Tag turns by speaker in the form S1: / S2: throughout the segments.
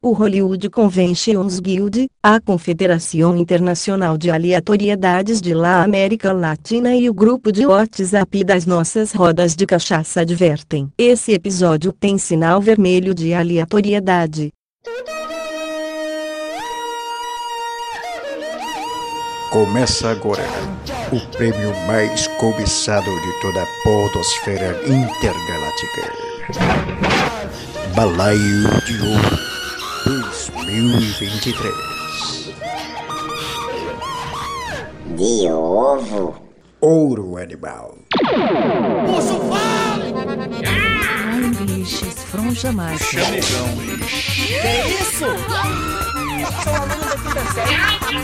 S1: O Hollywood Conventions Guild, a Confederação Internacional de Aleatoriedades de La América Latina e o grupo de WhatsApp das nossas rodas de cachaça advertem: esse episódio tem sinal vermelho de aleatoriedade.
S2: Começa agora o prêmio mais cobiçado de toda a podosfera intergaláctica. Balaio de Ouro 2023.
S3: De ovo.
S2: Ouro animal.
S4: Urso fale!
S5: Ai, bichos, fronja mais.
S4: Chamegão. Que isso? Sou aluno da quinta série.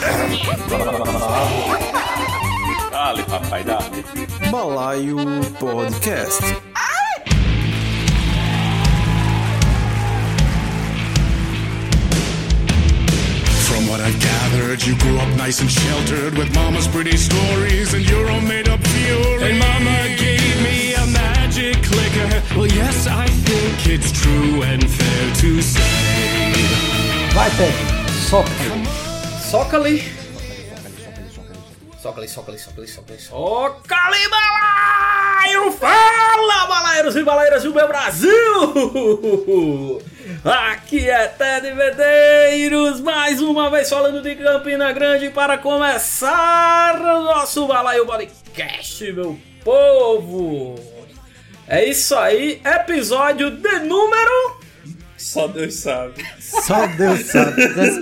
S4: Dale, papai, dale.
S6: Balaio Podcast.
S7: From what I've gathered, you grew up nice and sheltered with mama's pretty stories and your own made-up theories. And mama gave me a magic clicker. Well, yes, I think it's true and fair to say.
S8: Vai, Ted.
S4: Soca-lhe. Soca-lhe, balaio! Fala, balaeiros e balaeiras do meu Brasil! Aqui é Ted Medeiros, mais uma vez falando de Campina Grande para começar o nosso Balaio Podcast, meu povo! É isso aí, episódio de número...
S9: Só Deus sabe.
S8: Só Deus sabe.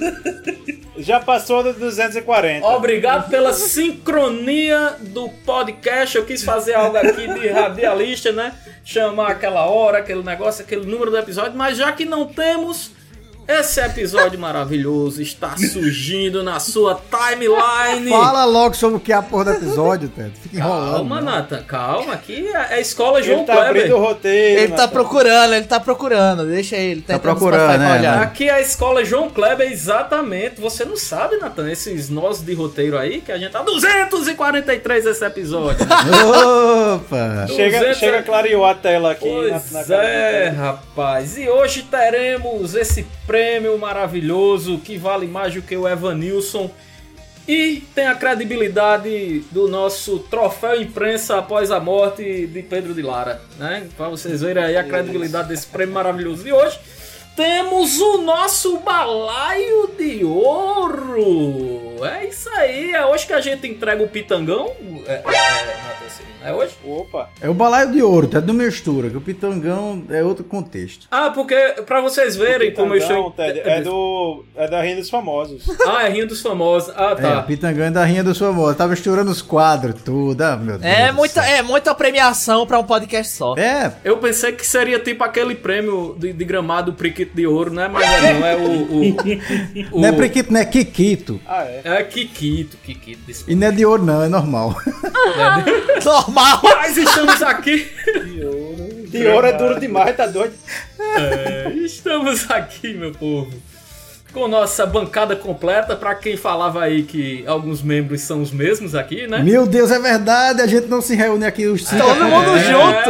S9: Já passou do 240.
S4: Obrigado pela sincronia do podcast. Eu quis fazer algo aqui de radialista, né? Chamar aquela hora, aquele negócio, aquele número do episódio. Mas já que não temos, esse episódio maravilhoso está surgindo na sua timeline.
S8: Fala logo sobre o que é a porra do episódio, Ted. Fica enrolando.
S4: Calma, Nathan, calma. Aqui é a escola João
S9: Ele tá
S4: Kleber.
S9: abrindo o roteiro.
S10: Ele tá procurando, deixa ele.
S8: Tá procurando, né?
S4: Aqui é a escola João Kleber, exatamente. Você não sabe, Nathan, esses nós de roteiro aí, que a gente tá 243 esse episódio.
S8: Opa!
S9: Chega a clarear a tela aqui.
S4: Pois
S9: na
S4: rapaz. E hoje teremos esse prêmio maravilhoso que vale mais do que o Evanilson. E tem a credibilidade do nosso troféu imprensa após a morte de Pedro de Lara, né? Para vocês verem aí a credibilidade desse prêmio maravilhoso. E hoje temos o nosso Balaio de Ouro. É isso aí, é hoje que a gente entrega o pitangão. É hoje?
S9: Opa!
S8: É o Balaio de Ouro, tá do mistura, que o pitangão é outro contexto.
S4: Ah, porque pra vocês verem como eu estou...
S9: Ted, é da Rinha dos Famosos.
S4: Ah, é Rinha dos Famosos. Ah, tá.
S8: É, o pitangão é da Rinha dos Famosos. Tá misturando os quadros, tudo. Ah, meu Deus.
S10: É muita premiação pra um podcast só.
S8: É.
S4: Eu pensei que seria tipo aquele prêmio de Gramado Priquito de Ouro, né? Mas não é o
S8: Não é Priquito, não é Kikito.
S9: Ah, é?
S4: É Kikito. Desculpa.
S8: E não é de ouro, não, é normal.
S10: Normal!
S4: Mas estamos aqui.
S9: De ouro é duro demais, tá doido?
S4: Estamos aqui, meu povo, com nossa bancada completa. Pra quem falava aí que alguns membros são os mesmos aqui, né?
S8: Meu Deus, é verdade, a gente não se reúne aqui os cinco.
S10: Todo mundo junto!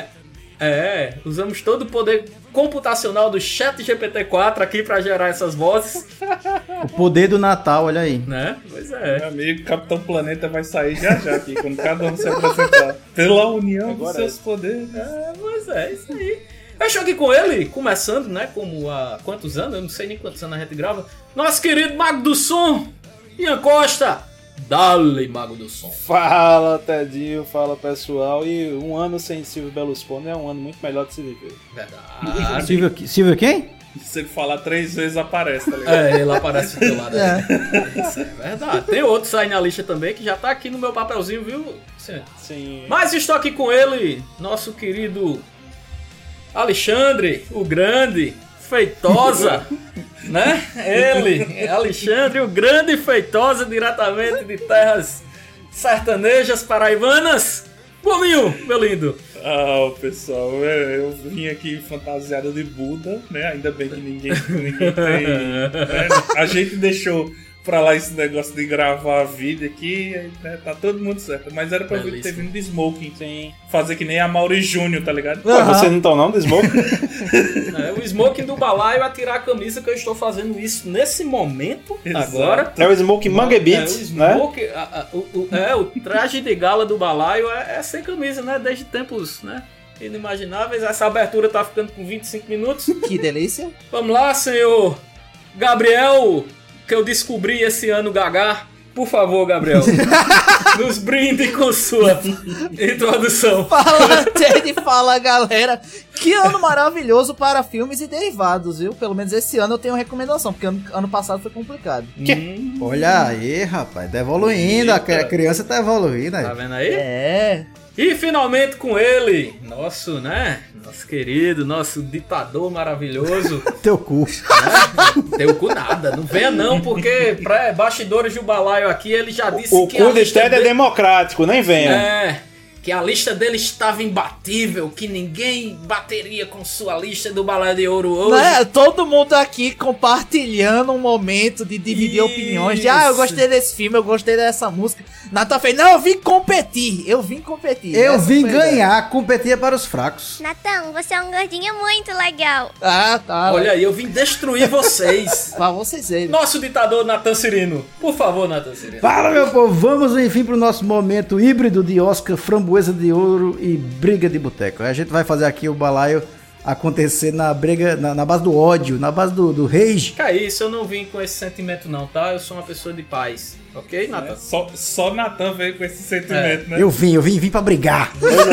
S4: Usamos todo o poder computacional do Chat GPT-4 aqui pra gerar essas vozes,
S8: O poder do Natal, olha aí.
S4: né? Pois é.
S9: Meu amigo, Capitão Planeta vai sair já aqui, quando cada um se apresentar. Pela união dos seus poderes.
S4: Pois é, isso aí. Eu estou aqui com ele, começando, né? Como há quantos anos? Eu não sei nem quantos anos a gente grava. Nosso querido Mago do Som, Ian Costa. Dale, Mago do Som.
S9: Fala, Tedinho, fala pessoal. E um ano sem Silvio Berlusconi é um ano muito melhor de se viver.
S4: Verdade.
S8: Silvio quem?
S9: Se ele falar 3 vezes, aparece, tá ligado?
S4: Ele aparece do teu lado. Isso é verdade. Tem outros aí na lista também que já tá aqui no meu papelzinho, viu?
S9: Sim.
S4: Mas estou aqui com ele, nosso querido Alexandre, o Grande, Feitosa, né? Ele, Alexandre, o Grande Feitosa, diretamente de terras sertanejas paraibanas. Gominho, meu lindo.
S9: Pessoal, eu vim aqui fantasiado de Buda, né? Ainda bem que ninguém tem, né? A gente deixou pra lá esse negócio de gravar vídeo aqui, né, tá todo mundo certo. Mas era pra eu ter vindo de smoking. Sim. Fazer que nem a Mauri Júnior, tá ligado?
S11: Ué, vocês não estão não de smoking?
S4: O smoking do balaio é tirar a camisa, que eu estou fazendo isso nesse momento, agora.
S11: É o smoking Mangue Beats, né?
S4: O traje de gala do balaio é sem camisa, né? Desde tempos, né? Inimagináveis. Essa abertura tá ficando com 25 minutos.
S10: Que delícia.
S4: Vamos lá, senhor Gabriel, que eu descobri esse ano Gagá. Por favor, Gabriel, nos brinde com sua introdução.
S10: Fala, galera. Que ano maravilhoso para filmes e derivados, viu? Pelo menos esse ano eu tenho recomendação, porque ano passado foi complicado.
S8: Olha aí, rapaz, tá evoluindo, a criança tá evoluindo aí.
S4: Tá vendo aí?
S10: É.
S4: E finalmente com ele, nosso querido, nosso ditador maravilhoso.
S8: Teu cu.
S4: Teu cu nada, não venha não, porque bastidores do balaio aqui, ele já disse
S11: o
S4: que
S11: cu de Ted é democrático, nem venha.
S4: Que a lista dele estava imbatível, que ninguém bateria com sua lista do Balaio de Ouro hoje.
S10: Né? Todo mundo aqui compartilhando um momento de dividir opiniões. De, eu gostei desse filme, eu gostei dessa música. Natan fez, não, eu vim competir. Eu vim
S8: ganhar, competir para os fracos.
S12: Natan, você é um gordinho muito legal.
S10: Ah, tá.
S4: Olha aí, eu vim destruir vocês.
S10: Pra vocês verem.
S4: Nosso ditador Natan Cirino. Por favor, Natan Cirino.
S8: Fala, meu povo, vamos enfim pro nosso momento híbrido de Oscar, Framboesa de Ouro e Briga de Boteco. A gente vai fazer aqui o balaio acontecer na briga, na base do ódio, na base do rage.
S4: Que é isso, eu não vim com esse sentimento não, tá? Eu sou uma pessoa de paz, ok, Natan?
S9: Só Natan veio com esse sentimento, né?
S8: Eu vim pra brigar.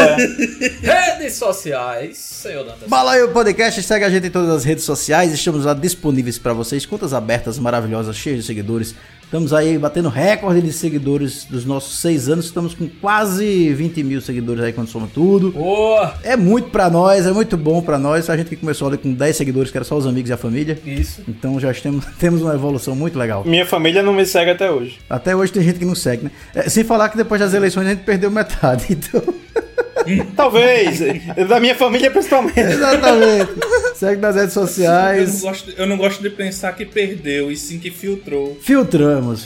S4: Redes sociais, senhor Natan.
S8: Balaio Podcast, segue a gente em todas as redes sociais, estamos lá disponíveis pra vocês, contas abertas, maravilhosas, cheias de seguidores. Estamos aí batendo recorde de seguidores dos nossos 6 anos. Estamos com quase 20 mil seguidores aí quando soma tudo.
S4: Boa!
S8: É muito pra nós, é muito bom pra nós. A gente que começou ali com 10 seguidores, que era só os amigos e a família.
S4: Isso.
S8: Então já temos uma evolução muito legal.
S11: Minha família não me segue até hoje.
S8: Até hoje tem gente que não segue, né? Sem falar que depois das eleições a gente perdeu metade, então...
S11: Talvez, da minha família principalmente.
S8: Exatamente. Segue nas redes sociais.
S9: Eu não gosto de pensar que perdeu, e sim que filtrou.
S8: Filtramos.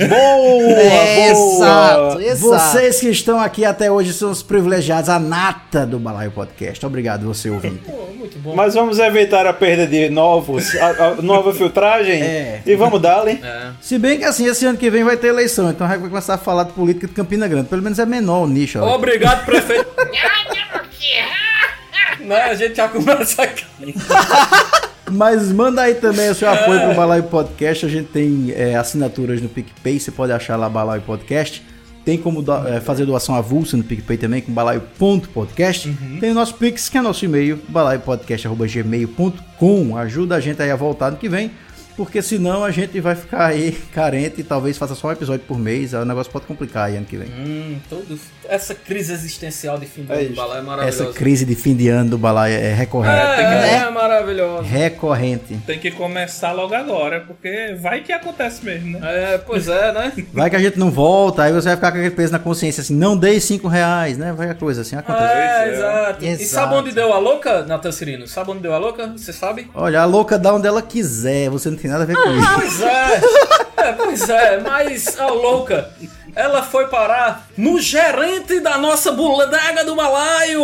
S10: Boa! Exato.
S8: Vocês que estão aqui até hoje são os privilegiados, a nata do Balaio Podcast. Obrigado, você ouvinte.
S4: Muito bom.
S11: Mas vamos evitar a perda de novos, a nova filtragem e vamos dar-lhe.
S8: Se bem que assim, esse ano que vem vai ter eleição, então a gente vai começar a falar de política de Campina Grande. Pelo menos é menor o nicho.
S4: Obrigado, prefeito. Né, a gente já começa aqui.
S8: Mas manda aí também o seu apoio pro Balaio Podcast. A gente tem assinaturas no PicPay, você pode achar lá Balaio Podcast. Tem como fazer doação avulsa no PicPay também, com balaio.podcast. Tem o nosso Pix, que é nosso e-mail, balaiopodcast@gmail.com. Ajuda a gente aí a voltar ano que vem, porque senão a gente vai ficar aí carente e talvez faça só um episódio por mês. O negócio pode complicar aí ano que vem.
S4: Essa crise existencial de fim de ano do Balaio é maravilhosa.
S8: Essa crise de fim de ano do Balaio é recorrente.
S4: É maravilhosa.
S8: Recorrente.
S9: Tem que começar logo agora, porque vai que acontece mesmo, né?
S4: Pois é, né?
S8: Vai que a gente não volta, aí você vai ficar com aquele peso na consciência assim, não dei R$5, né? Vai a coisa assim, acontece.
S4: Exato. E sabe onde deu a louca, Natan Cirino? Sabe onde deu a louca? Você sabe?
S8: Olha, a louca dá onde ela quiser, você não tem nada a ver com isso.
S4: Pois é, mas a louca, ela foi parar no gerente da nossa bodega do Balaio.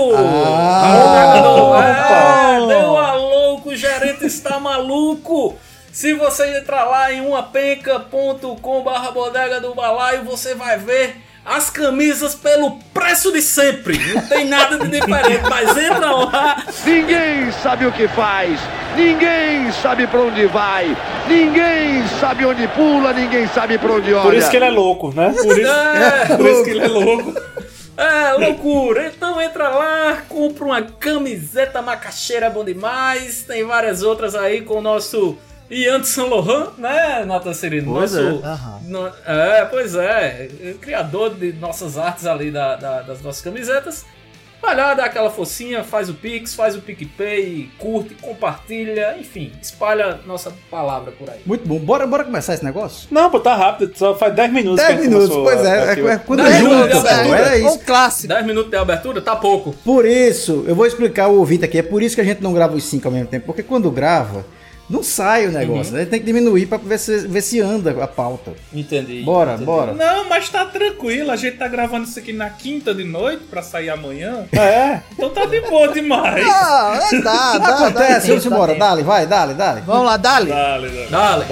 S4: Deu a louco, o gerente está maluco. Se você entrar lá em umapenca.com/bodega do Balaio, você vai ver as camisas pelo preço de sempre. Não tem nada de diferente, mas entra lá.
S13: Ninguém sabe o que faz, ninguém sabe pra onde vai, ninguém sabe onde pula, ninguém sabe pra onde olha.
S11: Por isso que ele é louco, né?
S9: Por isso que ele é louco.
S4: É, loucura. Então entra lá, compra uma camiseta macaxeira, bom demais. Tem várias outras aí com o nosso Ian de Saint Laurent, né, Natan Cirino?
S8: Pois
S4: Pois é. Criador de nossas artes ali das nossas camisetas. Vai lá, dá aquela focinha, faz o Pix, faz o PicPay, curte, compartilha, enfim, espalha nossa palavra por aí.
S8: Muito bom. Bora começar esse negócio?
S11: Não, pô, tá rápido, só faz 10 minutos.
S8: 10 minutos, pois é. Quando
S4: é
S8: isso.
S10: Um clássico.
S4: 10 minutos de abertura, tá pouco.
S8: Por isso, eu vou explicar o ouvinte aqui, é por isso que a gente não grava os 5 ao mesmo tempo, porque quando grava, Não sai o negócio, né? Tem que diminuir pra ver se anda a pauta.
S4: Entendi.
S8: Bora.
S9: Não, mas tá tranquilo. A gente tá gravando isso aqui na quinta de noite pra sair amanhã.
S11: É.
S9: Então tá de boa demais.
S10: Dá.
S8: Acontece, vamos embora. Dale.
S10: Vamos lá, dale.
S11: Dale.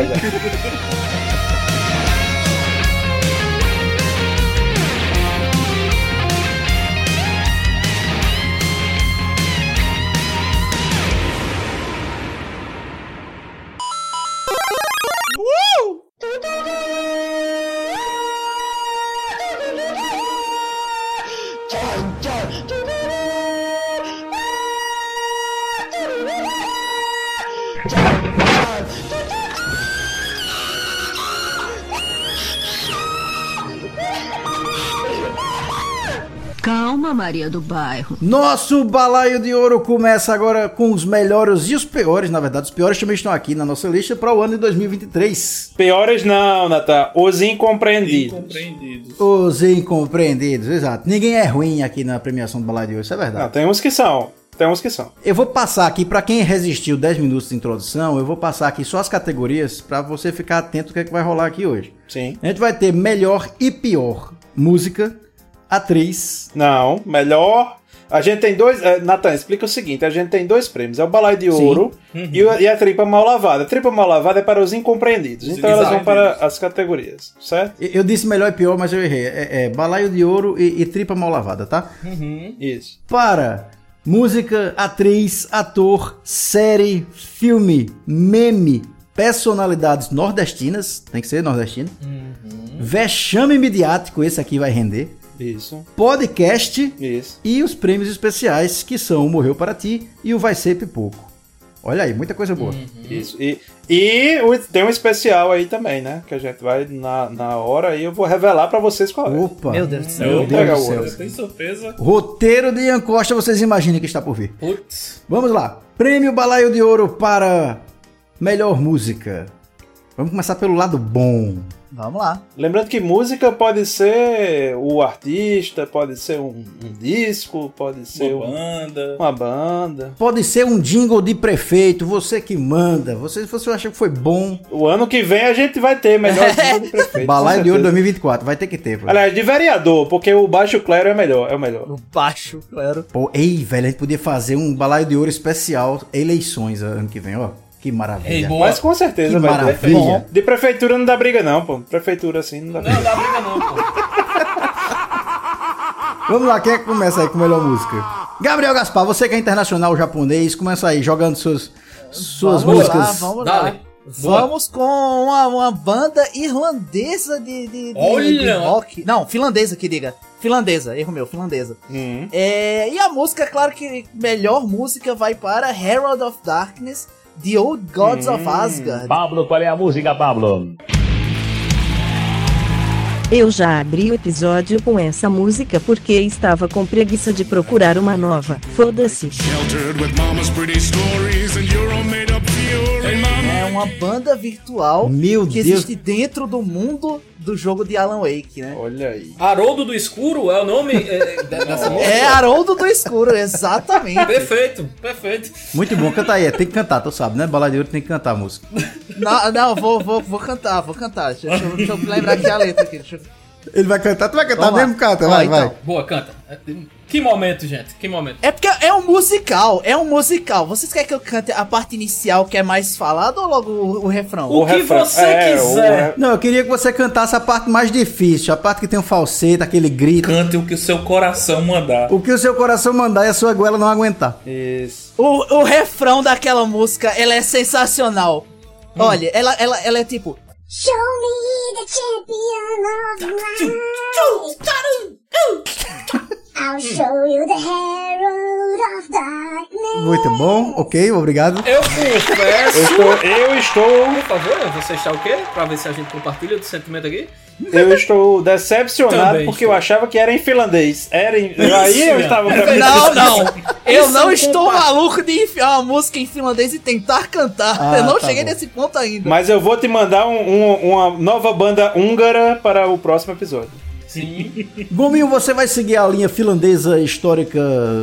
S5: Calma, Maria do Bairro.
S8: Nosso Balaio de Ouro começa agora com os melhores e os piores. Na verdade, os piores também estão aqui na nossa lista para o ano de 2023.
S11: Piores não, Natan. Os incompreendidos.
S8: Os incompreendidos, exato. Ninguém é ruim aqui na premiação do Balaio de Ouro, isso é verdade.
S11: Não, tem uns que são.
S8: Eu vou passar aqui, para quem resistiu 10 minutos de introdução, eu vou passar aqui só as categorias para você ficar atento ao que é que vai rolar aqui hoje.
S11: Sim.
S8: A gente vai ter melhor e pior música, atriz.
S11: Não, melhor. A gente tem dois. Natan, explica o seguinte: a gente tem dois prêmios. É o Balaio de Ouro e a Tripa Mal Lavada. A Tripa Mal Lavada é para os incompreendidos. Então elas vão para as categorias, certo?
S8: Eu disse melhor e pior, mas eu errei. É Balaio de Ouro e Tripa Mal Lavada, tá?
S11: Isso.
S8: Para música, atriz, ator, série, filme, meme, personalidades nordestinas. Tem que ser nordestino. Vexame midiático, esse aqui vai render.
S11: Isso.
S8: Podcast.
S11: Isso.
S8: E os prêmios especiais, que são o Morreu Para Ti e o Vai Ser Pipoco. Olha aí, muita coisa boa.
S11: Isso. E tem um especial aí também, né? Que a gente vai na hora e eu vou revelar pra vocês qual é.
S8: Opa!
S10: Meu Deus do céu.
S8: Meu Deus do céu.
S9: Eu tenho surpresa.
S8: Roteiro de Ian Costa, vocês imaginem que está por vir.
S4: Putz.
S8: Vamos lá. Prêmio Balaio de Ouro para melhor música. Vamos começar pelo lado bom.
S10: Vamos lá.
S11: Lembrando que música pode ser o artista, pode ser um disco, pode ser uma banda.
S8: Pode ser um jingle de prefeito, você que manda. Se você acha que foi bom.
S11: O ano que vem a gente vai ter melhor jingle de prefeito.
S8: Balaio de Ouro 2024, vai ter que ter. Pô.
S11: Aliás, de vereador, porque o Baixo Clero é o melhor.
S10: O Baixo Clero.
S8: Pô, velho, a gente podia fazer um Balaio de Ouro especial eleições ano que vem, ó. Que maravilha.
S11: Mas com certeza
S8: que
S11: vai
S8: maravilha.
S11: ter. De prefeitura não dá briga não, pô. Prefeitura assim não dá briga.
S4: Não dá briga não, pô.
S8: Vamos lá, quem é que começa aí com a melhor música? Gabriel Gaspar, você que é internacional japonês, começa aí jogando suas músicas.
S10: Vamos lá. Vamos com uma banda irlandesa de rock. Não, finlandesa que diga. Finlandesa, erro meu, finlandesa. E a música, claro que melhor música vai para Herald of Darkness, The Old Gods of Asgard.
S14: Pablo, qual é a música, Pablo?
S1: Eu já abri o episódio com essa música porque estava com preguiça de procurar uma nova. Foda-se.
S10: É uma banda virtual que existe dentro do mundo do jogo de Alan Wake, né?
S11: Olha aí.
S4: Haroldo do Escuro é o nome dessa música?
S10: É Haroldo do Escuro, exatamente.
S4: Perfeito.
S8: Muito bom, canta aí. Tem que cantar, tu sabe, né? Balaio de Ouro tem que cantar a música.
S10: Não, vou cantar. Deixa eu lembrar aqui a letra aqui.
S8: Ele vai cantar, tu vai cantar mesmo? Canta, vai.
S4: Boa, canta. Que momento, gente, que momento.
S10: É porque é um musical. Vocês querem que eu cante a parte inicial que é mais falada ou logo o refrão?
S4: O que você quiser.
S8: Não, eu queria que você cantasse a parte mais difícil, a parte que tem um falsete, aquele grito.
S9: Cante o que o seu coração mandar.
S8: O que o seu coração mandar e a sua goela não aguentar.
S11: Isso.
S10: O refrão daquela música, ela é sensacional. Olha, ela é tipo...
S3: Show me the champion of life. I'll show you the herald of darkness.
S8: Muito bom, ok, obrigado.
S4: Eu confesso.
S11: Eu estou.
S4: Por favor, você está o quê? Pra ver se a gente compartilha do sentimento aqui.
S11: Eu estou decepcionado também porque eu achava que era em finlandês. Aí eu estava
S10: Não. Eu não estou maluco de enfiar uma música em finlandês e tentar cantar. Eu não cheguei nesse ponto ainda.
S11: Mas eu vou te mandar uma nova banda húngara para o próximo episódio.
S4: Sim.
S8: Gominho, você vai seguir a linha finlandesa histórica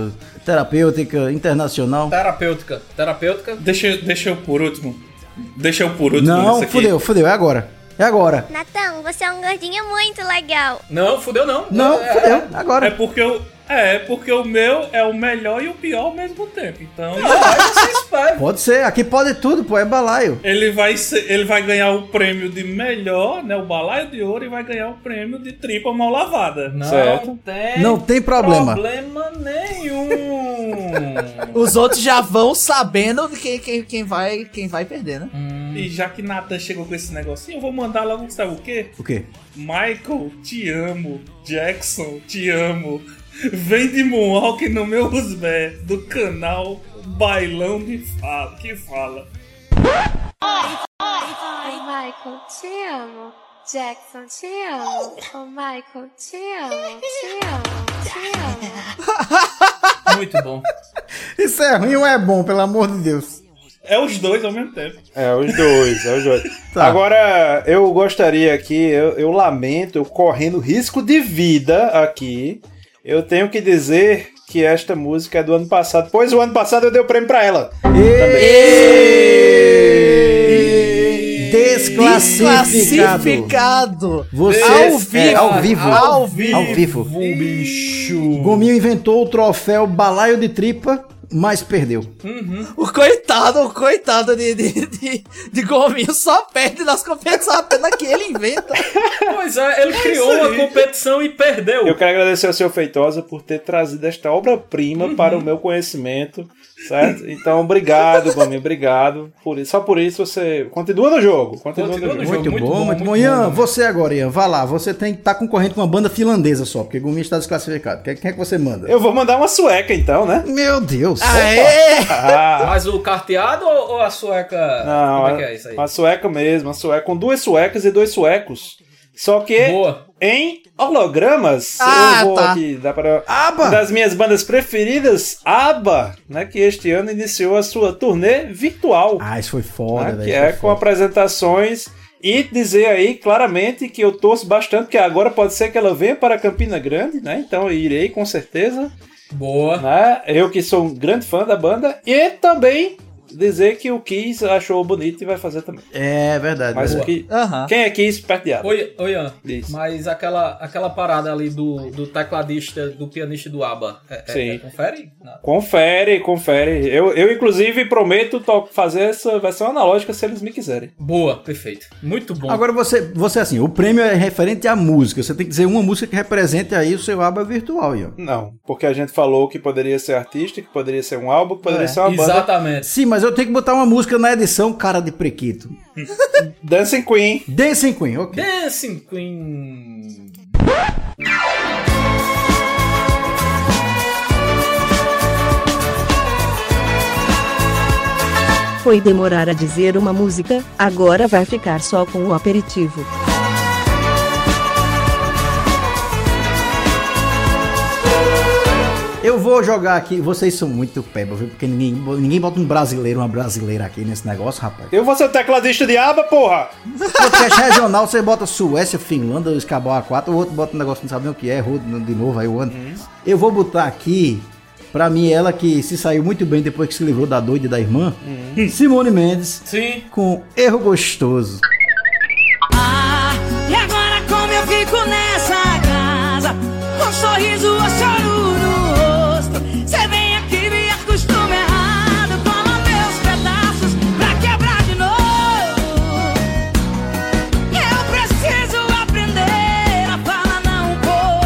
S8: terapêutica, internacional.
S4: Terapêutica.
S9: Deixa eu por último.
S8: Não, fudeu, é agora.
S12: Natão, você é um gordinho muito legal.
S4: Não, fudeu não.
S8: Não, fudeu, agora.
S9: É porque o meu é o melhor e o pior ao mesmo tempo. Então.
S8: Pode ser, aqui pode tudo, pô, é balaio.
S9: Ele vai ganhar o prêmio de melhor, né? O balaio de ouro, e vai ganhar o prêmio de tripa mal lavada.
S8: Não tem problema.
S4: Problema nenhum.
S10: Os outros já vão sabendo quem vai perder, né?
S9: E já que Nathan chegou com esse negocinho, eu vou mandar logo, sabe o quê?
S8: O quê?
S9: Michael, te amo. Jackson, te amo. Vem de Moonwalk no meu Rusbé, do canal Bailão que fala.
S15: Oi, Michael, te amo. Jackson, te amo. Oh, Michael, te amo.
S4: Muito bom.
S8: Isso é ruim ou é bom, pelo amor de Deus?
S9: É os dois ao mesmo tempo.
S11: É os dois.
S8: Tá.
S11: Agora, eu gostaria aqui, eu lamento, eu correndo risco de vida aqui, eu tenho que dizer que esta música é do ano passado, pois o ano passado eu dei o prêmio pra ela.
S10: Desclassificado.
S8: Você ao vivo.
S4: Bicho.
S8: Gominho inventou o troféu balaio de tripa, mas perdeu.
S10: O coitado de Gominho só perde nas competições apenas que ele inventa.
S4: Pois é, ele criou uma competição e perdeu.
S11: Eu quero agradecer ao seu Feitosa por ter trazido esta obra-prima para o meu conhecimento, certo? Então, obrigado, Gominho, obrigado. Só por isso você continua no jogo.
S8: Muito bom. Ian, você agora, Ian, vá lá. Você tem que estar concorrendo com uma banda finlandesa só, porque Gominho está desclassificado. Quem é que você manda?
S11: Eu vou mandar uma sueca, então, né?
S8: Meu Deus.
S4: Mas o carteado ou a sueca?
S11: Não,
S4: como é que é isso aí?
S11: A sueca mesmo, a sueca com 2 suecas e 2 suecos. Só que em hologramas, eu vou aqui dar para uma das minhas bandas preferidas, ABBA, né, que este ano iniciou a sua turnê virtual.
S8: Isso foi foda,
S11: né, que com apresentações. E dizer aí claramente que eu torço bastante, que agora pode ser que ela venha para Campina Grande, né? Então eu irei com certeza.
S4: Boa.
S11: Né? Eu que sou um grande fã da banda. E também dizer que o Kiss achou bonito e vai fazer também.
S8: É verdade.
S11: Mas quem é Kiss perto de
S4: Oi, Ian, mas aquela parada ali do tecladista, do pianista do ABBA, confere? Não.
S11: Confere. Eu inclusive prometo fazer essa versão analógica se eles me quiserem.
S4: Boa, perfeito. Muito bom.
S8: Agora você assim, o prêmio é referente à música. Você tem que dizer uma música que represente aí o seu ABBA virtual, Ian.
S11: Não, porque a gente falou que poderia ser artista, que poderia ser um álbum, que poderia ser uma banda.
S4: Exatamente.
S8: Sim, mas eu tenho que botar uma música na edição cara de prequito.
S11: Dancing Queen,
S8: ok.
S4: Dancing Queen.
S1: Foi demorar a dizer uma música, agora vai ficar só com o aperitivo.
S8: Eu vou jogar aqui, vocês são muito peba, viu? Porque ninguém bota um brasileiro, uma brasileira aqui nesse negócio, rapaz.
S11: Eu vou ser o tecladista de ABBA, porra!
S8: Podcast regional, você bota Suécia, Finlândia, Escabau A4, o outro bota um negócio que não sabe nem o que é, errou de novo aí o ano. Eu vou botar aqui, pra mim, ela que se saiu muito bem depois que se livrou da doida da irmã, Simone Mendes,
S4: sim,
S8: com Erro Gostoso.
S16: E agora como eu fico nessa casa, com um sorriso ou choro no rosto, cê vem aqui me acostuma errado, toma meus pedaços pra quebrar de novo. Eu preciso aprender a falar não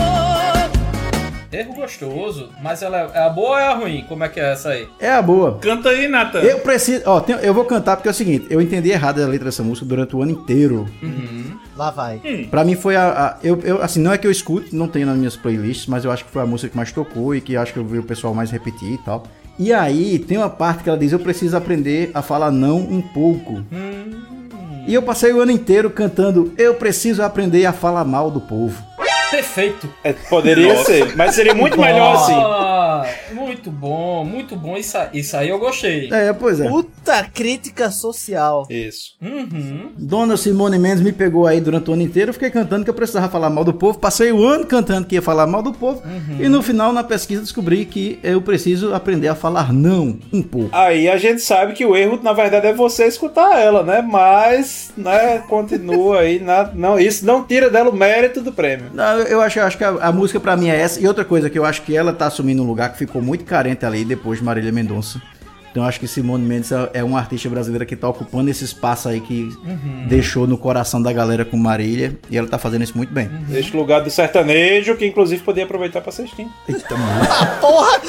S4: Erro Gostoso, mas ela é a boa ou é a ruim? Como é que é essa aí?
S8: É a boa.
S9: Canta aí, Nathan.
S8: Eu preciso, eu vou cantar porque é o seguinte, eu entendi errado a letra dessa música durante o ano inteiro.
S10: Lá vai.
S8: Pra mim foi eu assim, não é que eu escuto, não tenho nas minhas playlists, mas eu acho que foi a música que mais tocou e que acho que eu vi o pessoal mais repetir e tal. E aí, tem uma parte que ela diz, eu preciso aprender a falar não um pouco. E eu passei o ano inteiro cantando, eu preciso aprender a falar mal do povo.
S4: Perfeito.
S11: Poderia ser, mas seria muito melhor assim.
S4: Muito bom, muito bom. Isso aí eu gostei.
S8: Pois é.
S10: Puta Alta crítica social.
S11: Isso.
S8: Dona Simone Mendes me pegou aí durante o ano inteiro. Eu fiquei cantando que eu precisava falar mal do povo. Passei o ano cantando que ia falar mal do povo. E no final, na pesquisa, descobri que eu preciso aprender a falar não um pouco.
S11: Aí a gente sabe que o erro, na verdade, é você escutar ela, né? Mas, né, continua aí. Não, isso não tira dela o mérito do prêmio.
S8: Não, eu acho que a música pra mim é essa. E outra coisa que eu acho que ela tá assumindo um lugar que ficou muito carente ali depois de Marília Mendonça. Então eu acho que Simone Mendes é uma artista brasileira que tá ocupando esse espaço aí que deixou no coração da galera com Marília. E ela tá fazendo isso muito bem.
S11: Deixa o lugar do sertanejo, que inclusive podia aproveitar pra cestinha.
S8: Eita, mano.
S10: Porra!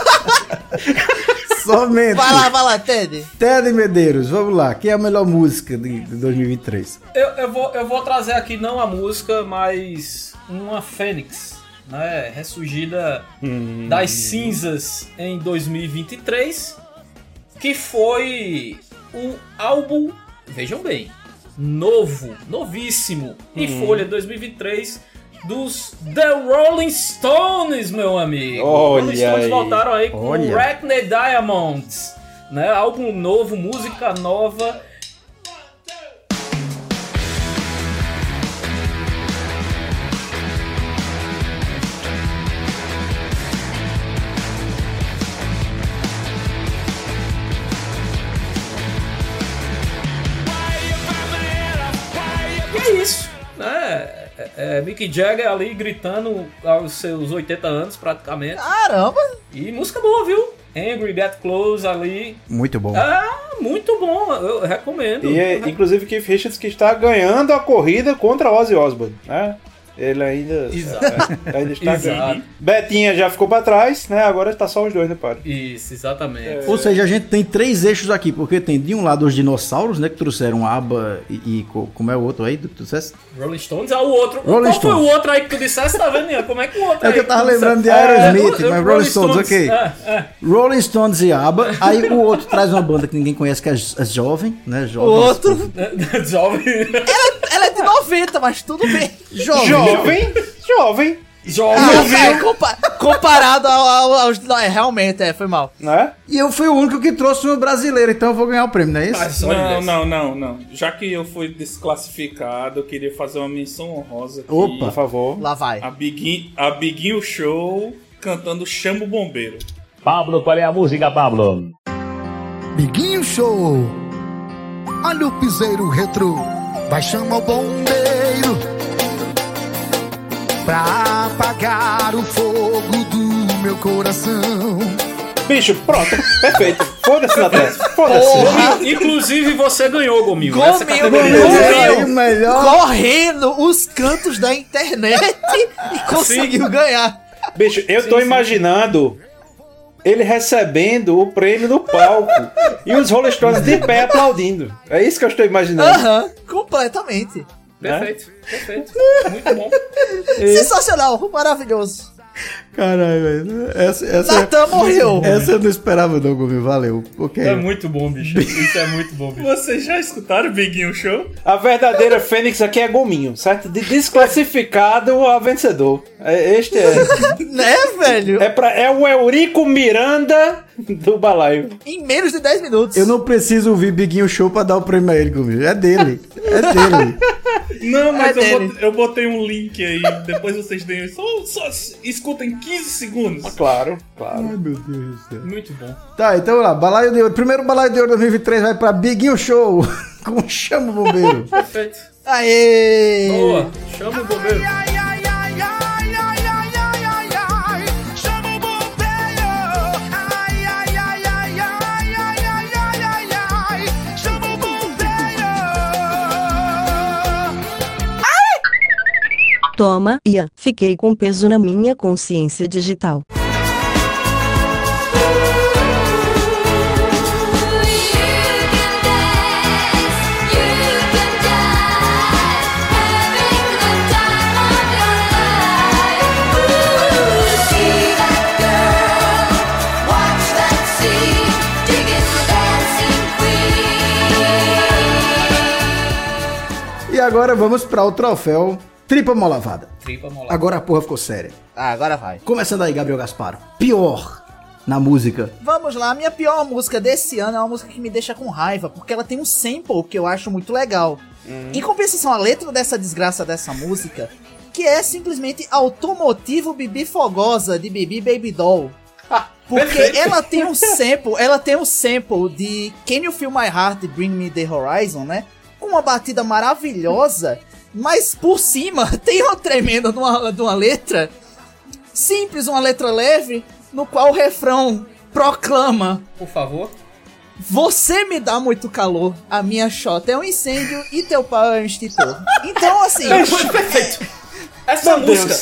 S8: Somente.
S10: Vai lá, Ted.
S8: Ted Medeiros, vamos lá. Quem é a melhor música de 2023?
S4: Eu vou trazer aqui não a música, mas uma fênix, né? Ressurgida das cinzas em 2023, que foi o álbum, vejam bem, novíssimo, em folha 2023, dos The Rolling Stones, meu amigo.
S11: Olha,
S4: Rolling Stones voltaram aí com
S8: Olha.
S4: Hackney Diamonds, né? Álbum novo, música nova. E é isso, né? Mick Jagger ali gritando aos seus 80 anos praticamente.
S10: Caramba!
S4: E música boa, viu? Angry, Get Close ali.
S8: Muito bom.
S4: Muito bom, eu recomendo.
S11: E inclusive Keith Richards que está ganhando a corrida contra Ozzy Osbourne, né? Ele ainda, ainda está ganhando. Betinha já ficou pra trás, né? Agora está só os dois no páreo.
S4: Isso, exatamente.
S8: Ou seja, a gente tem 3 eixos aqui, porque tem de um lado os dinossauros, né, que trouxeram ABBA e como é o outro aí, tu disseste?
S4: Rolling Stones, o outro.
S8: Rolling
S4: Qual
S8: Stones.
S4: foi o outro aí que tu disseste, tá vendo, Ian? Como é que o outro
S8: É
S4: aí
S8: que eu tava
S4: tu
S8: lembrando de
S4: disseste?
S8: Aerosmith, mas Rolling Stones, ok.
S4: É.
S8: Rolling Stones e ABBA, aí o outro traz uma banda que ninguém conhece, que é jovem, né,
S10: O
S8: jovem.
S10: outro...
S4: Jovem.
S10: Ela é de 90, mas tudo bem.
S11: Jovem.
S10: Comparado aos... realmente, foi mal.
S11: Né?
S8: E eu fui o único que trouxe um brasileiro, então eu vou ganhar o prêmio, não é isso?
S9: Não. Já que eu fui desclassificado, eu queria fazer uma menção honrosa aqui.
S8: Opa.
S11: Por favor.
S10: Lá vai.
S9: A Biguinho Show cantando Chama o Bombeiro.
S14: Pablo, qual é a música, Pablo?
S17: Biguinho Show. Olha o piseiro retrô. Vai chamar o bombeiro pra apagar o fogo do meu coração.
S11: Bicho, pronto, perfeito. Foda-se, Natan. Foda-se.
S4: Inclusive você ganhou, Gominho.
S8: Melhor.
S10: Correndo os cantos da internet e conseguiu ganhar.
S11: Bicho, eu tô imaginando ele recebendo o prêmio no palco e os Rolling Stones de pé aplaudindo. É isso que eu estou imaginando.
S10: Completamente.
S4: Perfeito. Muito bom.
S10: Sensacional, maravilhoso.
S8: Caralho, velho. Essa
S10: Natan morreu.
S8: Essa eu não esperava não, Gomes. Valeu. Okay.
S4: É muito bom, bicho. Isso é muito bom, bicho.
S9: Vocês já escutaram o Biguinho Show?
S11: A verdadeira Fênix aqui é Gominho, certo? De desclassificado a vencedor. Este é...
S10: Né, velho?
S11: É o Eurico Miranda do balaio.
S10: Em menos de 10 minutos.
S8: Eu não preciso ouvir Biguinho Show pra dar o prêmio a ele, Gomes. É dele.
S9: Não, mas eu botei um link aí. Depois vocês deem. Só escutem 15 segundos.
S11: Claro.
S8: Ai, meu Deus do céu.
S4: Muito bom.
S8: Tá, então vamos lá. Balaio de Ouro. Primeiro Balaio de Ouro 2023 vai pra Biguinho Show. Com Chama o Bombeiro.
S4: Perfeito.
S10: Aê!
S4: Boa. Chama o bombeiro.
S1: Toma, Ian. Fiquei com peso na minha consciência digital.
S8: E agora vamos para o troféu Tripa Mó Lavada.
S4: Tripa Mó Lavada.
S8: Agora a porra ficou séria.
S10: Agora vai.
S8: Começando aí, Gabriel Gasparo. Pior na música?
S10: Vamos lá, a minha pior música desse ano é uma música que me deixa com raiva, porque ela tem um sample que eu acho muito legal. Em compensação, a letra dessa desgraça dessa música, que é simplesmente Automotivo Bibi Fogosa, de Bibi Baby Doll. Porque ela tem um sample de Can You Feel My Heart, Bring Me The Horizon, né? Com uma batida maravilhosa, mas por cima tem uma tremenda de uma letra simples, uma letra leve, no qual o refrão proclama:
S4: por favor.
S10: Você me dá muito calor, a minha xota é um incêndio e teu pau é um extintor. Então, assim...
S4: Perfeito. Essa música...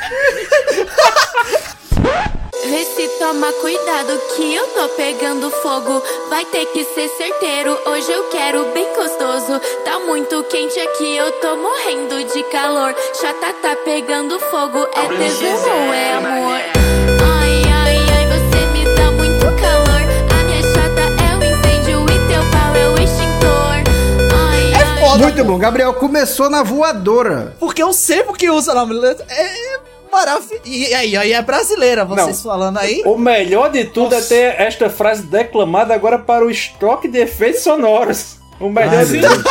S15: Vê se toma cuidado que eu tô pegando fogo. Vai ter que ser certeiro, hoje eu quero bem gostoso. Tá muito quente aqui, eu tô morrendo de calor. Chata tá pegando fogo, é tesão ou é amor? Ai, ai, ai, você me dá muito calor. A minha chata é um incêndio e teu pau é o extintor. Ai,
S10: é foda.
S8: Muito bom, Gabriel começou na voadora.
S10: Porque eu sei o que usa na letra. Maravilha. E aí é brasileira, vocês falando aí.
S11: O melhor de tudo é ter esta frase declamada agora para o estoque de efeitos sonoros. O melhor de tudo.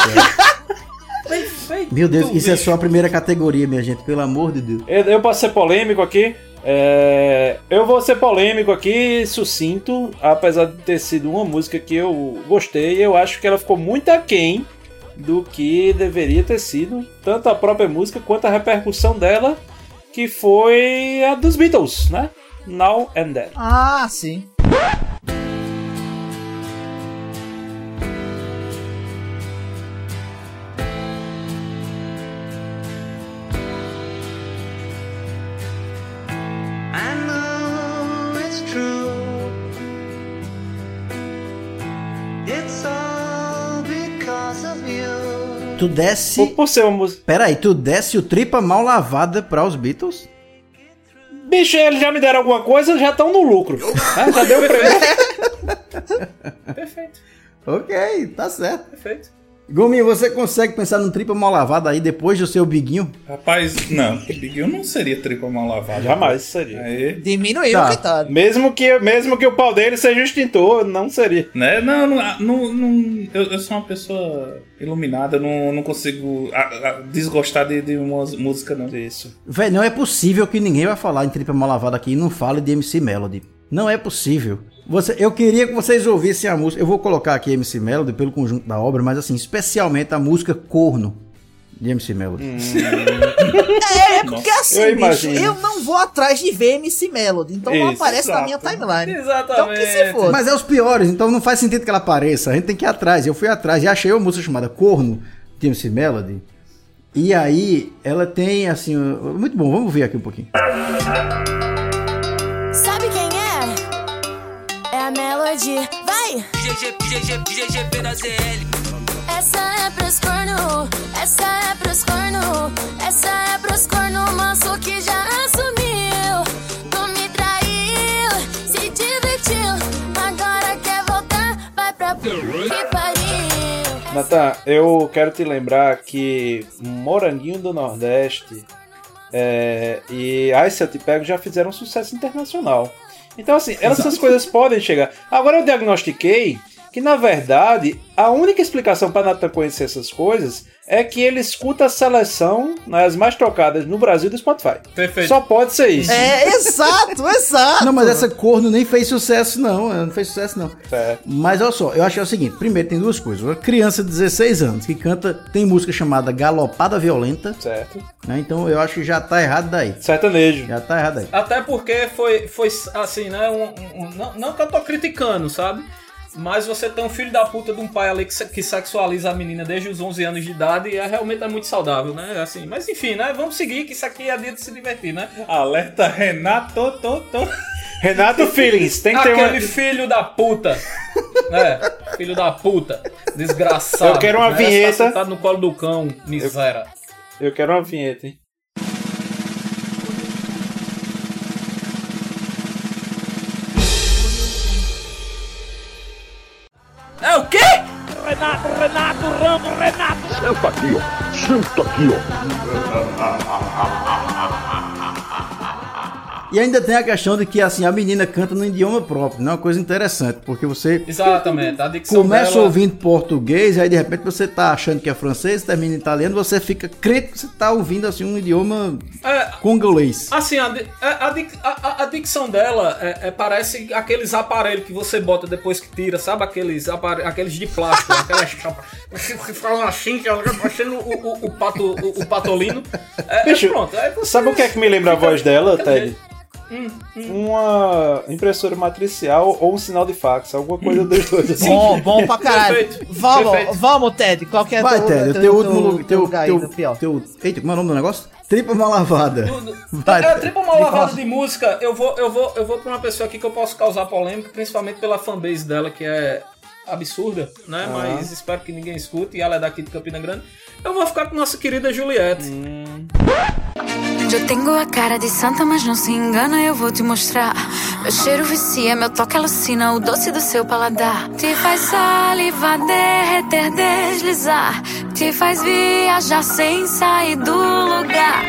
S8: Meu Deus, isso é só a primeira categoria, minha gente, pelo amor de Deus.
S11: Eu posso ser polêmico aqui? Eu vou ser polêmico aqui, sucinto, apesar de ter sido uma música que eu gostei, eu acho que ela ficou muito aquém do que deveria ter sido, tanto a própria música quanto a repercussão dela, que foi a dos Beatles, né? Now and Then.
S10: Ah, sim.
S16: I know it's true. It's all because of you.
S8: Tu desce...
S11: Por ser uma música...
S8: Peraí, tu desce o tripa mal lavada para os Beatles?
S11: Bicho, eles já me deram alguma coisa, já estão no lucro. Já deu o prêmio.
S4: Perfeito.
S8: Ok, tá certo.
S4: Perfeito.
S8: Gominho, você consegue pensar num tripa mal lavado aí depois do seu biguinho?
S9: Rapaz, não. Biguinho não seria tripa mal lavado.
S11: Jamais seria.
S9: Aí...
S10: Diminuiu, coitado.
S11: Mesmo que o pau dele seja extintor, não seria.
S9: Né? Não, eu sou uma pessoa iluminada, não consigo desgostar de uma música, não.
S11: Isso.
S8: Véi, não é possível que ninguém vai falar em tripa mal lavada aqui e não fale de MC Melody. Não é possível. Eu queria que vocês ouvissem a música. Eu vou colocar aqui MC Melody pelo conjunto da obra, mas assim, especialmente a música Corno de MC Melody.
S10: Porque assim, bicho, eu não vou atrás de ver MC Melody, então não aparece na minha timeline.
S4: Exatamente.
S10: Então que se foda.
S8: Mas é os piores, então não faz sentido que ela apareça. A gente tem que ir atrás. Eu fui atrás e achei uma música chamada Corno de MC Melody. E aí, ela tem assim... Muito bom, vamos ver aqui um pouquinho.
S18: Sabe quem é? É a Melody. Vai! GGP da ZL. Essa é pros corno, essa é pros corno, essa é pros corno manso que já assumiu. Não me traiu, se divertiu, agora quer voltar, vai pra que pariu.
S11: Natan, eu quero te lembrar que Moranguinho do Nordeste e Ai Se Eu Te Pego já fizeram sucesso internacional. Então assim, essas coisas podem chegar. Agora eu diagnostiquei que na verdade a única explicação para Natan conhecer essas coisas é que ele escuta a seleção, né, as mais tocadas no Brasil do Spotify.
S4: Perfeito.
S11: Só pode ser isso.
S10: Exato.
S8: Não, mas essa Corno nem fez sucesso não fez sucesso não.
S11: Certo.
S8: Mas olha só, eu acho que é o seguinte, primeiro tem duas coisas. Uma criança de 16 anos que canta, tem música chamada Galopada Violenta.
S11: Certo.
S8: Né, então eu acho que já tá errado daí.
S11: Sertanejo.
S8: Já tá errado daí.
S4: Até porque foi assim, né, não que eu tô criticando, sabe? Mas você tem um filho da puta de um pai ali que sexualiza a menina desde os 11 anos de idade e realmente é muito saudável, né? Assim, mas enfim, né? Vamos seguir que isso aqui é dia de se divertir, né?
S9: Alerta Renato,
S11: Renato Feelings, tem que ter
S4: aquele filho da puta, né? Filho da puta, desgraçado.
S11: Eu quero uma vinheta.
S4: Tá sentado no colo do cão, miséria.
S11: Eu quero uma vinheta, hein?
S4: É o quê?
S16: Renato, Rambo, Renato.
S13: Senta aqui, ó. Senta aqui, ó.
S8: E ainda tem a questão de que, assim, a menina canta no idioma próprio, não é uma coisa interessante, porque você...
S4: Exatamente, a dicção
S8: começa
S4: dela...
S8: ouvindo português, aí de repente você tá achando que é francês, termina em italiano, você fica crente que você tá ouvindo, assim, um idioma congolês.
S4: Assim, a dicção dela parece aqueles aparelhos que você bota depois que tira, sabe? Aqueles de plástico, aquelas chapas que falam assim, que ela parecendo o patolino.
S11: Bicho,
S4: pronto.
S11: sabe o que é que me lembra a voz dela, Ted? Uma impressora matricial ou um sinal de fax, alguma coisa dos dois. Assim.
S10: Bom pra caralho.
S4: Perfeito.
S10: Vamos, Ted. Qualquer
S8: Vai, Ted, o teu último... Eita, como é o nome do negócio? Tripa mal lavada.
S4: Tripa mal lavada de música, eu vou pra uma pessoa aqui que eu posso causar polêmica, principalmente pela fanbase dela, que é absurda, né? Mas espero que ninguém escute, e ela é daqui de Campina Grande. Eu vou ficar com nossa querida Juliette.
S15: Eu tenho a cara de santa, mas não se engana, eu vou te mostrar. Meu cheiro vicia, meu toque alucina, o doce do seu paladar. Te faz saliva derreter, deslizar. Te faz viajar sem sair do lugar.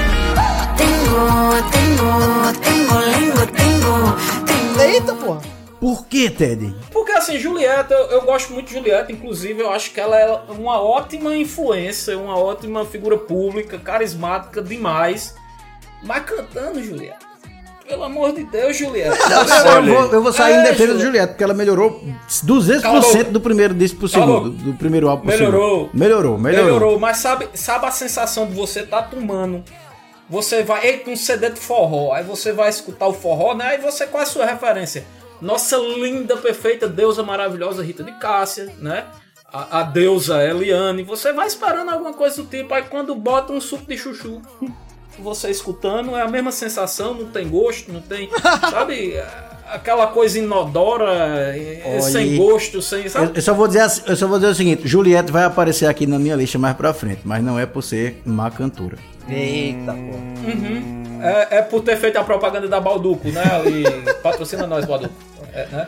S15: Tengo.
S10: Eita, porra.
S8: Por que, Ted?
S4: Porque assim, Juliette, eu gosto muito de Juliette, inclusive eu acho que ela é uma ótima influência, uma ótima figura pública, carismática demais. Mas cantando, Juliette, pelo amor de Deus, Juliette.
S8: Eu vou sair em defesa de Juliette, porque ela melhorou 200% do primeiro disco pro segundo, do primeiro álbum pro segundo. Melhorou.
S4: Mas sabe a sensação de você tá tomando... Você vai com um CD de forró, aí você vai escutar o forró, né? Aí você, qual é a sua referência? Nossa linda, perfeita, deusa maravilhosa Rita de Cássia, né? A deusa Eliane. Você vai esperando alguma coisa do tipo, aí quando bota um suco de chuchu, você escutando, é a mesma sensação, não tem gosto, não tem, sabe? Aquela coisa inodora, sem gosto, sem... Sabe?
S8: Eu só vou dizer o seguinte, Juliette vai aparecer aqui na minha lista mais pra frente, mas não é por ser má cantora.
S10: Eita, pô.
S4: É por ter feito a propaganda da Balduco, né? Ali, patrocina nós, Balduco. Né?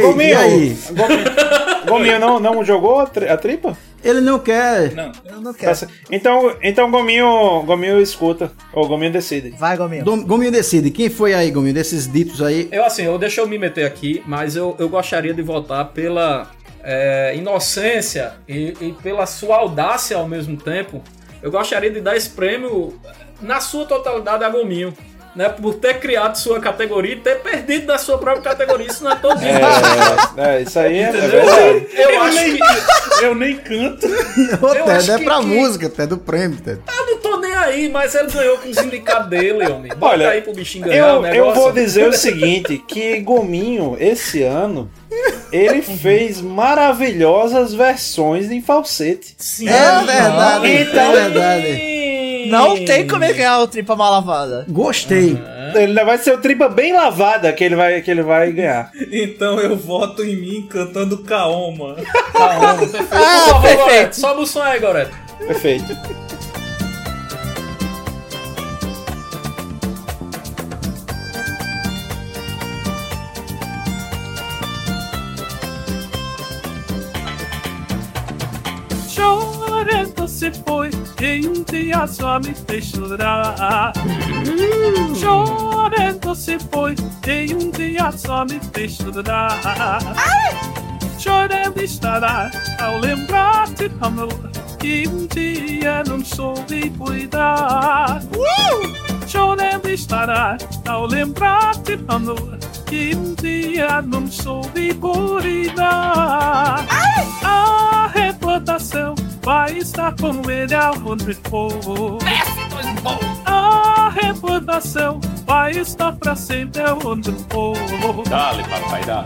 S11: Gominho não jogou a tripa?
S8: Ele não quer.
S10: Eu não quero.
S11: Então Gominho escuta. Ou Gominho decide.
S10: Vai, Gominho.
S8: Gominho decide. Quem foi aí, Gominho, desses ditos aí?
S4: Deixa eu me meter aqui, mas eu gostaria de votar pela inocência e pela sua audácia ao mesmo tempo. Eu gostaria de dar esse prêmio na sua totalidade a Gominho, né? Por ter criado sua categoria e ter perdido da sua própria categoria. Isso não é todo dia.
S11: Isso aí é
S9: verdade. Eu nem canto.
S8: Ted é pra música, Ted é do prêmio, Ted.
S4: Eu não tô nem aí, mas ele ganhou com os indicados dele, homem. Bota
S11: Olha,
S4: aí pro bichinho ganhar o negócio.
S11: Eu vou dizer o seguinte, que Gominho, esse ano, ele fez maravilhosas versões em falsete.
S10: Sim. É verdade.
S11: Então,
S10: é verdade. Não tem como ele ganhar o tripa mal lavada.
S8: Gostei.
S11: Ele vai ser o tripa bem lavada que ele vai ganhar.
S9: Então eu voto em mim cantando Kaoma.
S4: Perfeito. Por favor, Goreto, sobe o som aí, Goreto.
S11: Perfeito.
S19: Chorando se foi e um dia só me fez chorar. Chorando se foi e um dia só me fez chorar. Chorando estará ao lembrar-te, amor, que um dia não soube cuidar. Chorando estará ao lembrar-te, amor, que um dia não soube cuidar. A reputação vai estar com ele aonde for. A reputação vai estar pra sempre aonde for.
S14: Dale, papai, dale.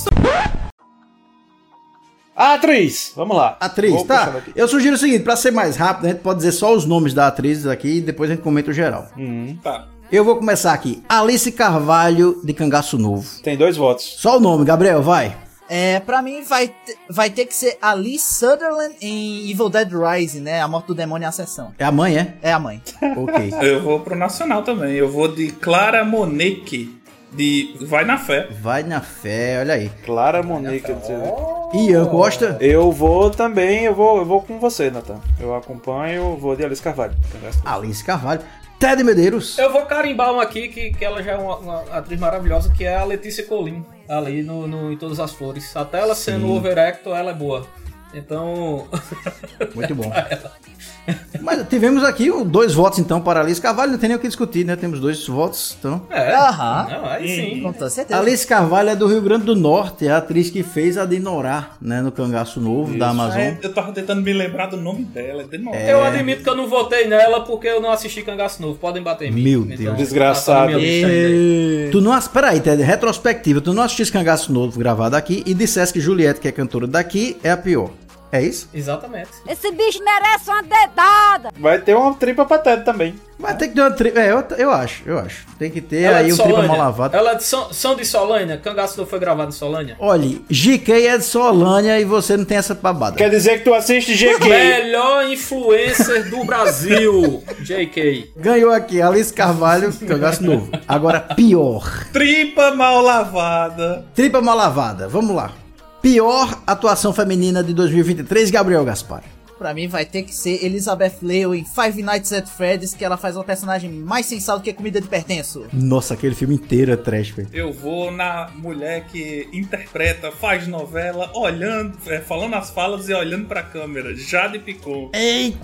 S11: A atriz, vamos lá.
S8: Atriz, tá. Eu sugiro o seguinte, pra ser mais rápido, a gente pode dizer só os nomes da atriz aqui e depois a gente comenta o geral.
S9: Tá.
S8: Eu vou começar aqui. Alice Carvalho, de Cangaço Novo.
S11: Tem 2 votos.
S8: Só o nome, Gabriel, vai.
S10: Pra mim vai ter que ser Alice Sutherland em Evil Dead Rising, né? A Morte do Demônio e a Sessão.
S8: É a mãe, é?
S10: É a mãe.
S8: Ok.
S9: Eu vou pro nacional também. Eu vou de Clara Monique De Vai na Fé.
S8: Vai na Fé, olha aí.
S11: Clara Monique.
S8: Ian Costa?
S11: Eu vou também, eu vou com você, Nathan. Eu acompanho, vou de Alice Carvalho.
S8: Alice Carvalho. Ted Medeiros.
S4: Eu vou carimbar uma aqui, que ela já é uma atriz maravilhosa, que é a Letícia Colin, ali no Em Todas as Flores. Até ela sendo overactor, ela é boa. Então...
S8: Muito bom. Mas tivemos aqui 2 votos, então, para Alice Carvalho. Não tem nem o que discutir, né? Temos 2 votos, então...
S10: Aham.
S4: Aí sim.
S10: Com toda certeza.
S8: Alice Carvalho é do Rio Grande do Norte. É a atriz que fez a Denorá, né? No Cangaço Novo, da Amazon.
S9: Eu tava tentando me lembrar do nome dela. Denorá.
S4: Eu admito que eu não votei nela porque eu não assisti Cangaço Novo. Podem bater em mim.
S8: Meu Deus.
S4: Então,
S11: desgraçado.
S8: Tu não... Peraí, Ted, retrospectiva. Tu não assististe Cangaço Novo gravado aqui e dissesse que Juliette, que é cantora daqui, é a pior. É isso?
S4: Exatamente.
S18: Esse bicho merece uma dedada.
S11: Vai ter uma tripa pra Ted também.
S8: Vai ter que ter uma tripa. Eu acho. Tem que ter
S4: Ela
S8: aí
S4: é
S8: um
S4: de
S8: tripa
S4: Solânia.
S8: mal lavado.
S4: Ela é de São de Solânia. Cangaço Novo foi gravado em Solânia.
S8: Olha, GK é de Solânia e você não tem essa babada.
S11: Quer dizer que tu assiste GK?
S4: Melhor influencer do Brasil, JK.
S8: Ganhou aqui, Alice Carvalho, Cangaço Novo. Agora, pior.
S9: Tripa mal lavada.
S8: Tripa mal lavada, vamos lá. Pior atuação feminina de 2023, Gabriel Gaspar.
S10: Pra mim vai ter que ser Elizabeth Leo em Five Nights at Freddy's, que ela faz uma personagem mais sensal do que Comida de Pertenço.
S8: Nossa, aquele filme inteiro é trash, velho.
S9: Eu vou na mulher que interpreta, faz novela, olhando, falando as falas e olhando pra câmera. Jade Picon.
S8: Eita!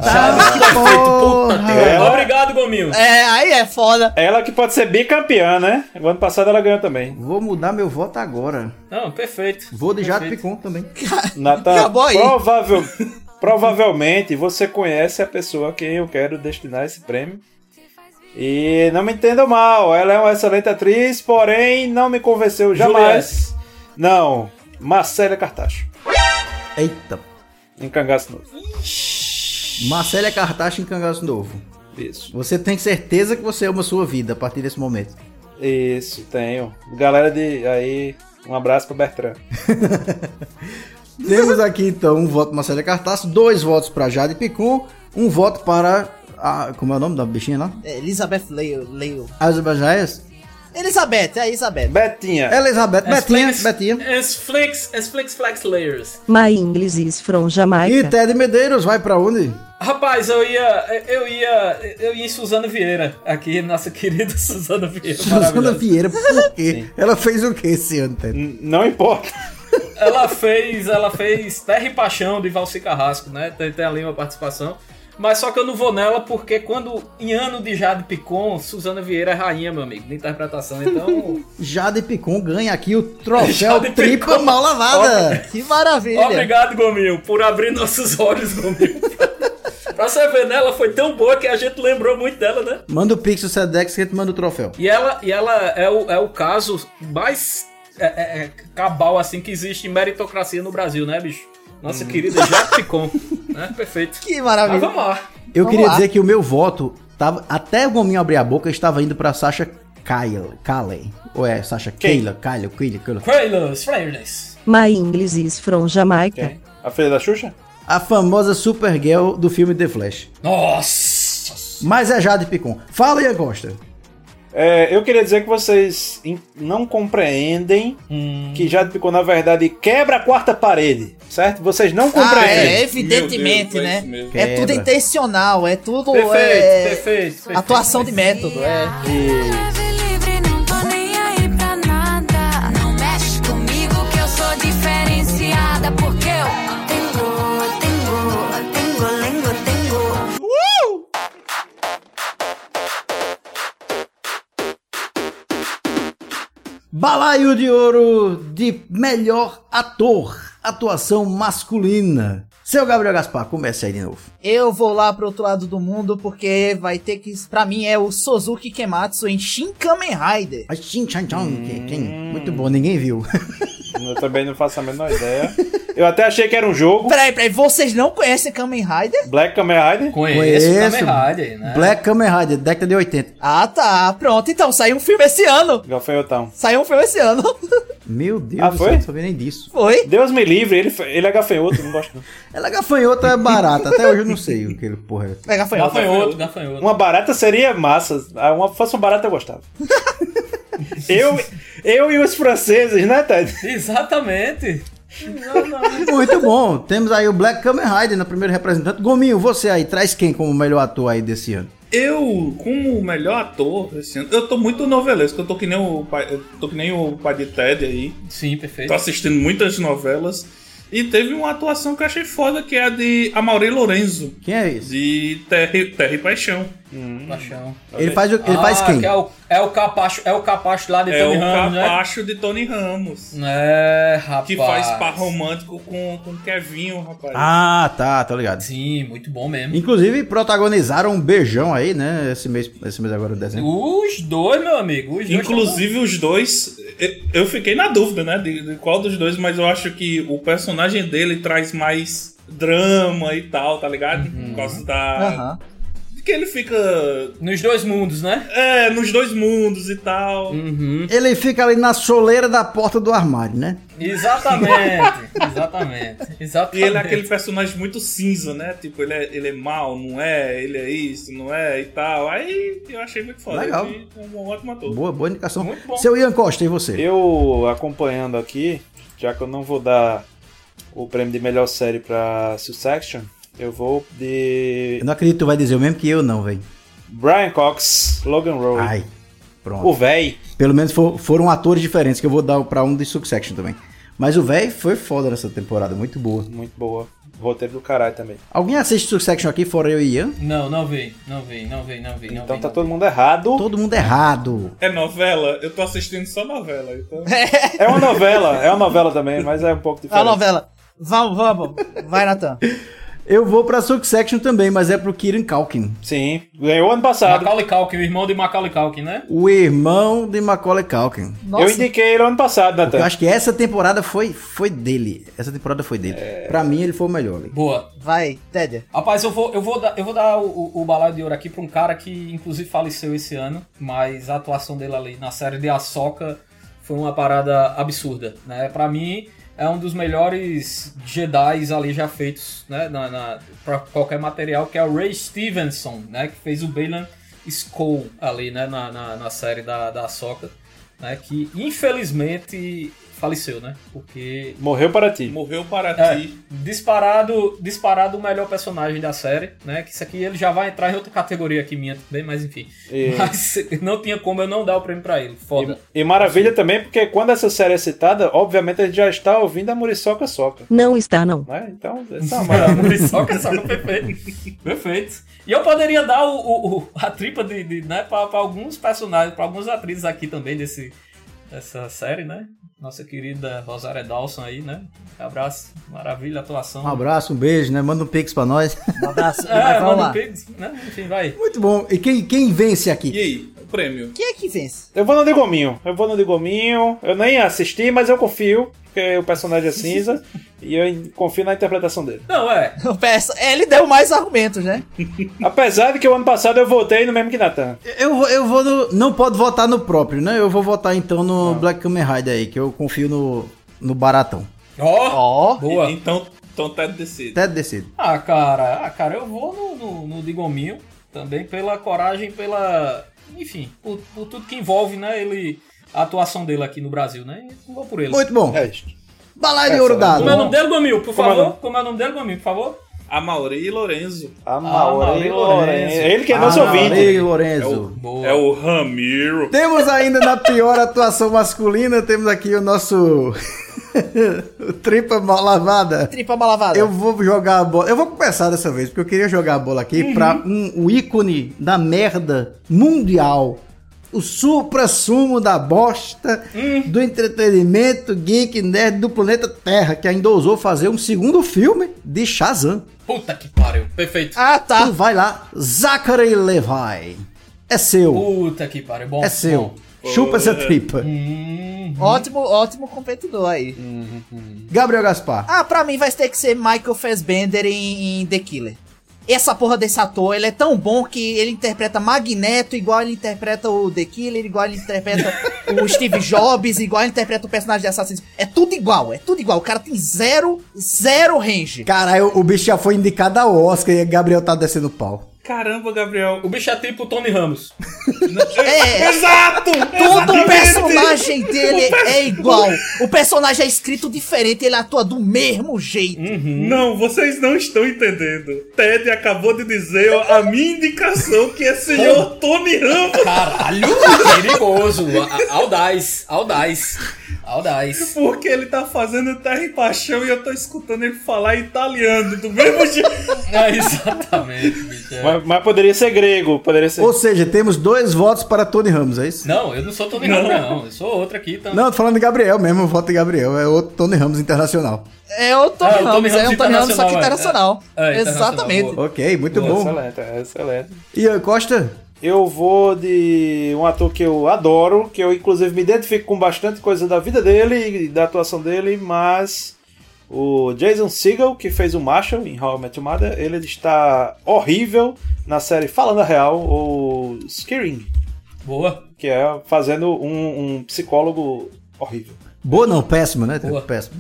S4: Obrigado, Gominho.
S10: Aí é foda.
S11: Ela que pode ser bicampeã, né? O ano passado ela ganhou também.
S8: Vou mudar meu voto agora.
S4: Não, perfeito.
S8: Vou de Jade Picon também.
S11: Nathan,
S10: Acabou aí.
S11: Provavelmente você conhece a pessoa a quem eu quero destinar esse prêmio. E não me entendam mal, ela é uma excelente atriz, porém não me convenceu jamais. Não, Marcélia Cartacho.
S8: Eita.
S11: Em Cangaço Novo.
S8: Marcélia Cartacho em Cangaço Novo.
S11: Isso.
S8: Você tem certeza que você ama a sua vida a partir desse momento?
S11: Isso, tenho. Galera de aí, um abraço pra Bertrand.
S8: Temos aqui então um voto para Marcélia Cartacho, 2 votos para Jade Picon, 1 voto para como é o nome da bichinha lá?
S10: Elizabeth Leo.
S8: Elizabeth,
S10: é Elizabeth.
S11: Betinha.
S8: Betinha.
S4: Flex Layers.
S1: My English is from Jamaica.
S8: E Ted Medeiros vai pra onde?
S4: Rapaz, eu ia em Suzana Vieira, aqui, nossa querida Suzana Vieira.
S8: Suzana Vieira, por quê?
S11: Sim.
S8: Ela fez o que esse ano, Ted?
S11: Não importa.
S4: Ela fez Terra e Paixão de Valci Carrasco, né? Tem ali uma participação. Mas só que eu não vou nela porque em ano de Jade Picon, Suzana Vieira é rainha, meu amigo, de interpretação, então...
S8: Jade Picon ganha aqui o troféu Tripa Mal Lavada.
S10: Que maravilha.
S4: Obrigado, Gominho, por abrir nossos olhos, Gominho. Pra você ver, né? Ela foi tão boa que a gente lembrou muito dela, né?
S8: Manda o Pix, o Sedex, que a gente manda o troféu.
S4: E ela é o caso mais cabal, assim, que existe em meritocracia no Brasil, né, bicho? Nossa querida Jade Picon, né? Perfeito.
S10: Que maravilha.
S4: Mas vamos lá.
S8: Eu queria dizer que o meu voto, até o Gominho abrir a boca, estava indo pra Sasha Calle. Ou é Sasha Kayla?
S1: My English is from Jamaica.
S11: A filha da Xuxa?
S8: A famosa Supergirl do filme The Flash.
S4: Nossa!
S8: Mas é Jade Picon. Fala, Ian Costa.
S11: Eu queria dizer que vocês não compreendem que Jade Picon, na verdade, quebra a quarta parede, certo? Vocês não compreendem.
S10: Evidentemente,
S9: Deus,
S10: né?
S9: mesmo.
S10: É tudo intencional, é tudo...
S4: Perfeito.
S10: Atuação de método,
S15: Livre, não tô nem aí pra nada. Não mexe comigo que eu sou diferenciada. Porque eu tenho.
S8: Balaio de Ouro de melhor ator, atuação masculina. Seu Gabriel Gaspar, comece aí de novo.
S10: Eu vou lá pro outro lado do mundo porque vai ter que... Pra mim é o Suzuki Kematsu em Shin Kamen Rider.
S8: Muito bom, ninguém viu.
S11: Eu também não faço a menor ideia. Eu até achei que era um jogo.
S10: Peraí, vocês não conhecem Kamen Rider?
S11: Black Kamen Rider?
S4: Conheço Kamen Rider, né?
S8: Black Kamen Rider, década de 80.
S10: Ah, tá. Pronto, então, saiu um filme esse ano.
S11: Gafanhotão.
S10: Saiu um filme esse ano.
S8: Meu Deus do
S11: foi?
S8: céu, não sabia nem disso.
S10: Foi.
S11: Deus me livre, ele é gafanhoto, não gosto não.
S8: Ela é gafanhota, é barata. Até hoje eu não sei o que ele porra é.
S10: É gafanhoto.
S11: Uma barata seria massa. Fosse uma barata eu gostava. Eu e os franceses, né, Ted?
S4: Exatamente.
S8: Muito bom. Temos aí o Black Kamen Rider na primeira representante. Gominho, você aí, traz quem como melhor ator aí desse ano?
S9: Eu, como melhor ator esse ano, eu tô muito novelesco, eu tô que nem o pai de Ted aí.
S4: Sim, perfeito.
S9: Tô assistindo muitas novelas. E teve uma atuação que eu achei foda, que é a de Amaury Lorenzo.
S8: Quem é esse?
S9: De Terra e Paixão.
S4: Paixão.
S8: Ele faz quem?
S4: Que é o capacho lá de Tony Ramos, né?
S9: É o capacho de Tony Ramos.
S4: É, rapaz.
S9: Que faz par romântico com o Kevinho, rapaz.
S8: Ah, tá, tô ligado.
S4: Sim, muito bom mesmo.
S8: Inclusive, protagonizaram um beijão aí, né? Esse mês agora, de dezembro.
S4: Os dois, meu amigo.
S9: Inclusive, os dois... Eu fiquei na dúvida, né? De qual dos dois, mas eu acho que o personagem dele traz mais drama e tal, tá ligado? Por causa da... Que ele fica...
S4: Nos dois mundos, né?
S9: É, nos dois mundos e tal.
S8: Ele fica ali na soleira da porta do armário, né?
S4: Exatamente.
S9: E ele é aquele personagem muito cinza, né? Tipo, ele é mau, não é? Ele é isso, não é? E tal. Aí eu achei muito foda.
S8: Legal.
S9: Um ótimo ator.
S8: Boa indicação. Muito bom. Seu Ian Costa, e você?
S11: Eu, acompanhando aqui, já que eu não vou dar o prêmio de melhor série pra Succession, eu vou de...
S8: Eu não acredito que tu vai dizer o mesmo que eu não, velho.
S11: Brian Cox, Logan Roy.
S8: Ai, pronto.
S11: O véi.
S8: Pelo menos foram atores diferentes, que eu vou dar pra um de Succession também. Mas o véi foi foda nessa temporada, muito boa.
S11: Muito boa. Roteiro do caralho também.
S8: Alguém assiste Succession aqui, fora eu e Ian?
S4: Não vi.
S11: Então tá todo mundo errado.
S8: Todo mundo errado.
S9: É novela? Eu tô assistindo só novela, então...
S11: É uma novela também, mas é um pouco diferente.
S10: É uma novela. Vamos. Vai, Nathan.
S8: Eu vou pra Succession também, mas é pro Kieran Culkin.
S11: Sim, ganhou ano passado.
S4: Macaulay Culkin, o irmão de Macaulay Culkin, né?
S8: O irmão de Macaulay Culkin.
S11: Nossa. Eu indiquei ele ano passado, Nathan.
S8: Eu acho que essa temporada foi dele. Pra mim, ele foi o melhor. Ali.
S4: Boa.
S10: Vai, Ted.
S4: Rapaz, eu vou dar o balaio de ouro aqui pra um cara que, inclusive, faleceu esse ano, mas a atuação dele ali na série de Ahsoka foi uma parada absurda, né? Pra mim... É um dos melhores Jedis ali já feitos, né, pra qualquer material, que é o Ray Stevenson, né, que fez o Baylan Skoll ali, né, na série da Ahsoka, né, que infelizmente faleceu, né, porque...
S11: Morreu para ti.
S4: Disparado o melhor personagem da série, né, que isso aqui ele já vai entrar em outra categoria aqui minha também, mas enfim. Mas não tinha como eu não dar o prêmio pra ele, foda.
S11: E maravilha também, porque quando essa série é citada, obviamente a gente já está ouvindo a Muriçoca Soca.
S1: Não está, não.
S11: Né? Então, essa é uma maravilha.
S4: Muriçoca Soca, perfeito. E eu poderia dar a tripa né, pra alguns personagens, pra algumas atrizes aqui também dessa série, né? Nossa querida Rosário Dawson aí, né? Abraço, maravilha, atuação.
S8: Um abraço, um beijo, né? Manda um pix pra nós.
S10: Um abraço.
S4: Manda um pix, né? Enfim, vai.
S8: Muito bom. E quem vence aqui?
S9: E aí, o prêmio?
S10: Quem é que vence?
S11: Eu vou no de Gominho. Eu nem assisti, mas eu confio, porque o personagem é cinza. E eu confio na interpretação dele.
S4: Não,
S10: ele deu mais argumentos, né?
S11: Apesar de que o ano passado eu votei no mesmo que Nathan.
S8: Eu vou no... Não pode votar no próprio, né? Eu vou votar então no Black Kamen Rider aí, que eu confio no baratão.
S4: Boa.
S9: Então Ted decide.
S4: Cara, eu vou no Digominho também pela coragem, enfim, por tudo que envolve, né, a atuação dele aqui no Brasil, né? Eu vou por ele.
S8: Muito bom. Balaio de ouro dado.
S4: Como é o nome dele, Gominho, por favor?
S9: Amaury Lorenzo.
S11: Amaury Lorenzo. Ele que é nosso ouvinte.
S8: Amaury Lorenzo.
S9: É o Ramiro.
S8: Temos ainda na pior atuação masculina, temos aqui o nosso... o Tripa Mal Lavada. Eu vou jogar a bola. Eu vou começar dessa vez, porque eu queria jogar a bola aqui pra o ícone da merda mundial. O supra-sumo da bosta do entretenimento geek nerd do planeta Terra, que ainda ousou fazer um segundo filme de Shazam.
S4: Puta que pariu, perfeito.
S10: Tá.
S8: Então vai lá, Zachary Levi. É seu.
S4: Puta que pariu, bom.
S8: É seu. Chupa essa tripa.
S10: Ótimo competidor aí.
S8: Gabriel Gaspar.
S10: Pra mim vai ter que ser Michael Fassbender em The Killer. Essa porra desse ator, ele é tão bom que ele interpreta Magneto igual ele interpreta o The Killer, igual ele interpreta o Steve Jobs, igual ele interpreta o personagem de Assassin's Creed. É tudo igual. O cara tem zero range.
S8: Caralho, o bicho já foi indicado ao Oscar e o Gabriel tá descendo pau.
S9: Caramba, Gabriel.
S4: O bicho é tipo o Tony Ramos.
S9: Exato!
S10: Todo personagem dele é igual. O personagem é escrito diferente, ele atua do mesmo jeito.
S9: Não, vocês não estão entendendo. Ted acabou de dizer a minha indicação que é senhor Tony Ramos.
S4: Caralho, perigoso. Audaz.
S9: Porque ele tá fazendo Terra e Paixão e eu tô escutando ele falar italiano do mesmo jeito.
S4: Exatamente, bicho.
S11: Mas poderia ser grego, poderia ser.
S8: Ou seja, temos 2 votos para Tony Ramos, é isso?
S4: Não, eu não sou Tony Ramos, não. Eu sou outro aqui. Então...
S8: Não, tô falando de Gabriel mesmo, o voto de Gabriel. É outro Tony Ramos internacional.
S10: É o Tony Ramos, é um Tony Ramos só que internacional. Exatamente.
S8: Ok, muito bom.
S11: Excelente.
S8: E aí, Costa?
S11: Eu vou de um ator que eu adoro, que eu inclusive me identifico com bastante coisa da vida dele e da atuação dele, mas o Jason Segel, que fez o Marshall em How I Met Your Mother, ele está horrível na série Falando a Real, ou Scaring.
S4: Boa.
S11: Que é fazendo um psicólogo horrível.
S8: Boa não, péssimo, né?
S4: Boa.
S8: Péssimo.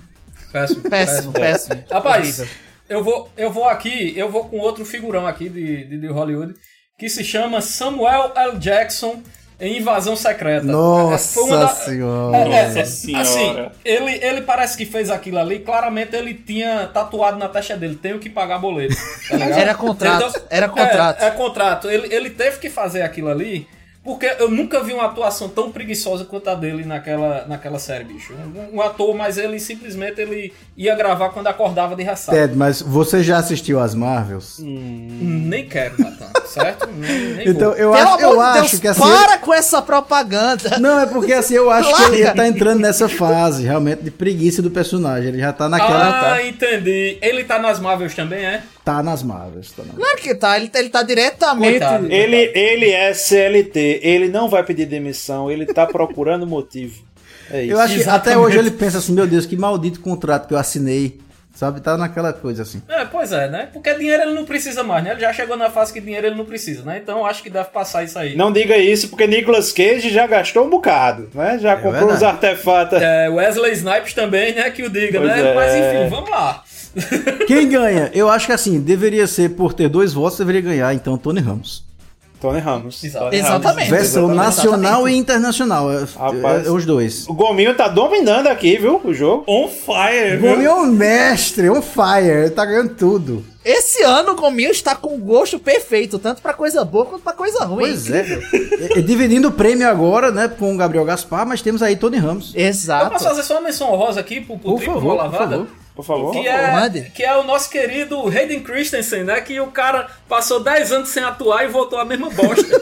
S4: Rapaz, eu vou com outro figurão aqui de Hollywood, que se chama Samuel L. Jackson em Invasão Secreta.
S8: Nossa senhora.
S9: Nossa senhora.
S4: Assim, ele parece que fez aquilo ali, claramente ele tinha tatuado na testa dele, tenho que pagar boleto. Tá ligado?
S10: Era contrato.
S4: É contrato. Ele teve que fazer aquilo ali, porque eu nunca vi uma atuação tão preguiçosa quanto a dele naquela série, bicho. Um ator, mas ele simplesmente ia gravar quando acordava de ressaca.
S8: Ted, mas você já assistiu as Marvels?
S4: Nem quero, Natan, certo? Nem
S8: então,
S4: vou.
S8: eu acho que assim...
S10: Para com essa propaganda!
S8: Não, é porque assim, eu acho que ele tá entrando nessa fase, realmente, de preguiça do personagem. Ele já tá naquela...
S4: Entendi. Ele tá nas Marvels também, é?
S8: Tá nas Marvels.
S10: Claro que tá, ele tá diretamente...
S4: Coitado.
S11: Ele é CLT, ele não vai pedir demissão, ele tá procurando motivo. É isso.
S8: Eu acho que até hoje ele pensa assim, meu Deus, que maldito contrato que eu assinei. Sabe, tá naquela coisa assim.
S4: Pois é, né? Porque dinheiro ele não precisa mais, né? Ele já chegou na fase que dinheiro ele não precisa, né? Então acho que deve passar isso aí.
S11: Não diga isso, porque Nicolas Cage já gastou um bocado, né? Já comprou uns artefatos.
S4: Wesley Snipes também, né? Que o diga, pois né? Mas enfim, vamos lá.
S8: Quem ganha? Eu acho que assim, deveria ser, por ter 2 votos, deveria ganhar, então, Tony Ramos.
S11: Tony Ramos.
S10: Exatamente.
S8: Versão nacional e internacional. Rapaz, os dois.
S11: O Gominho tá dominando aqui, viu? O jogo.
S9: On fire,
S8: viu? Gominho é um mestre, on fire. Ele tá ganhando tudo.
S10: Esse ano o Gominho está com gosto perfeito, tanto pra coisa boa quanto pra coisa ruim.
S8: Pois é. Dividindo o prêmio agora, né, com o Gabriel Gaspar, mas temos aí Tony Ramos.
S10: Exato.
S4: Eu posso fazer só uma menção honrosa aqui pro triplo Boa Lavada?
S11: Por favor.
S4: Que é o nosso querido Hayden Christensen, né? Que o cara passou 10 anos sem atuar e voltou a mesma bosta.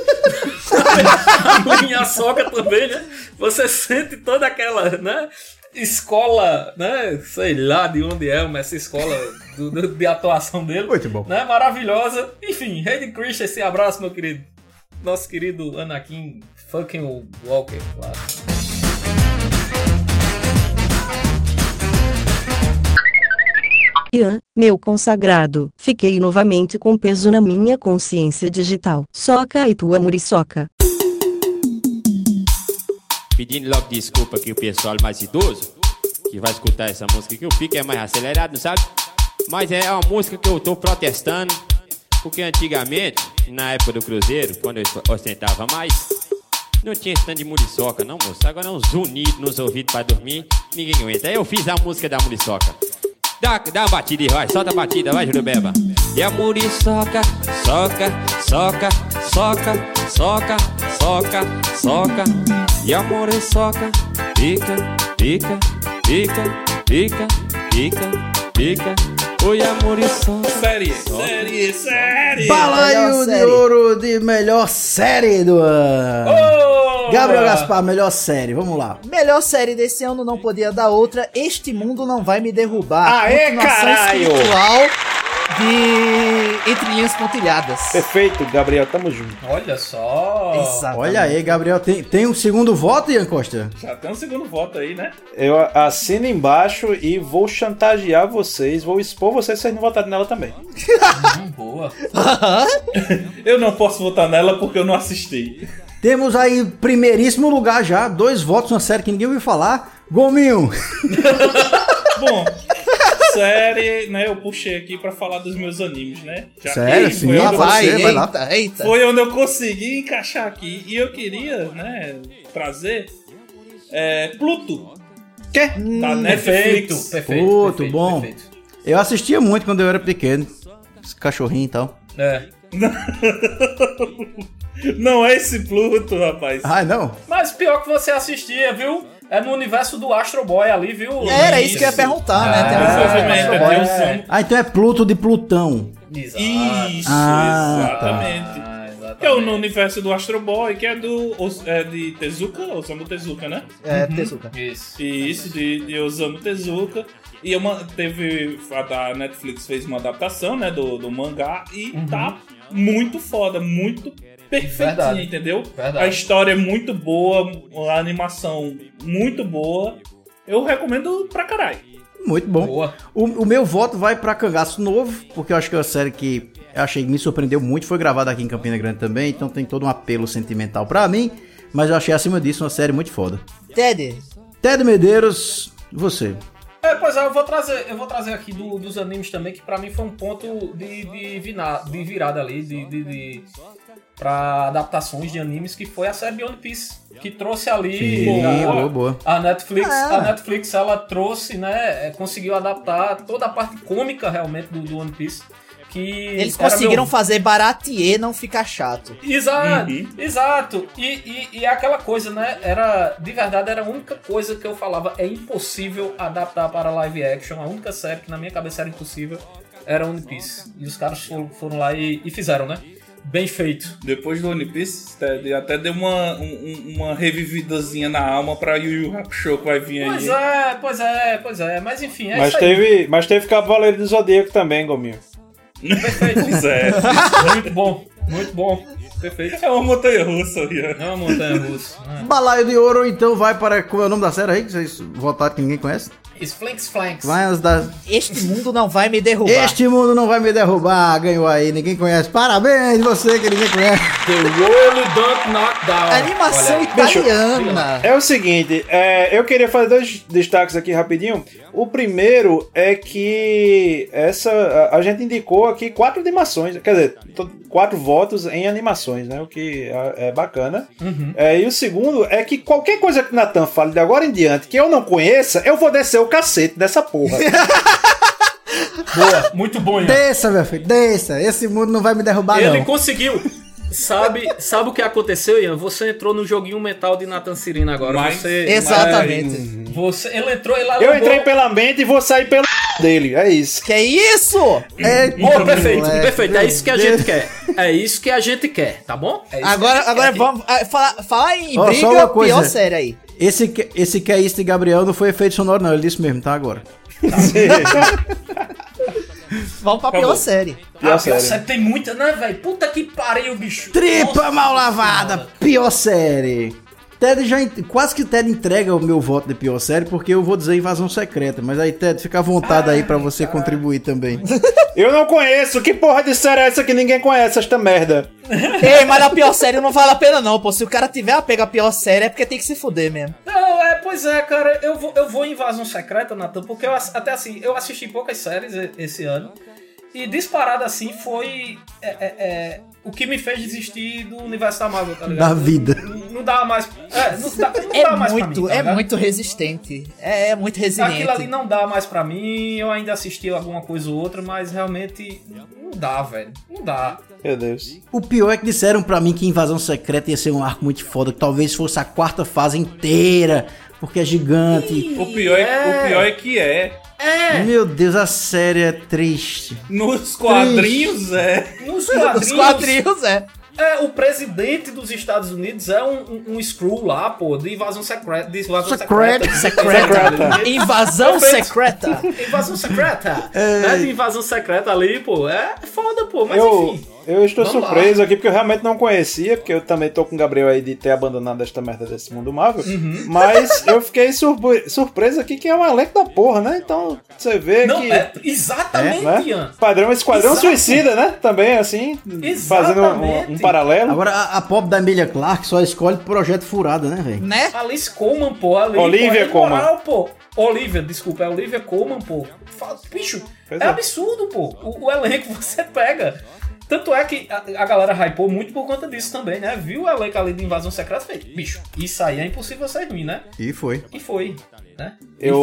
S4: A minha soca também, né? Você sente toda aquela, né? Escola, né? Sei lá de onde é, mas essa escola de atuação dele.
S8: Muito bom.
S4: Né? Maravilhosa. Enfim, Hayden Christensen, abraço, meu querido. Nosso querido Anakin fucking Walker, claro.
S1: Ian, meu consagrado, fiquei novamente com peso na minha consciência digital. Soca e tua muriçoca.
S14: Pedindo logo desculpa aqui o pessoal mais idoso que vai escutar essa música, que o pique é mais acelerado, não sabe? Mas é uma música que eu tô protestando, porque antigamente, na época do Cruzeiro, quando eu ostentava mais, não tinha esse tanto de muriçoca, não, moço. Agora é um zunido nos ouvidos pra dormir, ninguém aguenta. Aí eu fiz a música da muriçoca. Dá uma batida aí, vai, solta a batida, vai, Jurubeba. E a muriçoca, soca, soca, soca, soca, soca, soca. E a muriçoca, pica, pica, pica, pica, pica, pica. Oi, a muriçoca.
S9: Série.
S8: Balaio de ouro de melhor série do ano. Gabriel Gaspar, melhor série, vamos lá.
S10: Melhor série desse ano não podia dar outra. Este Mundo Não Vai Me Derrubar.
S11: Aê, caralho!
S10: Espiritual de Entre Linhas Pontilhadas.
S11: Perfeito, Gabriel, tamo junto.
S4: Olha só.
S10: Exatamente.
S8: Olha aí, Gabriel, tem um segundo voto, Ian Costa?
S9: Já tem um segundo voto aí, né?
S11: Eu assino embaixo e vou chantagear vocês, vou expor vocês se vocês não votarem nela também.
S4: Boa.
S9: Eu não posso votar nela porque eu não assisti.
S8: Temos aí primeiríssimo lugar já, 2 votos na série que ninguém ouviu falar. Gominho.
S9: Bom, série, né, eu puxei aqui pra falar dos meus animes, né?
S8: Sério? Sim, vai lá.
S10: Eita.
S9: Foi onde eu consegui encaixar aqui. E eu queria, né, trazer Pluto.
S11: Quê?
S9: Da Netflix.
S8: Perfeito, bom. Perfeito. Eu assistia muito quando eu era pequeno. Esse cachorrinho e tal.
S9: Não é esse Pluto, rapaz.
S8: Ah, não?
S4: Mas pior que você assistia, viu? É no universo do Astro Boy ali, viu?
S10: Era isso que eu ia perguntar, né?
S8: Então é Pluto de Plutão.
S9: Isso, exatamente. Que é no universo do Astro Boy, que é de Tezuka, Osamu Tezuka, né?
S10: Tezuka.
S9: Isso, de Osamu Tezuka. E a da Netflix fez uma adaptação, né, do mangá e tá muito foda, muito perfeitinha, entendeu? A história é muito boa, a animação muito boa. Eu recomendo pra caralho.
S8: Muito bom. O meu voto vai pra Cangaço Novo, porque eu acho que é uma série que eu achei que me surpreendeu muito. Foi gravada aqui em Campina Grande também, então tem todo um apelo sentimental pra mim. Mas eu achei, acima disso, uma série muito foda.
S10: Ted
S8: Medeiros, você.
S4: Pois é, eu vou trazer aqui dos animes também, que pra mim foi um ponto de virada ali, pra adaptações de animes, que foi a série One Piece, que trouxe ali
S8: boa.
S4: A Netflix ela trouxe, né, conseguiu adaptar toda a parte cômica realmente do One Piece. Que
S10: eles conseguiram fazer Baratier não ficar chato.
S4: Exato. E aquela coisa, né? De verdade, era a única coisa que eu falava. É impossível adaptar para live action. A única série que na minha cabeça era impossível era One Piece. E os caras foram lá e fizeram, né? Bem feito.
S9: Depois do One Piece, até deu uma revividazinha na alma pra Yu Yu Hakusho que vai vir aí.
S4: Pois é. Mas enfim,
S11: Mas teve Cavaleiro do Zodíaco também, Gominho.
S4: Perfeito. Muito bom. Perfeito.
S9: É uma montanha-russa,
S4: Ian. É uma montanha-russa.
S8: Balaio de Ouro, então, vai para... Qual é o nome da série aí? Que vocês votaram que ninguém conhece?
S4: Flanks.
S10: Este mundo não vai me derrubar.
S8: Ganhou aí, ninguém conhece. Parabéns, você que ninguém conhece.
S4: The World Don't Knock Down.
S10: Animação italiana.
S11: É o seguinte, eu queria fazer 2 destaques aqui rapidinho. O primeiro é que a gente indicou aqui 4 animações, quer dizer, 4 votos em animações, né? O que é bacana. E o segundo é que qualquer coisa que o Natan fale de agora em diante que eu não conheça, eu vou descer o cacete dessa porra.
S4: Boa, muito bom, Ian.
S8: Desça, meu filho, desça. Esse mundo não vai me derrubar,
S4: não. Ele conseguiu. Sabe o que aconteceu, Ian? Você entrou no joguinho mental de Nathan Cirino agora.
S10: Exatamente.
S4: Ele entrou e lá.
S11: Eu entrei pela mente e vou sair pela dele. É isso.
S10: Que é isso?
S4: Perfeito. É isso que a gente quer. É isso que a gente quer, tá bom?
S10: Agora vamos falar em briga, pior série aí.
S8: Esse que é isso de Gabriel não foi efeito sonoro, não. Ele disse mesmo, tá? Agora.
S10: Vamos pra pior série.
S4: Pior série tem muita, né, velho? Puta que pariu, bicho.
S8: Tripa mal lavada, pior série. Quase que o Ted entrega o meu voto de pior série, porque eu vou dizer Invasão Secreta. Mas aí, Ted, fica à vontade aí pra você contribuir também.
S11: Eu não conheço. Que porra de série é essa que ninguém conhece, esta merda?
S10: Ei, mas a pior série não vale a pena não, pô. Se o cara tiver a pegar a pior série é porque tem que se fuder mesmo.
S4: Não, pois é, cara. Eu vou em Invasão Secreta, Nathan, porque eu assisti poucas séries esse ano. E disparado assim foi o que me fez desistir do universo da Marvel, tá ligado?
S8: Da vida.
S4: Não dá mais. Não dá mais pra mim.
S10: É muito resistente. É muito resiliente.
S4: Aquilo ali não dá mais pra mim. Eu ainda assisti alguma coisa ou outra, mas realmente não dá, velho. Não dá.
S11: Meu Deus.
S8: O pior é que disseram pra mim que Invasão Secreta ia ser um arco muito foda, que talvez fosse a 4ª fase inteira, porque é gigante.
S9: O pior é que é.
S8: Meu Deus, a série é triste.
S9: Nos quadrinhos
S10: Nos quadrinhos
S4: o presidente dos Estados Unidos é um Skrull lá, pô, de Invasão Secreta.
S10: Invasão Secreta.
S4: Invasão Secreta. De Invasão Secreta ali, pô, é foda, pô, mas enfim.
S11: Eu estou surpreso aqui, porque eu realmente não conhecia, porque eu também tô com o Gabriel aí de ter abandonado esta merda desse mundo Marvel, mas eu fiquei surpreso aqui que é um elenco da porra, né? Então, você vê que...
S4: Exatamente, Ian.
S11: Padrão Esquadrão Suicida, né? Também, assim, fazendo um paralelo.
S8: Agora, a pobre da Emilia Clarke só escolhe Projeto Furada, né, velho?
S10: Né?
S4: Alice Colman, pô.
S11: Olivia Colman.
S4: Pô. Olivia, desculpa, é Olivia Colman, pô. Bicho, é absurdo, pô. O elenco você pega. Tanto é que a galera hypou muito por conta disso também, né? Viu o elenco ali de Invasão Secreta e fez, bicho, isso aí é impossível ser ruim, né?
S8: E foi,
S4: né?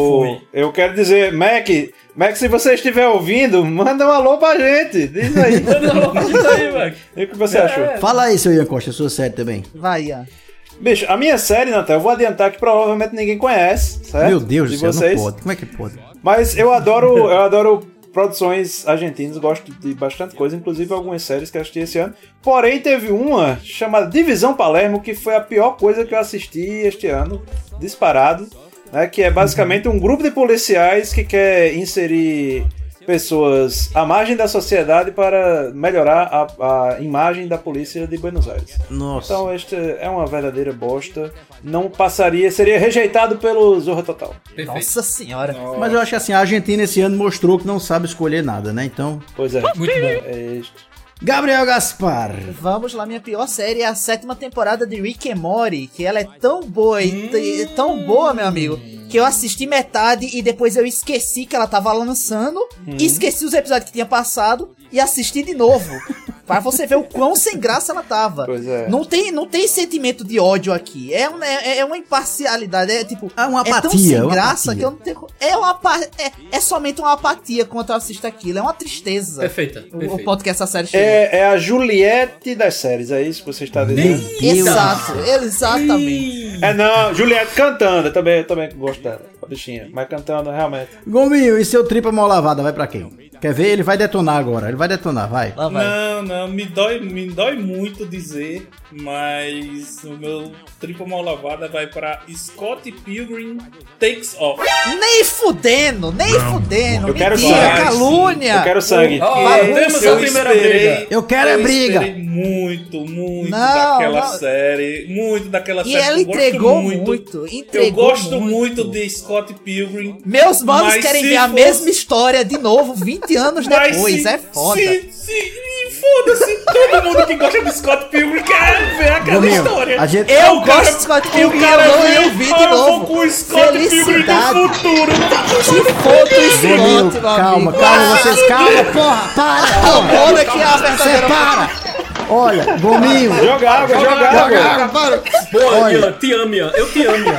S11: Eu quero dizer, Mac, se você estiver ouvindo, manda um alô pra gente. Diz aí.
S4: Manda um alô pra gente aí, Mac.
S11: E o que você achou?
S8: Fala aí, seu Ian Costa, a sua série também.
S10: Vai, Ian.
S11: Bicho, a minha série, Natal, eu vou adiantar que provavelmente ninguém conhece, certo?
S8: Meu Deus do céu,
S11: vocês.
S8: não pode. Como é que pode?
S11: Mas eu adoro produções argentinas, gosto de bastante coisa, inclusive algumas séries que eu assisti esse ano. Porém, teve uma chamada Divisão Palermo, que foi a pior coisa que eu assisti este ano, disparado, né? Que é basicamente um grupo de policiais que quer inserir pessoas à margem da sociedade para melhorar a imagem da polícia de Buenos Aires.
S8: Nossa.
S11: Então este é uma verdadeira bosta. Não passaria, seria rejeitado pelo Zorra Total.
S10: Perfeito. Nossa senhora.
S11: Nossa.
S8: Mas eu acho que assim, a Argentina esse ano mostrou que não sabe escolher nada, né? Então...
S11: Pois é.
S4: Muito bom.
S11: É isto.
S8: Gabriel Gaspar.
S10: Vamos lá, minha pior série é a 7ª temporada de Rick and Morty, que ela é tão boa e tão boa, meu amigo, que eu assisti metade e depois eu esqueci que ela tava lançando, esqueci os episódios que tinha passado e assisti de novo. Pra você ver o quão sem graça ela tava.
S11: Pois é.
S10: Não tem sentimento de ódio aqui. É uma imparcialidade. É tipo.
S8: É uma apatia.
S10: É tão sem graça
S8: apatia.
S10: que eu não tenho. É somente uma apatia quando eu assisto aquilo. É uma tristeza.
S4: Perfeita.
S10: O podcast, a série chegou.
S11: É a Juliette das séries, é isso que você está dizendo?
S10: Exato, exatamente.
S11: Não, Juliette cantando. Eu também gosto dela, a bichinha. Mas cantando, realmente.
S8: Gominho, e seu tripa mal lavada, vai pra quem? Quer ver? Ele vai detonar agora. Ele vai detonar, vai.
S9: Não, me dói muito dizer, mas o meu tripla mal lavada vai pra Scott Pilgrim Takes Off.
S10: Nem fudendo.
S11: Eu quero
S10: mentira,
S11: sangue.
S10: calúnia.
S11: Eu quero sangue.
S4: Temos a primeira briga.
S8: Eu quero é briga.
S9: Eu esperei muito daquela série. Muito daquela série.
S10: E ela entregou muito.
S9: Eu gosto muito de Scott Pilgrim.
S10: Meus manos querem ver a mesma história de novo 20 anos depois. É foda.
S9: Foda-se, todo mundo que gosta de Scott Pilgrim quer ver aquela história.
S10: Eu gosto de Scott Pilgrim, eu vi de novo.
S9: Eu vou com o Scott Pilgrim no futuro.
S10: Que foda o Scott,
S8: calma, vocês, calma, porra, para.
S10: Olha que a verdadeira...
S8: para. Olha, Gominho.
S11: Joga água.
S8: Para.
S4: Boa, Ian, te amo, Ian. Eu te amo,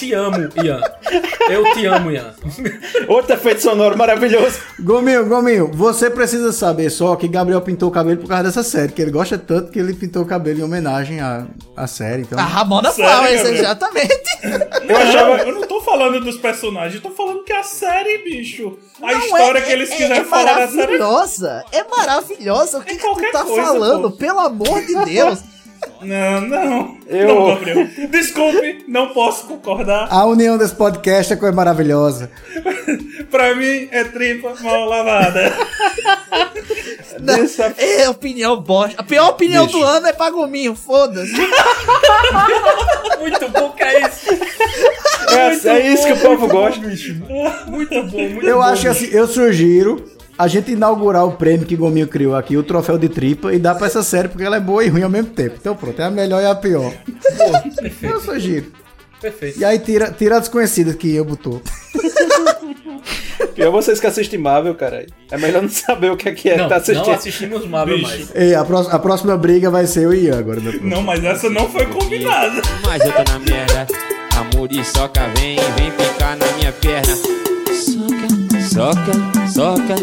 S4: Ian.
S11: Outro efeito sonoro maravilhoso.
S8: Gominho, você precisa saber só que Gabriel pintou o cabelo por causa dessa série, que ele gosta tanto que ele pintou o cabelo em homenagem à série. Então...
S10: A Ramona Flowers, exatamente.
S9: Eu não tô falando dos personagens, eu tô falando que a série, bicho. A história que eles quiserem falar da série.
S10: É maravilhosa. O que tu tá
S9: coisa,
S10: falando?
S9: pô.
S10: Pelo amor de Deus.
S9: Não, Gabriel. Desculpe, não posso concordar.
S8: A união desse podcast é coisa maravilhosa.
S9: Pra mim, é tripa mal lavada.
S10: É opinião bosta. A pior opinião do ano é pra Gominho, foda-se.
S4: Muito bom que é isso.
S11: É isso que o povo gosta, bicho.
S4: Muito bom,
S8: Eu acho que assim, eu sugiro a gente inaugurar o prêmio que Gominho criou aqui, o troféu de tripa, e dar pra essa série, porque ela é boa e ruim ao mesmo tempo. Então pronto, é a melhor e a pior. Eu sugiro.
S4: Perfeito.
S8: E aí tira a desconhecida que eu botou.
S11: Pior vocês que assistem Marvel, caralho. É melhor não saber o que é que
S4: não,
S11: tá assistindo.
S4: Não assistimos Marvel mais.
S8: Ei, a próxima briga vai ser o Ian agora.
S9: Não, mas essa não foi combinada.
S14: Mas eu tô na merda. A muriçoca vem picar na minha perna. Soca.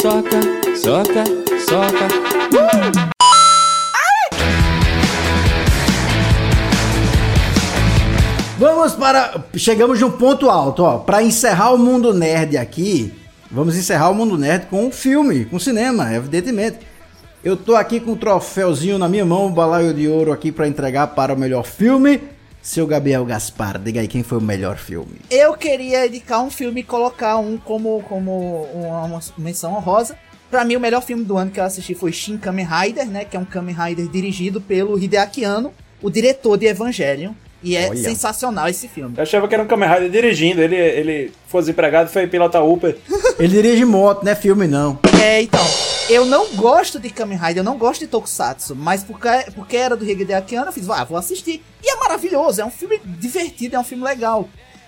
S8: Vamos chegamos num ponto alto, ó. Pra encerrar o Mundo Nerd aqui, vamos encerrar o Mundo Nerd com um filme, com cinema, evidentemente. Eu tô aqui com um troféuzinho na minha mão, um balaio de ouro aqui pra entregar para o melhor filme. Seu Gabriel Gaspar, diga aí quem foi o melhor filme.
S10: Eu queria indicar um filme e colocar um como uma menção honrosa. Pra mim, o melhor filme do ano que eu assisti foi Shin Kamen Rider, né? Que é um Kamen Rider dirigido pelo Hideaki Anno, o diretor de Evangelion. E é sensacional esse filme.
S11: Eu achava que era um Kamen Rider dirigindo. Ele foi desempregado e foi pilotar Uber.
S8: Ele dirige moto, não é filme não.
S10: Então, eu não gosto de Kamen Rider, eu não gosto de Tokusatsu, mas porque era do Hideaki Anno, eu fiz, vou assistir. E é maravilhoso, é um filme divertido, é um filme legal.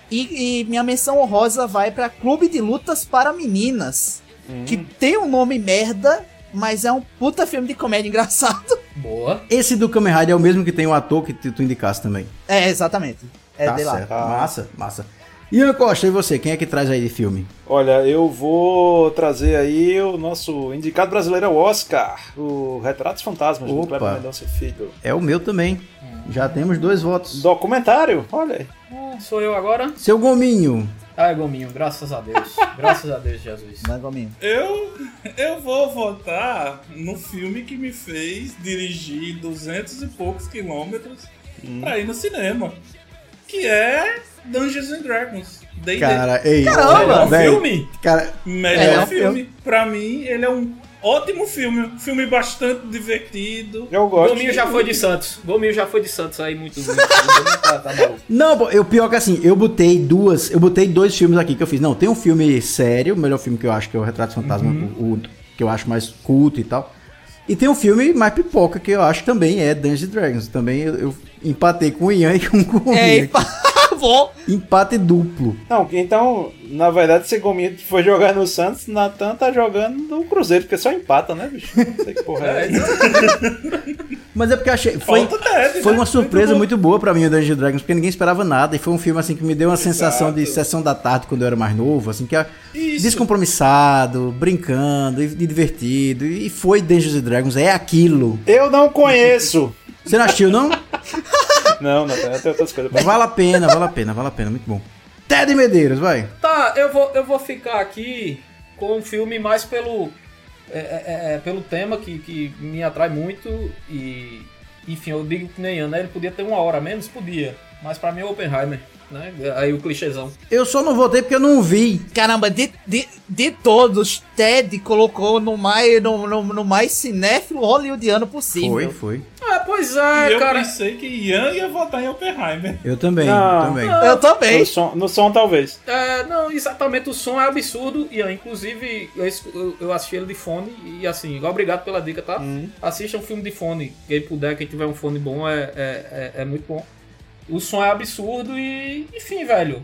S10: E minha menção honrosa vai pra Clube de Lutas para Meninas. Que tem um nome merda, mas é um puta filme de comédia engraçado.
S4: Boa.
S8: Esse do Kamen Rider é o mesmo que tem o ator que tu indicaste também.
S10: É, exatamente. É
S8: Tá
S10: de lá.
S8: certo. Massa, massa. Ian Costa, e você? Quem é que traz aí de filme?
S11: Olha, eu vou trazer aí o nosso indicado brasileiro ao Oscar, o Retratos Fantasmas, do Kleber Mendonça Filho.
S8: É o meu também. Já temos 2 votos.
S11: Documentário, olha aí.
S4: Sou eu agora?
S8: Seu Gominho.
S4: Ah, Gominho, graças a Deus. Graças a Deus, Jesus.
S10: Vai, Gominho.
S9: Eu vou votar no filme que me fez dirigir 200 e poucos quilômetros pra ir no cinema. Que é Dungeons and Dragons. D&D.
S8: Cara, ei.
S9: Caramba,
S8: velho,
S9: filme?
S8: Cara,
S9: Melhor filme. Pra mim, ele é um ótimo filme. Filme bastante divertido.
S11: Eu gosto.
S4: Gominho já foi de Santos. Gominho já foi de Santos aí, muito. Tá maluco.
S8: Não, pô, pior que assim, eu botei 2 filmes aqui que eu fiz. Não, tem um filme sério, o melhor filme que eu acho que é o Retrato Fantasma, o que eu acho mais culto e tal. E tem um filme mais pipoca que eu acho que também é Dungeons and Dragons. Também eu empatei com o Ian e com o Gominho. Empate duplo.
S11: Não, então, na verdade, se Gominho foi jogar no Santos, Natan tá jogando no Cruzeiro, porque só empata, né, bicho? Não sei que porra é essa.
S8: Mas é porque eu achei. Foi uma surpresa muito boa pra mim o Dungeons and Dragons, porque ninguém esperava nada. E foi um filme assim que me deu uma sensação de sessão da tarde quando eu era mais novo, assim, que é descompromissado, brincando, e divertido. E foi Dungeons and Dragons, é aquilo.
S11: Eu não conheço.
S8: Você não assistiu, não?
S11: Não, tem outras coisas.
S8: Vale a pena, muito bom. Ted Medeiros, vai.
S4: Tá, eu vou ficar aqui com um filme mais pelo tema que me atrai muito e, enfim, eu digo que nem Ana, ele podia ter 1 hora a menos? Podia, mas pra mim é Oppenheimer, né? Aí o clichêzão.
S8: Eu só não votei porque eu não vi.
S10: Caramba, de todos, Ted colocou no mais cinéfilo hollywoodiano possível.
S8: Foi.
S4: Ah, pois é,
S9: e
S4: cara.
S9: Eu pensei que Ian ia votar em Oppenheimer.
S8: Eu também,
S10: Eu também.
S11: No som talvez.
S4: Não, exatamente, o som é absurdo. E inclusive, eu assisti ele de fone. E assim, obrigado pela dica, tá? Assista um filme de fone. Quem puder, quem tiver um fone bom, é muito bom. O som é absurdo e, enfim, velho.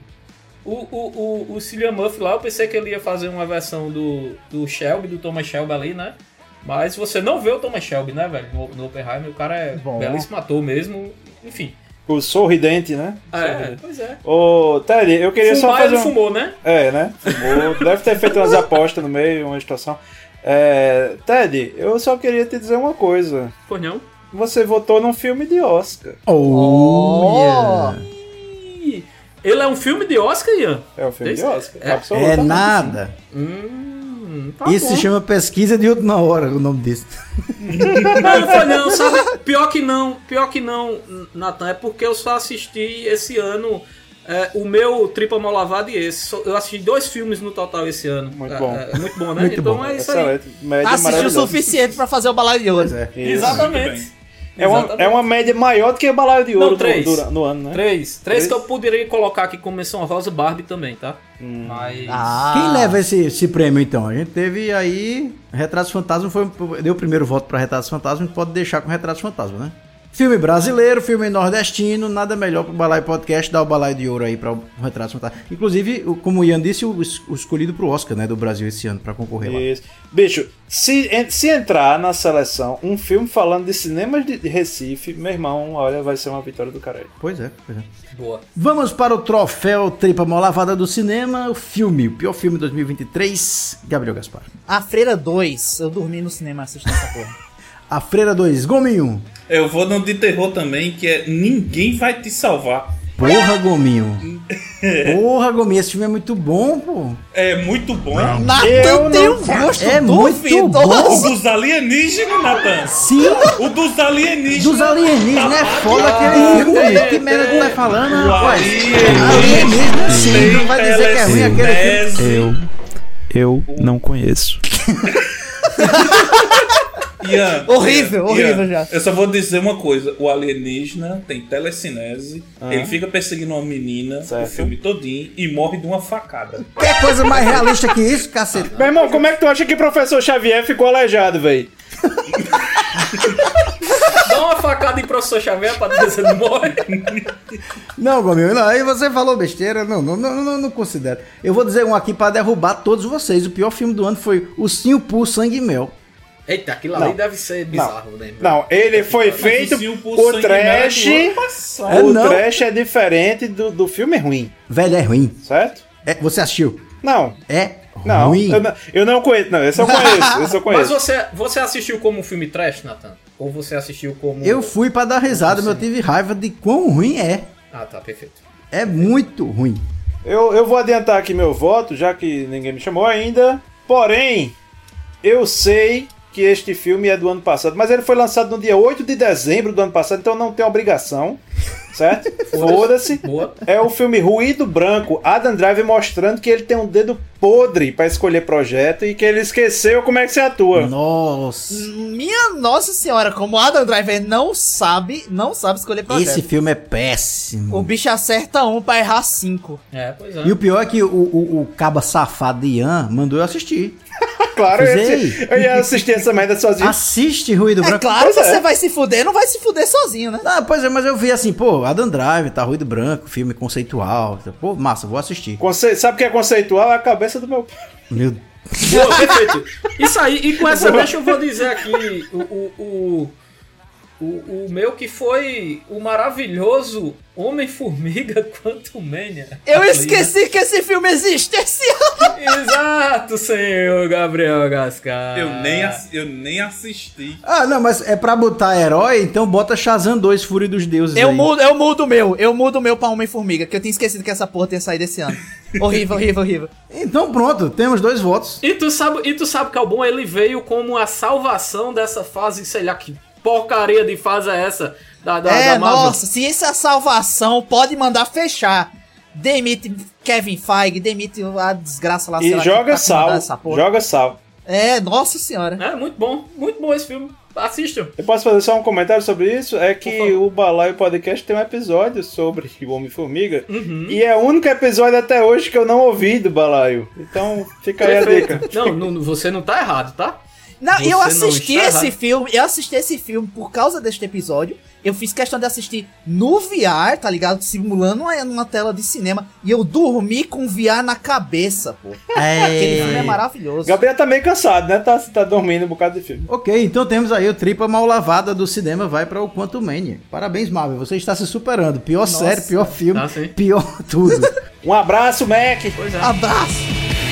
S4: O Cillian Murphy lá, eu pensei que ele ia fazer uma versão do Shelby, do Thomas Shelby ali, né? Mas você não vê o Thomas Shelby, né, velho? No Oppenheimer, o cara é belíssimo ator mesmo. Enfim.
S11: O sorridente, né?
S4: Pois é.
S11: Ô, Ted, eu queria
S4: Fumar,
S11: só fazer
S4: ele fumou, né?
S11: né? Fumou. Deve ter feito umas apostas no meio, uma situação. Ted, eu só queria te dizer uma coisa.
S4: Pois não?
S11: Você votou num filme de Oscar.
S8: Yeah.
S4: Ele é um filme de Oscar, Ian?
S11: É um filme de Oscar.
S8: É nada.
S4: Tá
S8: Isso
S4: bom.
S8: se chama pesquisa de última hora, o nome disso.
S4: Não foi não, sabe? Pior que não, Nathan, é porque eu só assisti esse ano o meu Tripa Mal Lavada e esse. Eu assisti 2 filmes no total esse ano.
S11: Muito bom.
S4: Muito bom, né?
S8: Muito
S4: então
S8: bom.
S4: é isso aí.
S10: Assistiu o suficiente pra fazer o balaio de ouro.
S4: Exatamente.
S11: É uma média maior do que o balaio de ouro no ano, né?
S4: 3 que eu poderia colocar aqui como menção rosa, Barbie também, tá? Mas...
S8: Quem leva esse prêmio, então? A gente teve aí... Retratos Fantasma deu o primeiro voto pra Retratos Fantasma, a gente pode deixar com Retratos Fantasma, né? Filme brasileiro, filme nordestino, nada melhor pro Balaio Podcast dar o balaio de ouro aí para o Retratos Fantasmas. Inclusive, como o Ian disse, o escolhido pro Oscar, né, do Brasil esse ano, para concorrer
S11: Isso. Bicho, se entrar na seleção um filme falando de cinemas de Recife, meu irmão, olha, vai ser uma vitória do caralho.
S8: Pois é.
S4: Boa.
S8: Vamos para o troféu Tripa Mal Lavada do cinema, o pior filme de 2023, Gabriel Gaspar.
S10: A Freira 2, eu dormi no cinema assistindo essa porra.
S8: A Freira 2, Gominho.
S9: Eu vou no de terror também, que é Ninguém Vai Te Salvar.
S8: Porra, Gominho. Esse filme é muito bom, pô.
S9: É muito bom.
S10: Natan tem um gosto
S8: muito bom.
S9: O dos alienígenas, Natan.
S8: Sim.
S9: O dos alienígenas.
S8: Dos alienígenas é foda aquele filme. Que merda tu tá falando, rapaz? Alienígena sim, não vai dizer que é ruim aquele filme.
S6: Eu não conheço.
S9: Ian,
S10: horrível
S9: já. Eu só vou dizer uma coisa: o alienígena tem telecinese, ele fica perseguindo uma menina o filme todinho e morre de uma facada.
S8: Que coisa mais realista que isso, cacete?
S11: Meu irmão, como é que tu acha que o professor Xavier ficou aleijado, velho?
S4: Dá uma facada de Professor Xavier pra dizer que você não morre.
S8: Não, Gominho, não, aí você falou besteira, não considero. Eu vou dizer um aqui pra derrubar todos vocês. O pior filme do ano foi Ursinho Pooh, Sangue e Mel.
S4: Eita, aquilo ali deve ser bizarro, né?
S11: Não, ele foi feito. O trash. O trash é diferente do filme ruim.
S8: Velho, é ruim.
S11: Certo?
S8: Você assistiu?
S11: Não.
S8: É
S11: não,
S8: ruim.
S11: Eu não conheço. Não, esse eu conheço.
S4: Mas você assistiu como um filme trash, Nathan? Ou você assistiu como...
S8: Eu fui pra dar risada, mas eu tive raiva de quão ruim é.
S4: Ah, tá, perfeito.
S8: É muito ruim.
S11: Eu vou adiantar aqui meu voto, já que ninguém me chamou ainda. Porém, eu sei que este filme é do ano passado, mas ele foi lançado no dia 8 de dezembro do ano passado, então não tem obrigação, certo? Foda-se. É o filme Ruído Branco, Adam Driver mostrando que ele tem um dedo podre pra escolher projeto e que ele esqueceu como é que se atua.
S8: Nossa.
S10: Minha nossa senhora, como Adam Driver não sabe escolher projeto.
S8: Esse filme é péssimo.
S10: O bicho acerta um pra errar 5.
S4: É, pois é.
S8: E o pior é que o caba safado de Ian mandou eu assistir.
S11: Claro, eu ia assistir essa merda sozinho.
S8: Assiste Ruído Branco.
S10: Claro que você vai se fuder, não vai se fuder sozinho, né?
S8: Ah, pois é, mas eu vi assim, pô, Adam Driver, tá Ruído Branco, filme conceitual. Pô, massa, vou assistir.
S11: Sabe o que é conceitual? É a cabeça do meu...
S8: Meu
S4: Deus. Perfeito. Isso aí, e com essa deixa eu vou dizer aqui o meu que foi o maravilhoso Homem-Formiga Quantumania.
S10: Eu esqueci que esse filme existe esse ano.
S4: Exato, senhor Gabriel Gascar.
S9: Eu nem assisti.
S8: Ah, não, mas é pra botar herói, então bota Shazam 2, Fúria dos Deuses.
S10: Eu mudo o meu pra Homem-Formiga, que eu tinha esquecido que essa porra tinha saído esse ano. Horrível.
S8: Então pronto, temos 2 votos.
S4: E tu sabe que o bom, ele veio como a salvação dessa fase, sei lá, que porcaria de fase é essa da Marvel.
S10: Nossa, se isso é salvação, pode mandar fechar. Demite Kevin Feige, demite a desgraça lá.
S11: E joga sal, nossa senhora.
S4: É, muito bom esse filme. Assistam.
S11: Eu posso fazer só um comentário sobre isso? É que o Balaio Podcast tem um episódio sobre o Homem-Formiga. E é o único episódio até hoje que eu não ouvi do Balaio. Então, fica aí a dica.
S4: Não, você não tá errado, tá?
S10: Não, eu assisti esse filme por causa deste episódio. Eu fiz questão de assistir no VR, tá ligado? Simulando uma tela de cinema. E eu dormi com o VR na cabeça, pô. Aquele filme é maravilhoso.
S11: Gabriel tá meio cansado, né? Tá dormindo um bocado de filme.
S8: Ok, então temos aí o Tripa Mal Lavada do cinema vai para o Quantumania. Parabéns, Marvel. Você está se superando. Pior série, pior filme, pior tudo.
S11: Um abraço, Mac.
S4: Pois é.
S10: Abraço.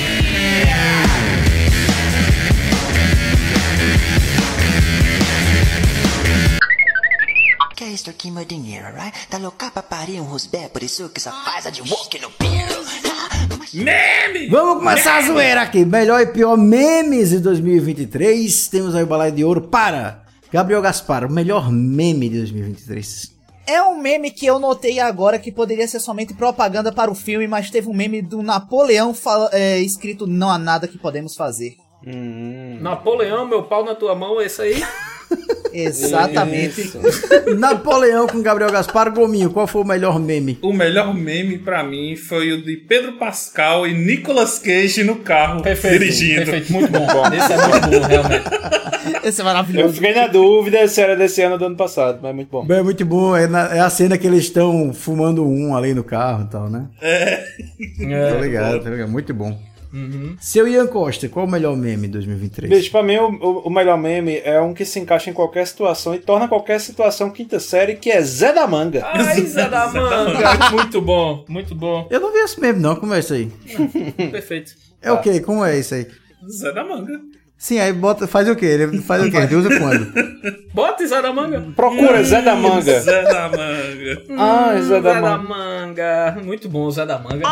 S20: Que é isso aqui, meu dinheiro, right? Tá louca pra parir um rosbé, por isso que essa faz a de walk no piero.
S4: Meme!
S8: Vamos começar a zoeira aqui. Melhor e pior memes de 2023. Temos aí o Balaio de Ouro para Gabriel Gaspar, o melhor meme de 2023.
S10: É um meme que eu notei agora que poderia ser somente propaganda para o filme, mas teve um meme do Napoleão escrito "Não há nada que podemos fazer".
S4: Napoleão, meu pau na tua mão, esse aí?
S10: Exatamente.
S8: Napoleão com Gabriel Gaspar. Gominho, qual foi o melhor meme?
S9: O melhor meme pra mim foi o de Pedro Pascal e Nicolas Cage no carro dirigindo.
S4: Perfeito, muito bom. Esse é muito bom, realmente.
S10: Esse é maravilhoso.
S11: Eu fiquei na dúvida se era desse ano ou do ano passado, mas é muito bom.
S8: É muito bom, é a cena que eles estão fumando ali no carro e tal, né? Tá ligado, muito bom. Seu Ian Costa, qual o melhor meme de 2023?
S11: Bicho, pra mim o melhor meme é um que se encaixa em qualquer situação e torna qualquer situação quinta série, que é Zé da Manga.
S4: Ai, Zé da Manga. Muito bom, muito bom.
S8: Eu não vi esse meme não, como é isso aí?
S4: Perfeito.
S8: É o quê? Como é isso aí?
S9: Zé da Manga.
S8: Sim, aí faz o quê? Ele faz o quê? Ele usa quando?
S4: Bota Zé da Manga.
S11: Procura Zé da Manga.
S9: Zé da Manga.
S11: Zé da
S4: Manga. Muito bom, Zé da Manga.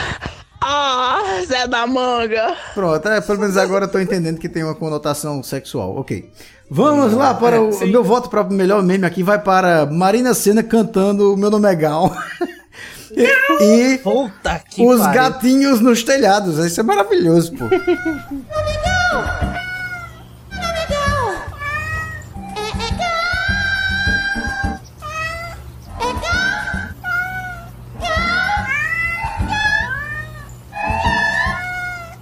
S10: Zé da Manga.
S8: Pronto, pelo menos agora eu tô entendendo que tem uma conotação sexual. Ok. Vamos lá para o meu voto para o melhor meme aqui. Vai para Marina Sena cantando "Meu Nome é Gal". e
S10: Puta que
S8: os
S10: pariu.
S8: gatinhos nos telhados. Isso é maravilhoso, pô.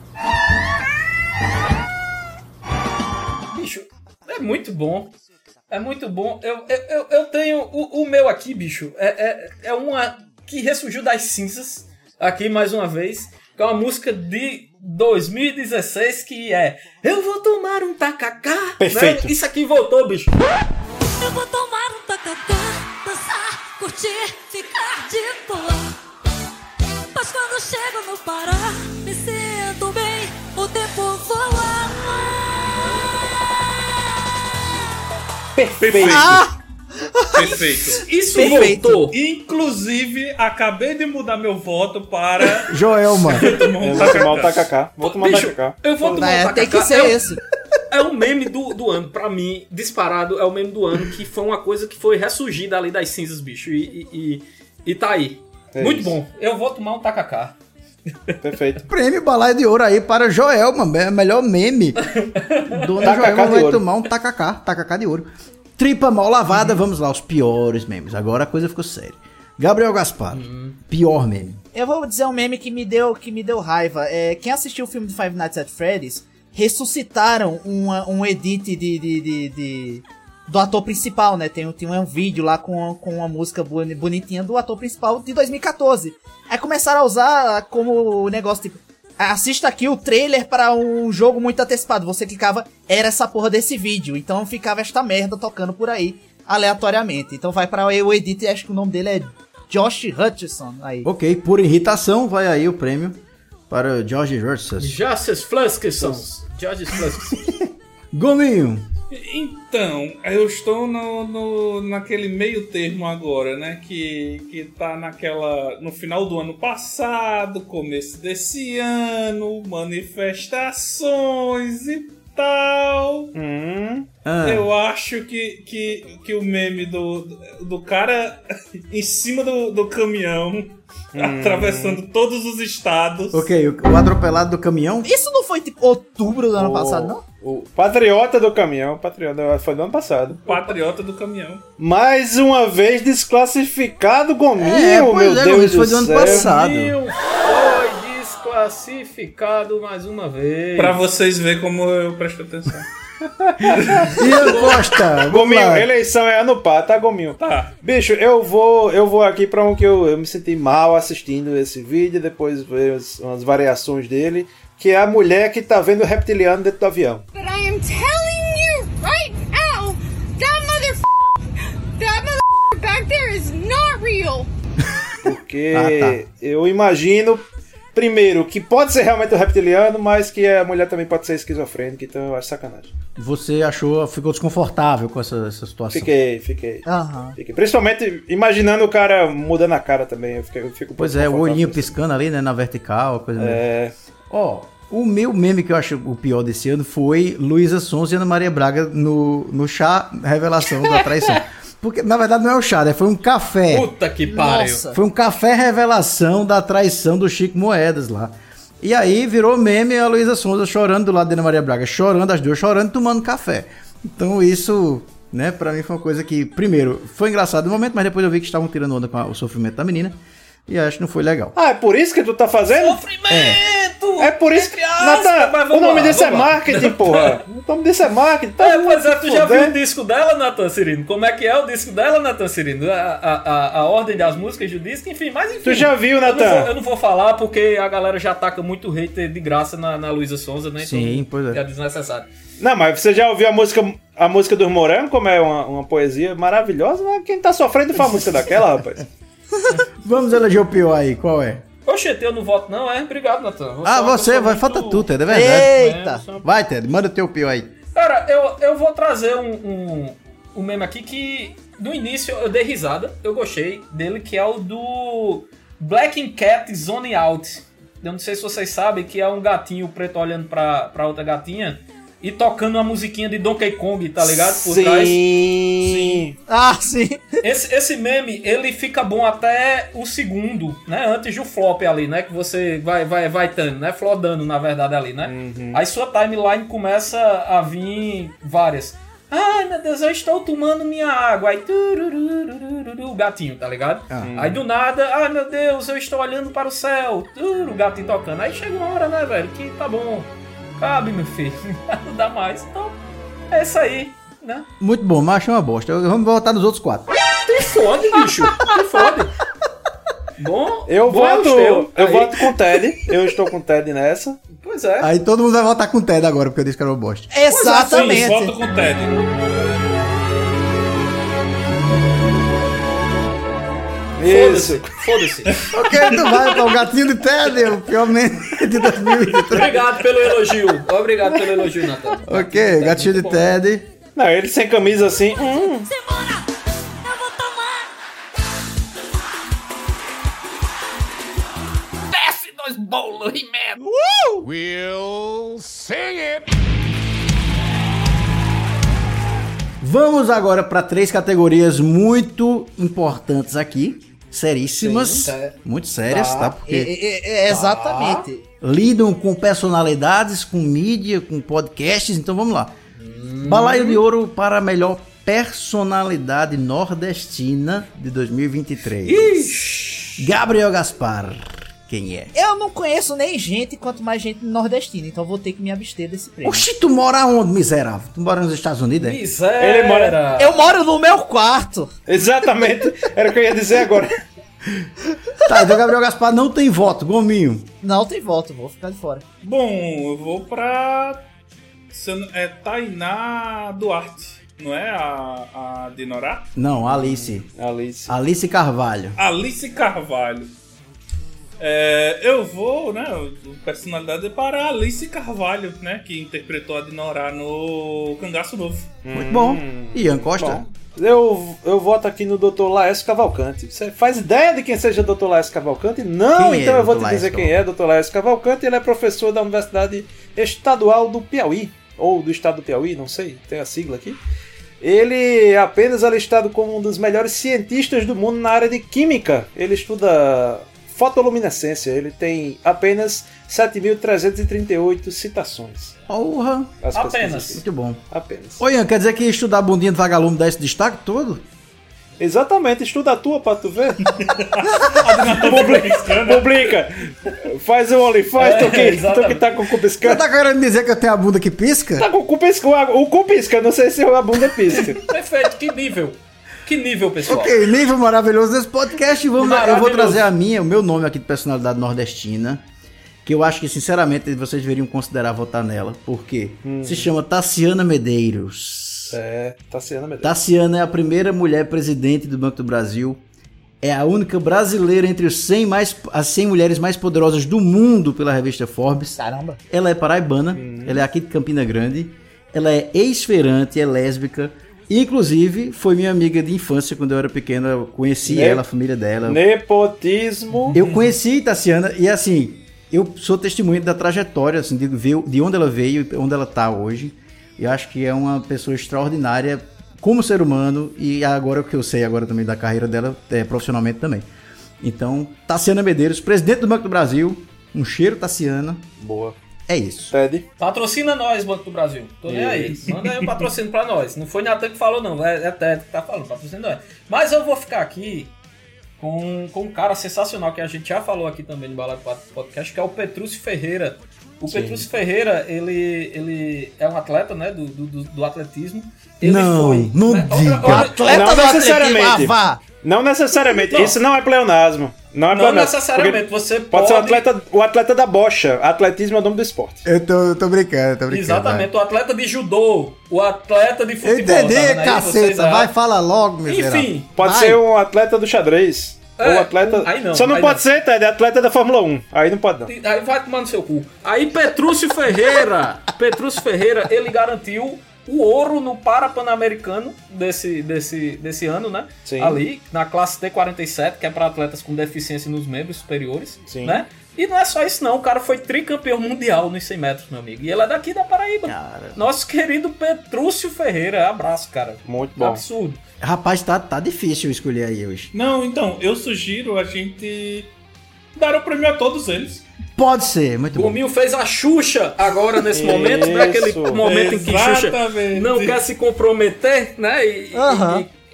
S4: É muito bom. É muito bom. Eu tenho o meu aqui, bicho. É uma que ressurgiu das cinzas. Aqui mais uma vez. Que é uma música de 2016 que é Eu vou tomar um tacacá.
S11: Perfeito.
S4: Né? Isso aqui voltou, bicho.
S16: Eu vou tomar um tacacá, dançar, curtir, ficar de boa. Mas quando chego no Pará, me sinto bem, o tempo voa.
S11: Perfeito.
S9: Perfeito.
S4: Isso
S10: Perfeito.
S4: voltou.
S9: Inclusive, acabei de mudar meu voto para...
S8: Joelma.
S11: Eu vou tomar o tacacá. Vou tomar o
S4: Bicho,
S11: tacacá.
S4: eu vou tomar um tacacá.
S10: Tem que ser esse.
S4: É o meme do ano, pra mim, disparado, é o meme do ano, que foi uma coisa que foi ressurgida ali das cinzas, bicho, e tá aí.
S11: É
S4: Muito
S11: isso.
S4: bom. Eu vou tomar um tacacá.
S11: Perfeito.
S8: Prêmio Balaio de Ouro aí para Joelma, melhor meme. Dona
S11: Tacacá
S8: Joelma
S11: de
S8: vai
S11: ouro.
S8: tomar um tacacá de ouro. Tripa mal lavada, vamos lá, os piores memes. Agora a coisa ficou séria. Gabriel Gaspar, pior meme.
S10: Eu vou dizer um meme que me deu raiva. Quem assistiu o filme de Five Nights at Freddy's, ressuscitaram um edit do ator principal, né? Tem um vídeo lá com uma música bonitinha do ator principal de 2014. Aí começaram a usar como o negócio, tipo, assista aqui o trailer para um jogo muito antecipado. Você clicava, era essa porra desse vídeo. Então ficava esta merda tocando por aí, aleatoriamente. Então vai para o edit, acho que o nome dele é Josh Hutcherson. Aí.
S8: Ok, por irritação, vai aí o prêmio para o George Hutcherson.
S4: Justice Fluskerson. Justice Fluskerson.
S8: Gominho.
S9: Então, eu estou naquele meio termo agora, né? Que tá no final do ano passado, começo desse ano, manifestações e tal. Eu acho que o meme do cara em cima do caminhão, atravessando todos os estados.
S8: Ok, o atropelado do caminhão.
S10: Isso não foi tipo outubro do ano passado, não?
S11: O patriota do caminhão, foi do ano passado.
S9: Patriota do caminhão.
S11: Mais uma vez desclassificado, Gominho,
S8: pois
S11: meu
S8: é,
S11: Deus
S8: Gominho,
S11: do
S8: foi do ano
S11: céu.
S8: passado.
S4: Gominho foi desclassificado mais uma vez.
S9: Pra vocês verem como eu presto atenção.
S8: Ian Costa,
S11: Gominho, eleição é ano pá, tá, Gominho?
S9: Tá.
S11: Bicho, eu vou aqui pra um que eu me senti mal assistindo esse vídeo, depois ver umas variações dele, que é a mulher que tá vendo o reptiliano dentro do avião.
S16: But I am telling you right now, that mother back there is not real.
S11: Porque eu imagino, primeiro, que pode ser realmente o reptiliano, mas que a mulher também pode ser esquizofrênica, então eu acho sacanagem.
S8: Você ficou desconfortável com essa situação?
S11: Fiquei. Fiquei. Principalmente imaginando o cara mudando a cara também. Eu fico
S8: Pois é, o olhinho piscando ali, né, na vertical, coisa Ó, o meu meme que eu acho o pior desse ano foi Luísa Sonza e Ana Maria Braga no chá revelação da traição. Porque, na verdade, não é o chá, né? Foi um café.
S4: Puta que pariu.
S8: Foi um café revelação da traição do Chico Moedas lá. E aí virou meme a Luísa Sonza chorando do lado da Ana Maria Braga. Chorando, as duas chorando, tomando café. Então isso, né, pra mim foi uma coisa que, primeiro, foi engraçado no momento, mas depois eu vi que estavam tirando onda com o sofrimento da menina. E acho que não foi legal.
S11: Ah, é por isso que tu tá fazendo?
S4: Sofrimento!
S11: É por isso que... Natan, o nome desse é marketing, porra. O nome desse é marketing.
S4: Pois é, tu já viu o disco dela, Natan Cirino? Como é que é o disco dela, Natan Cirino? A ordem das músicas do disco, enfim, mas enfim.
S11: Tu já viu, Natan?
S4: Eu não vou falar porque a galera já ataca muito hater de graça na Luísa Sonza, né? Então,
S8: sim, pois é.
S4: É desnecessário.
S11: Não, mas você já ouviu a música dos Morangos, como é uma poesia maravilhosa? Mas quem tá sofrendo faz música daquela, rapaz?
S8: Vamos eleger o pior aí, qual é?
S4: Oxê, eu não voto não, é? Obrigado, Natan.
S8: Você vai, falta tu, Ted, é verdade.
S10: Eita!
S8: Vai, Ted, manda o teu pior aí.
S4: Cara, eu vou trazer um meme aqui que no início eu dei risada, eu gostei dele, que é o do Black Cat Zone Out. Eu não sei se vocês sabem que é um gatinho preto olhando pra outra gatinha e tocando uma musiquinha de Donkey Kong, tá ligado? Por trás.
S11: Sim.
S10: Ah, sim.
S4: Esse meme, ele fica bom até o segundo, né? Antes do flop ali, né? Que você vai tendo, né? Flodando, na verdade, ali, né? Aí sua timeline começa a vir várias. Ai, meu Deus, eu estou tomando minha água. Aí, o gatinho, tá ligado? Aí do nada, ai, meu Deus, eu estou olhando para o céu. O gatinho tocando. Aí chega uma hora, né, velho, que tá bom. Cabe, meu filho. Não dá mais. Então, é isso aí. né?
S8: Muito bom, mas achei uma bosta. Vamos votar nos outros 4.
S4: Te fode, bicho. Te fode. Bom,
S11: Eu
S4: bom
S11: voto com o Ted. Eu estou com o Ted nessa.
S4: Pois é.
S8: Aí todo mundo vai votar com o Ted agora, porque eu disse que era uma bosta.
S10: Exatamente.
S9: Sim, voto com o Ted.
S11: Isso.
S4: Foda-se.
S8: Ok, então vai para o gatinho de Ted, o pior meme de 2023.
S4: Obrigado pelo elogio. Obrigado pelo elogio, Natan.
S8: Ok, gatinho de Ted.
S11: Não, ele sem camisa assim.
S4: Desce 2 bolos, He-Man.
S17: We'll sing it.
S8: Vamos agora para 3 categorias muito importantes aqui. Seríssimas.
S4: Sim,
S8: muito sérias, tá? Porque
S10: Exatamente.
S8: lidam com personalidades, com mídia, com podcasts. Então vamos lá. Balaio de Ouro para a melhor personalidade nordestina de 2023.
S4: Ixi.
S8: Gabriel Gaspar. Quem é?
S10: Eu não conheço nem gente, quanto mais gente nordestina, então vou ter que me abster desse prêmio.
S8: Oxi, tu mora onde, miserável? Tu mora nos Estados Unidos, é?
S4: Miséria.
S11: Ele mora-
S10: Eu moro no meu quarto.
S11: Exatamente. Era o que eu ia dizer agora.
S8: Tá, então Gabriel Gaspar não tem voto, Gominho.
S10: Não tem voto, vou ficar de fora.
S9: Bom, eu vou pra... É Tainá Duarte. Não é a Dinorá?
S8: Não, Alice. Alice Carvalho.
S9: Alice Carvalho. Eu vou, né, personalidade para a Alice Carvalho, né, que interpretou a Dinorá no Cangaço Novo.
S8: Muito bom. Ian Costa?
S11: Bom, eu voto aqui no Dr. Laércio Cavalcante. Você faz ideia de quem seja o Dr. Laércio Cavalcante? Não,
S8: Quem
S11: então
S8: é
S11: eu vou
S8: Dr.
S11: te dizer
S8: Laércio
S11: quem é Dr. Laércio Cavalcante. Ele é professor da Universidade Estadual do Piauí, ou do Estado do Piauí, não sei, tem a sigla aqui. Ele é apenas alistado como um dos melhores cientistas do mundo na área de química. Ele estuda fotoluminescência. Ele tem apenas 7.338 citações.
S8: Porra.
S4: Apenas.
S8: Muito bom.
S11: Apenas.
S8: Ô Ian, quer dizer que estudar a bundinha do vagalume dá esse destaque todo?
S11: Exatamente, estuda a tua pra tu ver. Publica. Faz o OnlyFans, tu que tá com o cu piscando.
S8: Você tá querendo dizer que eu tenho a bunda que pisca?
S11: Tá com o cu piscando. O cu pisca, não sei se a bunda pisca.
S4: Perfeito, que nível. Que nível, pessoal.
S8: Ok, nível maravilhoso desse podcast. Eu vou
S4: Maravilhoso.
S8: trazer o meu nome aqui de personalidade nordestina. Que eu acho que, sinceramente, vocês deveriam considerar votar nela. Porque se chama Taciana Medeiros.
S11: Taciana Medeiros.
S8: Taciana é a primeira mulher presidente do Banco do Brasil. É a única brasileira entre as 100 mulheres mais poderosas do mundo pela revista Forbes.
S10: Caramba.
S8: Ela é paraibana, ela é aqui de Campina Grande. Ela é ex-feirante, é lésbica. Inclusive, foi minha amiga de infância quando eu era pequeno. Eu conheci ela, a família dela.
S11: Nepotismo.
S8: Eu conheci Taciana e assim, eu sou testemunha da trajetória, assim, de onde ela veio e onde ela tá hoje. Eu acho que é uma pessoa extraordinária como ser humano e agora o que eu sei agora também da carreira dela profissionalmente também. Então, Taciana Medeiros, presidente do Banco do Brasil. Um cheiro, Taciana.
S11: Boa.
S8: É isso.
S11: Ted.
S4: Patrocina nós, Banco do Brasil. Tô nem aí. Manda aí um patrocínio pra nós. Não foi Natan que falou, não. É Ted que tá falando. Patrocina nós. Mas eu vou ficar aqui com um cara sensacional que a gente já falou aqui também no Balada Podcast, que é o Petrúcio Ferreira. O Petrúcio Ferreira, ele é um atleta, né, do atletismo. Ele
S8: não diga.
S10: Atleta
S11: não
S10: do
S11: necessariamente.
S10: atletismo,
S11: Não necessariamente.
S4: Não.
S11: Isso não é pleonasmo. Não
S4: necessariamente. Você
S11: pode ser o atleta da bocha. Atletismo é o nome do esporte.
S8: Eu tô brincando.
S4: Exatamente. O atleta de judô. O atleta de futebol.
S8: Entendi,
S4: tá
S8: caceta. Vai, fala logo, miserável.
S4: Enfim.
S11: Pode ser um atleta do xadrez. Ou atleta...
S4: Aí não.
S11: Só não
S4: aí
S11: pode ser, Ted, atleta da Fórmula 1. Aí não pode não.
S4: Aí vai tomar no seu cu. Aí Petrúcio Ferreira, ele garantiu o ouro no Pan-Americano desse ano, né?
S11: Sim.
S4: Ali, na classe T47, que é para atletas com deficiência nos membros superiores,
S11: Sim.
S4: né? E não é só isso não, o cara foi tricampeão mundial nos 100 metros, meu amigo. E ele é daqui da Paraíba.
S8: Cara.
S4: Nosso querido Petrúcio Ferreira. Abraço, cara.
S11: Muito bom.
S4: Absurdo.
S8: Rapaz, tá difícil escolher aí hoje.
S9: Não, então, eu sugiro a gente dar o prêmio a todos eles.
S8: Pode ser, muito bom.
S4: O Mil fez a Xuxa agora nesse momento, né? Aquele momento em que Xuxa
S9: Exatamente.
S4: não quer se comprometer, né?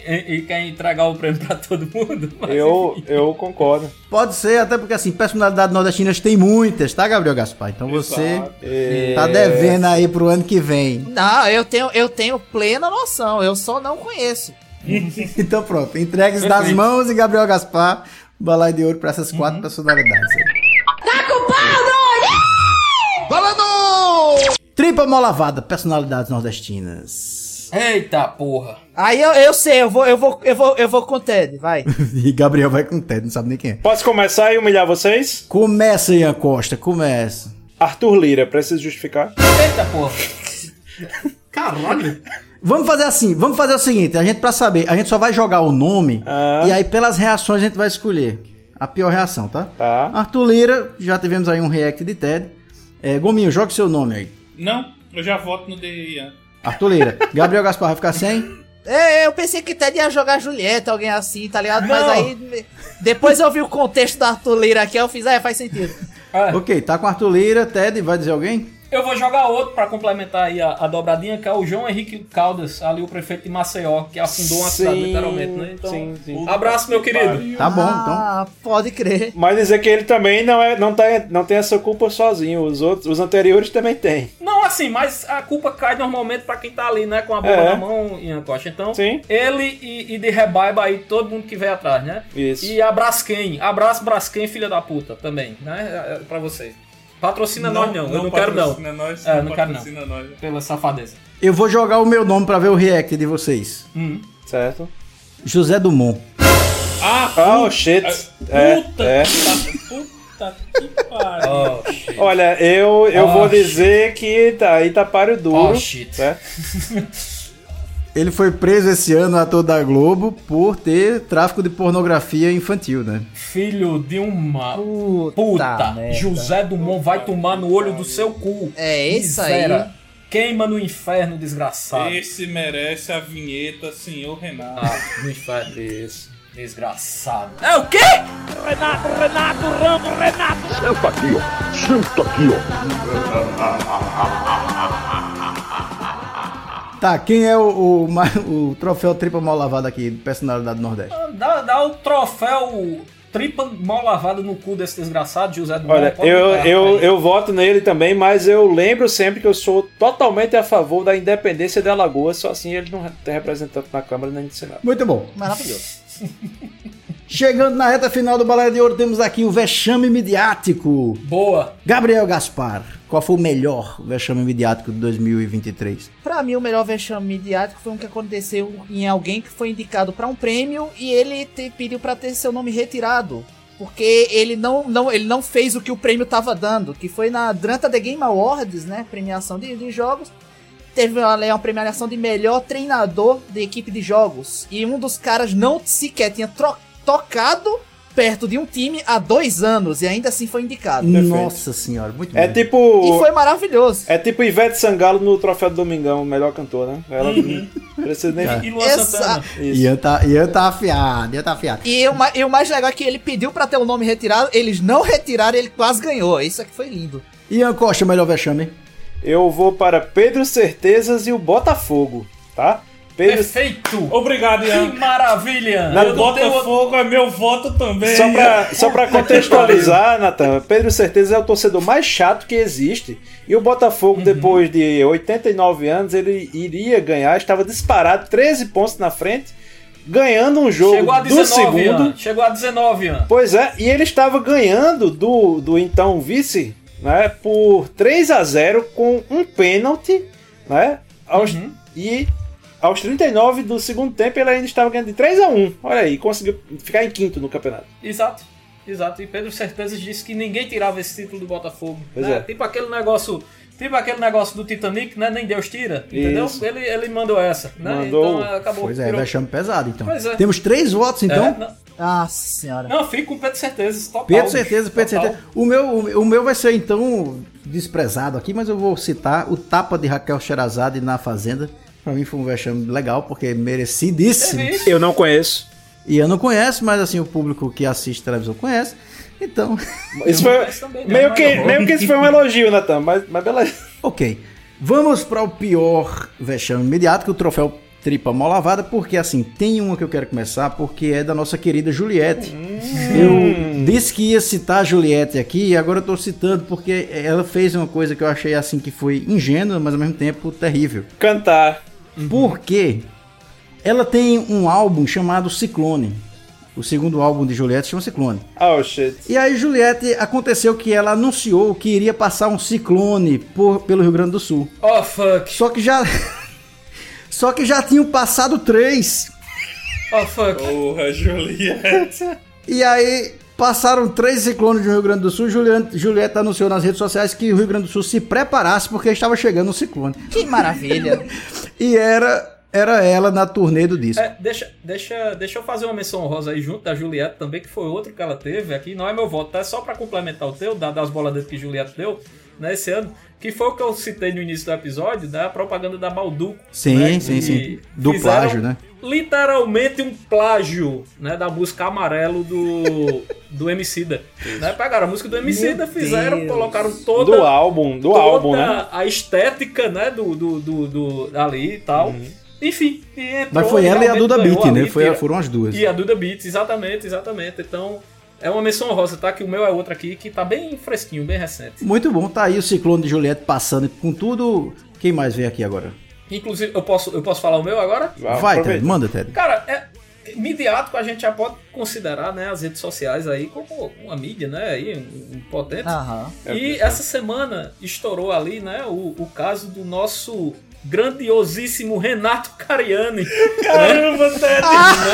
S4: e quer entregar o prêmio pra todo mundo.
S11: Eu concordo.
S8: Pode ser, até porque assim, personalidades nordestinas tem muitas, tá, Gabriel Gaspar? Então você tá devendo aí pro ano que vem.
S10: Não, eu tenho plena noção, eu só não conheço.
S8: Então pronto, entregues das mãos e Gabriel Gaspar, balaio de ouro pra essas 4 personalidades aí.
S16: Tá com pau,
S8: Falando! Tripa Molavada, personalidades nordestinas.
S4: Eita porra.
S10: Aí eu sei, eu vou com o Ted, vai.
S8: E Gabriel vai com o Ted, não sabe nem quem é.
S11: Posso começar e humilhar vocês?
S8: Começa, Ian Costa, começa.
S11: Arthur Lira, preciso justificar?
S4: Eita porra. Caralho.
S8: Vamos fazer assim, vamos fazer o seguinte, a gente pra saber, a gente só vai jogar o nome e aí pelas reações a gente vai escolher a pior reação, tá?
S11: Tá.
S8: Arthur Lira, já tivemos aí um react de Ted. Gominho, joga seu nome aí.
S9: Não, eu já voto no de Ian.
S8: Arthur Lira. Gabriel Gaspar vai ficar sem?
S10: Eu pensei que Ted ia jogar Julieta, alguém assim, tá ligado? Mas aí, depois eu vi o contexto do Arthur Lira aqui, eu fiz, faz sentido.
S8: Ok, tá com Arthur Lira, Ted, vai dizer alguém?
S4: Eu vou jogar outro pra complementar aí a dobradinha, que é o João Henrique Caldas, ali o prefeito de Maceió, que afundou uma cidade literalmente, né? Então, sim. Abraço, meu querido.
S8: Tá bom, então.
S10: Pode crer.
S11: Mas dizer que ele também não tem essa culpa sozinho, os anteriores também tem.
S4: Não, assim, mas a culpa cai normalmente pra quem tá ali, né, com a boca na mão, Ian Costa. Então, ele e de rebaiba aí, todo mundo que veio atrás, né?
S11: Isso.
S4: E a Braskem, abraço Braskem, filha da puta, também, né? Pra vocês. Patrocina nós não, eu não quero não.
S9: Nós,
S4: não quero
S9: patrocina
S4: não.
S9: Nós.
S4: Pela safadeza.
S8: Eu vou jogar o meu nome pra ver o react de vocês.
S11: Certo.
S8: José Dumont.
S11: Shit.
S9: Puta que pariu.
S11: Olha, eu vou dizer que aí tá páreo duro.
S4: Shit.
S8: Ele foi preso esse ano, ator da Globo, por ter tráfico de pornografia infantil, né?
S4: Filho de uma puta. José Dumont vai tomar no olho do seu cu.
S10: É isso aí.
S4: Queima no inferno, desgraçado.
S9: Esse merece a vinheta, senhor Renato.
S4: No inferno. Isso. Desgraçado. É o quê?
S16: Renato, Rambo, Renato.
S13: Senta aqui, ó. Senta aqui,
S8: Tá, quem é o troféu tripa mal lavada aqui, personalidade do Nordeste?
S4: Dá o troféu tripa mal lavada no cu desse desgraçado, José Dumont.
S11: Olha, eu voto nele também, mas eu lembro sempre que eu sou totalmente a favor da independência de Alagoas, só assim ele não tem representante na Câmara nem no Senado.
S8: Muito bom.
S10: Maravilhoso.
S8: Chegando na reta final do Balaio de Ouro, temos aqui o vexame midiático.
S4: Boa.
S8: Gabriel Gaspar, qual foi o melhor vexame midiático de 2023?
S10: Pra mim, o melhor vexame midiático foi um que aconteceu em alguém que foi indicado pra um prêmio e ele pediu pra ter seu nome retirado. Porque ele não fez o que o prêmio tava dando, que foi durante a The Game Awards, né, premiação de jogos. Teve uma premiação de melhor treinador de equipe de jogos. E um dos caras não sequer tinha tocado perto de um time há 2 anos e ainda assim foi indicado.
S8: Nossa senhora, muito bom.
S10: E foi maravilhoso.
S11: É tipo Ivete Sangalo no Troféu do Domingão, melhor cantor, né? Ela não precisa nem...
S4: E Luan Santana.
S8: Ian tá afiado.
S10: E o mais legal é que ele pediu pra ter o nome retirado, eles não retiraram, ele quase ganhou. Isso aqui foi lindo.
S8: Ian Costa, melhor vexame?
S11: Eu vou para Pedro Certezas e o Botafogo, tá?
S4: Perfeito!
S9: Obrigado, Ian.
S4: Que maravilha!
S9: O Botafogo é meu voto também.
S11: Só pra contextualizar, Natan, Pedro Certeza é o torcedor mais chato que existe. E o Botafogo, depois de 89 anos, ele iria ganhar, estava disparado, 13 pontos na frente, ganhando um jogo do segundo.
S4: Chegou a 19 anos.
S11: Pois é, e ele estava ganhando do então vice, né, por 3-0 com um pênalti, né? E aos 39 do segundo tempo ele ainda estava ganhando de 3-1. Olha aí, conseguiu ficar em quinto no campeonato.
S4: Exato. E Pedro Certezas disse que ninguém tirava esse título do Botafogo.
S11: Pois
S4: né?
S11: é.
S4: Tipo aquele negócio do Titanic, né? Nem Deus tira, entendeu? Ele mandou essa, né?
S11: Mandou.
S4: Então acabou.
S8: Pois é, vexame pesado, então.
S4: Pois é.
S8: Temos 3 votos, então?
S10: Nossa senhora.
S4: Não, fico com Pedro Certezas, total.
S8: Pedro Certeza. O meu vai ser, então, desprezado aqui, mas eu vou citar o tapa de Raquel Sherazade na Fazenda. Pra mim foi um vexame legal, porque merecidíssimo.
S11: Eu não conheço.
S8: E eu não conheço, mas assim, o público que assiste televisão conhece. Então...
S11: Isso foi meio que isso foi um elogio, Natan, mas beleza.
S8: Ok. Vamos para o pior vexame mediático, o troféu Tripa Mal Lavada, porque assim, tem uma que eu quero começar, porque é da nossa querida Juliette. Eu disse que ia citar a Juliette aqui, e agora eu tô citando porque ela fez uma coisa que eu achei assim que foi ingênua, mas ao mesmo tempo terrível.
S11: Cantar.
S8: Porque ela tem um álbum chamado Ciclone. O segundo álbum de Juliette chama Ciclone.
S11: Oh, shit.
S8: E aí Juliette, aconteceu que ela anunciou que iria passar um ciclone pelo Rio Grande do Sul.
S4: Oh, fuck.
S8: Só que já tinham passado 3.
S4: Oh, fuck.
S9: Porra, Juliette.
S8: E aí, passaram 3 ciclones no Rio Grande do Sul. Juliette anunciou nas redes sociais que o Rio Grande do Sul se preparasse porque estava chegando um ciclone.
S10: Que maravilha.
S8: E era ela na turnê do disco.
S4: Deixa eu fazer uma menção honrosa aí junto da Juliette também, que foi outro que ela teve aqui. Não é meu voto, tá? É só pra complementar o teu, das boladas que Juliette deu, né, esse ano. Que foi o que eu citei no início do episódio, da propaganda da Balduco.
S8: Sim,
S4: né,
S8: sim. Do plágio, né?
S4: Literalmente um plágio, né, da música Amarelo do Emicida. Né? Pegaram a música do Emicida, fizeram, colocaram toda...
S11: Do álbum, né?
S4: A estética, né, do ali e tal. Enfim.
S8: Mas foi ela e a Duda Beat, né? Foram as duas.
S4: E a Duda Beat, exatamente. Então... É uma menção honrosa, tá? Que o meu é outro aqui, que tá bem fresquinho, bem recente.
S8: Muito bom, tá aí o Ciclone de Juliette passando com tudo. Quem mais vem aqui agora?
S4: Inclusive, eu posso falar o meu agora?
S8: Vai, Ted, manda, Ted.
S4: Cara, midiático a gente já pode considerar, né, as redes sociais aí como uma mídia, né, aí, um potente. E essa semana estourou ali, né, o caso do nosso grandiosíssimo Renato Cariani.
S9: Caramba, né? Ted!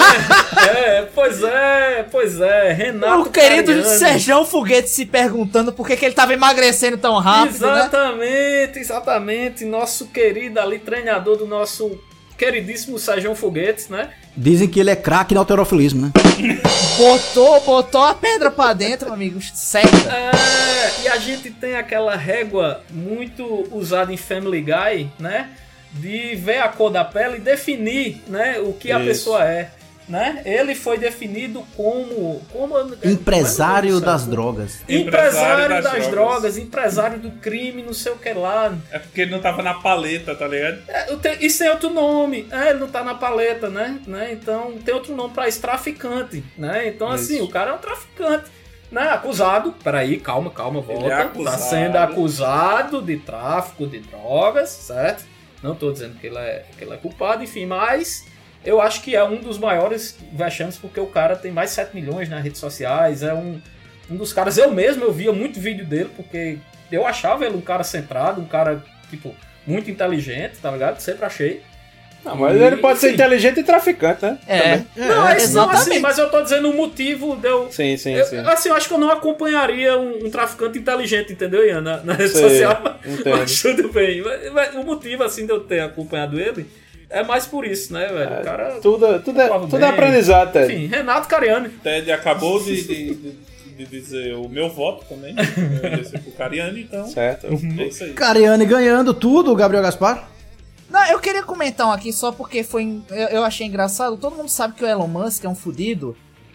S4: Pois é, Renato
S10: O querido
S4: Cariani.
S10: Serjão Foguete se perguntando por que ele tava emagrecendo tão rápido,
S4: Exatamente, nosso querido ali, treinador do nosso queridíssimo Serjão Foguete, né?
S8: Dizem que ele é craque no halterofilismo, né?
S10: Botou a pedra pra dentro, meu amigo, seca.
S4: E a gente tem aquela régua muito usada em Family Guy, né? De ver a cor da pele e definir, né, o que a pessoa é. Né? Ele foi definido como
S8: empresário das drogas.
S4: Empresário das drogas, empresário do crime, não sei o que lá.
S9: É porque ele não tava na paleta, tá ligado?
S4: Isso é outro nome. Ele não tá na paleta, né? Então tem outro nome pra esse traficante, né? Então assim, o cara é um traficante, né? Acusado. Peraí, calma, volta. Tá sendo acusado de tráfico de drogas, certo? Não tô dizendo que ele é culpado, enfim, mas eu acho que é um dos maiores vexames, porque o cara tem mais de 7 milhões nas redes sociais, é um dos caras, eu via muito vídeo dele, porque eu achava ele um cara centrado, um cara, tipo, muito inteligente, tá ligado? Sempre achei.
S11: Não, mas ele pode ser inteligente e traficante, né?
S4: Exatamente. Mas eu tô dizendo o motivo deu.
S11: Sim.
S4: Assim, eu acho que eu não acompanharia um traficante inteligente, entendeu, Ian? Na rede social. Mas tudo bem. Mas o motivo, assim, de eu ter acompanhado ele é mais por isso, né, velho? O cara.
S11: Tudo é aprendizado, Ted.
S4: Enfim, Renato Cariani.
S9: Ted acabou de dizer o meu voto também. Eu ia ser pro Cariani, então.
S11: Certo.
S9: É isso aí.
S8: Cariani ganhando tudo, Gabriel Gaspar.
S10: Não, eu queria comentar um aqui só porque eu achei engraçado. Todo mundo sabe que o Elon Musk é um fudido.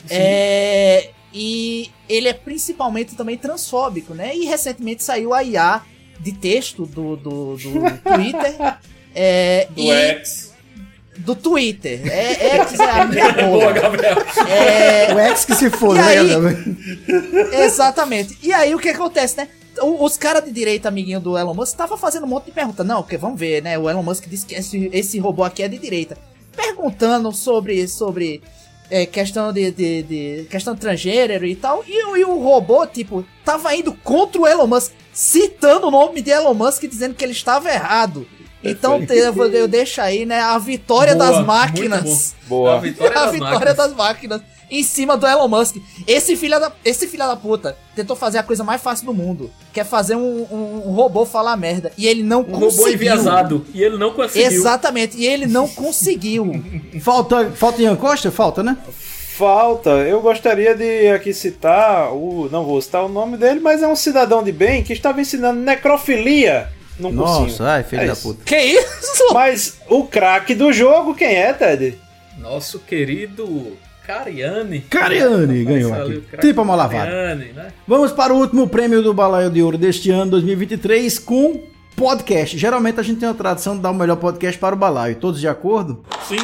S10: E ele é principalmente também transfóbico, né? E recentemente saiu a IA de texto do Twitter.
S9: Do X.
S10: Do Twitter. X é a minha boa,
S4: Gabriel.
S8: O X que se for, né?
S10: Exatamente. E aí o que acontece, né? Os caras de direita, amiguinho do Elon Musk, estavam fazendo um monte de perguntas. Não, porque vamos ver, né? O Elon Musk disse que esse robô aqui é de direita. Perguntando sobre questão questão de transgênero e tal. E o robô, tipo, tava indo contra o Elon Musk, citando o nome de Elon Musk, dizendo que ele estava errado. Então eu deixo aí, né, a vitória das máquinas.
S11: Boa.
S10: A vitória das máquinas em cima do Elon Musk. Esse filho da puta tentou fazer a coisa mais fácil do mundo, que é fazer um robô falar merda. E ele não conseguiu.
S4: Robô enviesado. E ele não conseguiu.
S10: Exatamente. E ele não conseguiu.
S8: Falta Ian Costa? Falta, né?
S11: Falta. Eu gostaria de aqui citar, não vou citar o nome dele, mas é um cidadão de bem que estava ensinando necrofilia num cursinho.
S8: Nossa, ai, filho da puta.
S10: Que isso?
S11: Mas o craque do jogo, quem é, Ted?
S4: Nosso querido Cariani.
S8: Cariani ganhou aqui. Tripa Mal Lavada.
S4: Né?
S8: Vamos para o último prêmio do Balaio de Ouro deste ano, 2023, com podcast. Geralmente a gente tem uma tradição de dar o melhor podcast para o balaio. Todos de acordo?
S9: Sim.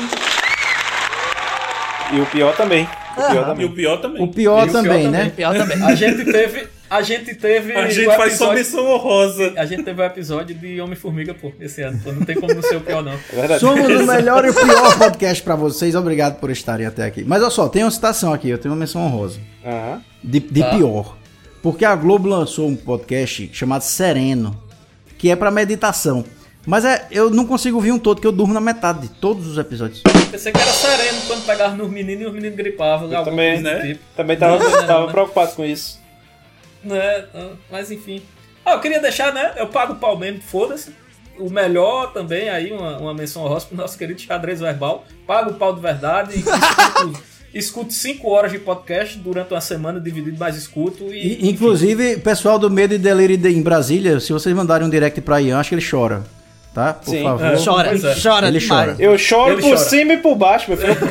S11: E o pior também.
S9: E o pior também.
S8: O pior também, né?
S10: O pior também.
S4: A gente teve.
S9: A gente faz só menção honrosa.
S4: A gente teve um episódio de Homem-Formiga, pô, esse ano. Pô, não tem como não ser o pior, não.
S11: É verdade.
S8: Somos o melhor e o pior podcast pra vocês. Obrigado por estarem até aqui. Mas olha só, tem uma citação aqui. Eu tenho uma menção honrosa. De pior. Porque a Globo lançou um podcast chamado Sereno, que é pra meditação. Mas eu não consigo ouvir um todo, que eu durmo na metade de todos os episódios.
S4: Pensei que era sereno quando pegava nos meninos e os meninos gripavam.
S11: Eu também, né? Tipo. Também tava preocupado com isso.
S4: Né? Mas enfim. Eu queria deixar, né? Eu pago o pau mesmo, foda-se. O melhor também, aí, uma menção honrosa pro nosso querido Xadrez Verbal. Pago o pau de verdade. Escuto 5 horas de podcast durante uma semana, dividido, mas escuto.
S8: Inclusive, pessoal do Medo e Delírio em Brasília, se vocês mandarem um direct pra Ian, acho que ele chora. Tá? Por favor.
S10: Chora
S8: ele chora.
S11: Eu choro por cima e por baixo, meu filho.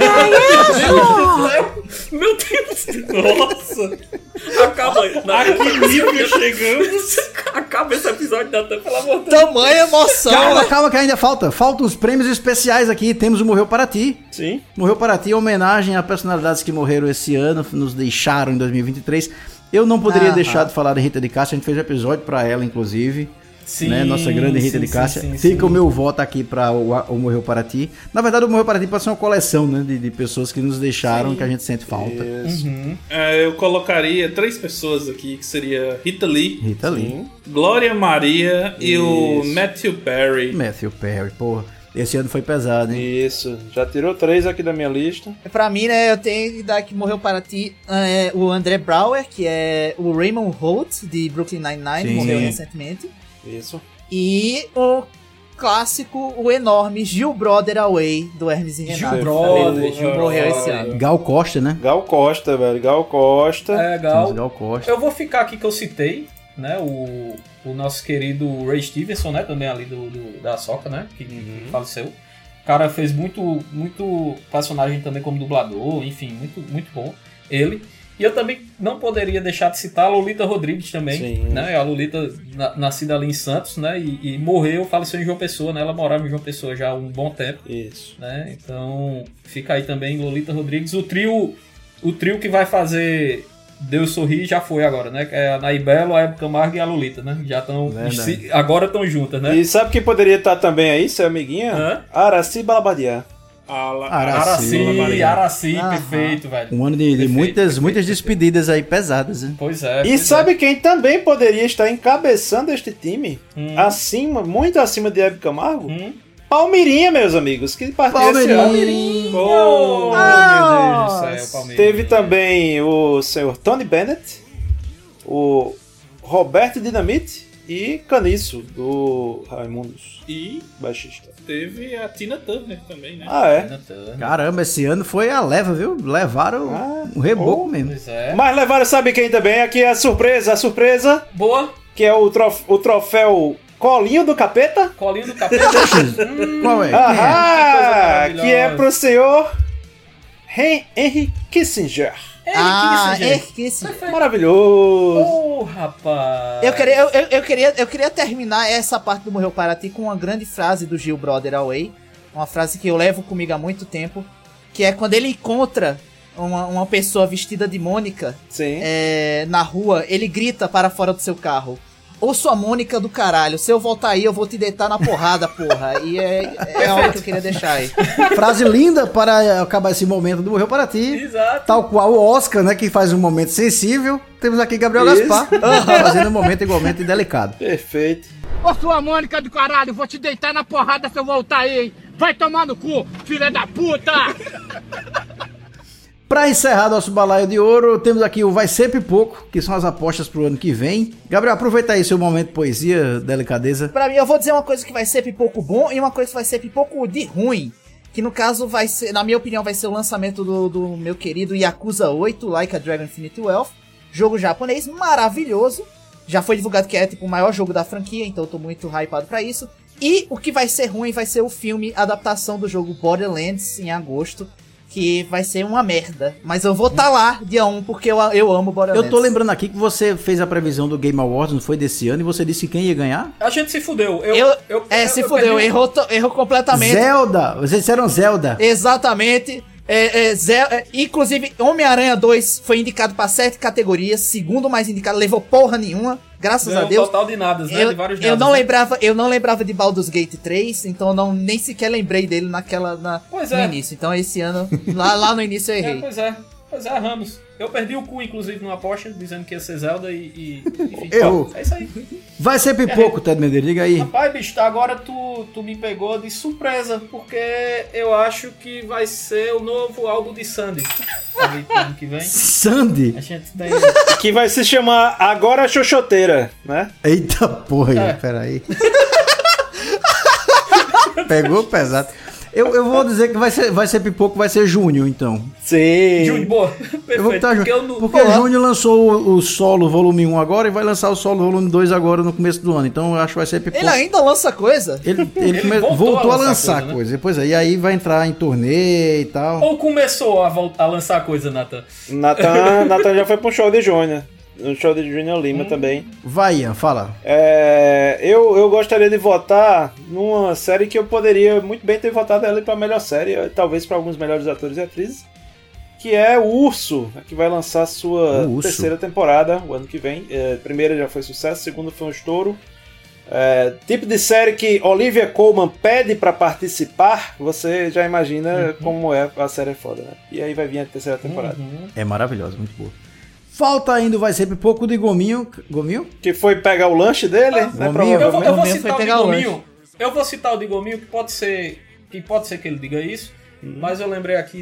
S4: Meu Deus. Nossa. Acaba aí.
S9: A que nível chegamos?
S4: Acaba esse episódio, Natan, pelo amor de
S10: Deus. Tamanha emoção.
S8: Calma que ainda falta. Faltam os prêmios especiais aqui. Temos o Morreu Para Ti.
S11: Sim.
S8: Morreu Para Ti, homenagem a personalidades que morreram esse ano, nos deixaram em 2023. Eu não poderia deixar de falar de Rita de Cássia. A gente fez um episódio pra ela, inclusive.
S4: Sim,
S8: né? Nossa grande Rita de Cássia. Fica o meu voto aqui para o Morreu Para Ti. Na verdade, o Morreu Para Ti pode ser uma coleção, né? De pessoas que nos deixaram, que a gente sente falta.
S9: Eu colocaria 3 pessoas aqui, que seria Rita Lee. Glória Maria e o Matthew Perry.
S8: Matthew Perry, porra. Esse ano foi pesado, hein?
S11: Isso. Já tirou 3 aqui da minha lista.
S10: Pra mim, né, eu tenho que dar que Morreu Para Ti o André Brauer, que é o Raymond Holt, de Brooklyn Nine-Nine, morreu recentemente.
S11: Isso.
S10: E o clássico, o enorme Gil Brother Away, do Hermes e Renato.
S4: Gil
S10: morreu esse ano.
S8: Gal Costa, né?
S11: Gal Costa, velho. Gal Costa.
S8: Gal Costa.
S4: Eu vou ficar aqui que eu citei, né, o nosso querido Ray Stevenson, né, também ali da Soca, né, que faleceu. O cara fez muito personagem também como dublador, enfim, muito bom. Ele. E eu também não poderia deixar de citar a Lolita Rodrigues também, né? A Lolita, nascida ali em Santos, né? E morreu, faleceu em João Pessoa, né? Ela morava em João Pessoa já há um bom tempo.
S11: Isso.
S4: Né? Então, fica aí também Lolita Rodrigues. O trio que vai fazer Deus Sorrir já foi agora, né? Que é a Naibelo, a Hebe Camargo e a Lolita, né? Já estão... Agora estão juntas, né?
S11: E sabe quem poderia estar também aí, seu amiguinha? Araci Balabadiá.
S4: Araci, perfeito, velho.
S8: Um ano de muitas despedidas aí pesadas, hein?
S4: Pois é.
S11: E sabe quem também poderia estar encabeçando este time? Muito acima de Hebe Camargo? Palmeirinha, meus amigos, que partiu esse ano.
S4: Palmeirinha! Oh, meu Deus do céu, Palmeirinha.
S11: Teve também o senhor Tony Bennett, o Roberto Dinamite e Caniço, do Raimundos.
S9: E
S11: baixista.
S9: Teve a Tina Turner também, né?
S8: Caramba, esse ano foi a leva, viu? Levaram um reboco mesmo.
S11: Mas levaram, sabe quem também? Aqui é a surpresa.
S4: Boa.
S11: Que é o troféu Colinho do Capeta.
S4: Colinho do Capeta?
S8: Qual é?
S11: Que é pro senhor Henry Kissinger.
S10: Henry Kissinger.
S11: Maravilhoso.
S4: Oh, rapaz.
S10: Eu queria terminar essa parte do Morreu Para Ti com uma grande frase do Gil Brother Away. Uma frase que eu levo comigo há muito tempo. Que é quando ele encontra uma pessoa vestida de Mônica na rua, ele grita para fora do seu carro: ô sua Mônica do caralho, se eu voltar aí eu vou te deitar na porrada, porra. E é a hora que eu queria deixar aí.
S8: Frase linda para acabar esse momento do Morreu Para Ti.
S4: Exato.
S8: Tal qual o Oscar, né, que faz um momento sensível. Temos aqui Gabriel Gaspar fazendo um momento igualmente delicado.
S11: Perfeito.
S21: Ô sua Mônica do caralho, vou te deitar na porrada se eu voltar aí, hein? Vai tomar no cu, filha da puta!
S8: Pra encerrar nosso balaio de ouro, temos aqui o Vai Ser Pipoco, que são as apostas pro ano que vem. Gabriel, aproveita aí seu momento de poesia, delicadeza.
S10: Pra mim, eu vou dizer uma coisa que vai ser pipoco bom e uma coisa que vai ser pipoco de ruim. Que no caso vai ser, na minha opinião, vai ser o lançamento do meu querido Yakuza 8, Like a Dragon Infinite Wealth. Jogo japonês maravilhoso. Já foi divulgado que é tipo o maior jogo da franquia, então eu tô muito hypado pra isso. E o que vai ser ruim vai ser o filme adaptação do jogo Borderlands em agosto. que vai ser uma merda. Mas eu vou estar lá dia 1 porque eu amo Borderlands.
S8: Eu tô lembrando aqui que você fez a previsão do Game Awards, não foi desse ano, e você disse quem ia ganhar?
S4: A gente se fudeu.
S10: Se fudeu, errou completamente.
S8: Zelda! Vocês disseram Zelda.
S10: Exatamente. Inclusive, Homem-Aranha 2 foi indicado pra 7 categorias, segundo mais indicado, levou porra nenhuma, graças a Deus.
S4: Total de nada, né? De vários
S10: eu não lembrava de Baldur's Gate 3, então nem sequer lembrei dele no início. Então esse ano, lá no início eu errei.
S4: Pois é, Ramos. Eu perdi o cu, inclusive, numa aposta, dizendo que ia ser Zelda enfim.
S8: Errou.
S4: É isso aí.
S8: Vai ser pipoco, Ted Medeiros, diga aí.
S4: Rapaz, bicho, agora tu me pegou de surpresa, porque eu acho que vai ser o novo álbum de Sandy. Ano que vem.
S8: Sandy?
S4: A gente tem...
S11: Que vai se chamar Agora Xoxoteira, né?
S8: Eita porra, peraí. Pegou pesado. Eu vou dizer que vai ser pipoco, vai ser Júnior, então.
S11: Sim.
S4: Júnior, boa. Perfeito.
S8: Eu vou botar porque Júnior lançou o solo volume 1 agora e vai lançar o solo volume 2 agora no começo do ano. Então eu acho que vai ser pipoco.
S10: Ele ainda lança coisa?
S8: Ele voltou a lançar coisa. Depois aí vai entrar em turnê e tal.
S4: Ou começou a lançar coisa, Nathan?
S11: Nathan já foi pro show de Júnior. No show de Júnior Lima também.
S8: Vai, Ian, fala.
S11: Eu gostaria de votar numa série que eu poderia muito bem ter votado ela pra melhor série, talvez pra alguns melhores atores e atrizes, que é o Urso, que vai lançar sua terceira temporada o ano que vem. A primeira já foi sucesso, a segunda foi um estouro. Tipo de série que Olivia Colman pede pra participar, você já imagina como a série é foda, né? E aí vai vir a terceira temporada.
S8: É maravilhosa, muito boa. Falta ainda vai ser pipoco de Gominho. Gominho?
S11: Que foi pegar o lanche dele, né?
S4: Eu vou citar o de Gominho. Eu vou citar o de Gominho, que pode ser que ele diga isso, mas eu lembrei aqui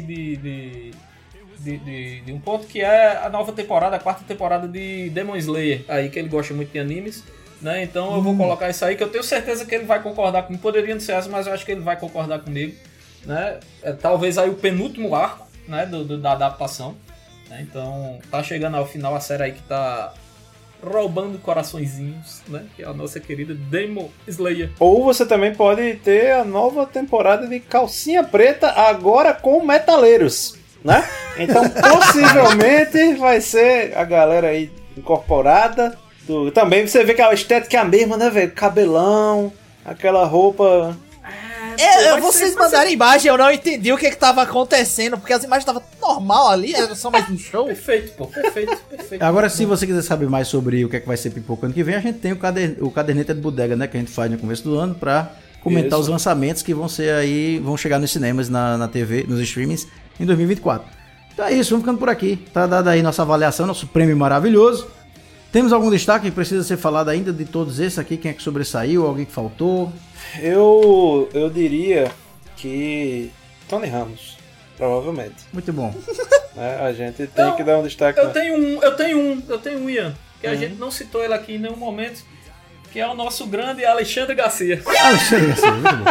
S4: de um ponto que é a nova temporada, a 4ª temporada de Demon Slayer, aí que ele gosta muito de animes, né? Então eu vou colocar isso aí, que eu tenho certeza que ele vai concordar comigo. Poderia não ser essa, mas eu acho que ele vai concordar comigo, né? Talvez aí o penúltimo arco, né, da adaptação. Então, tá chegando ao final a série aí que tá roubando coraçõezinhos, né? Que é a nossa querida Demon Slayer.
S11: Ou você também pode ter a nova temporada de Calcinha Preta agora com metaleiros, né? Então, possivelmente vai ser a galera aí incorporada. Também você vê que a estética é a mesma, né, velho? Cabelão, aquela roupa...
S10: Vocês mandaram imagem, eu não entendi o que tava acontecendo, porque as imagens estavam normal ali, era só mais um show.
S4: Perfeito, pô, perfeito.
S8: Agora, se você quiser saber mais sobre o que é que vai ser pipoco ano que vem, a gente tem o Caderneta de Bodega, né, que a gente faz no começo do ano pra comentar os lançamentos que vão chegar nos cinemas, na TV, nos streamings em 2024. Então é isso, vamos ficando por aqui. Tá dada aí nossa avaliação, nosso prêmio maravilhoso. Temos algum destaque que precisa ser falado ainda de todos esses aqui? Quem é que sobressaiu? Alguém que faltou?
S11: Eu diria que Tony Ramos, provavelmente.
S8: Muito bom.
S11: A gente tem que dar um destaque.
S4: Eu tenho um, Ian, que a gente não citou ele aqui em nenhum momento, que é o nosso grande Alexandre Garcia.
S8: Alexandre Garcia, muito bom.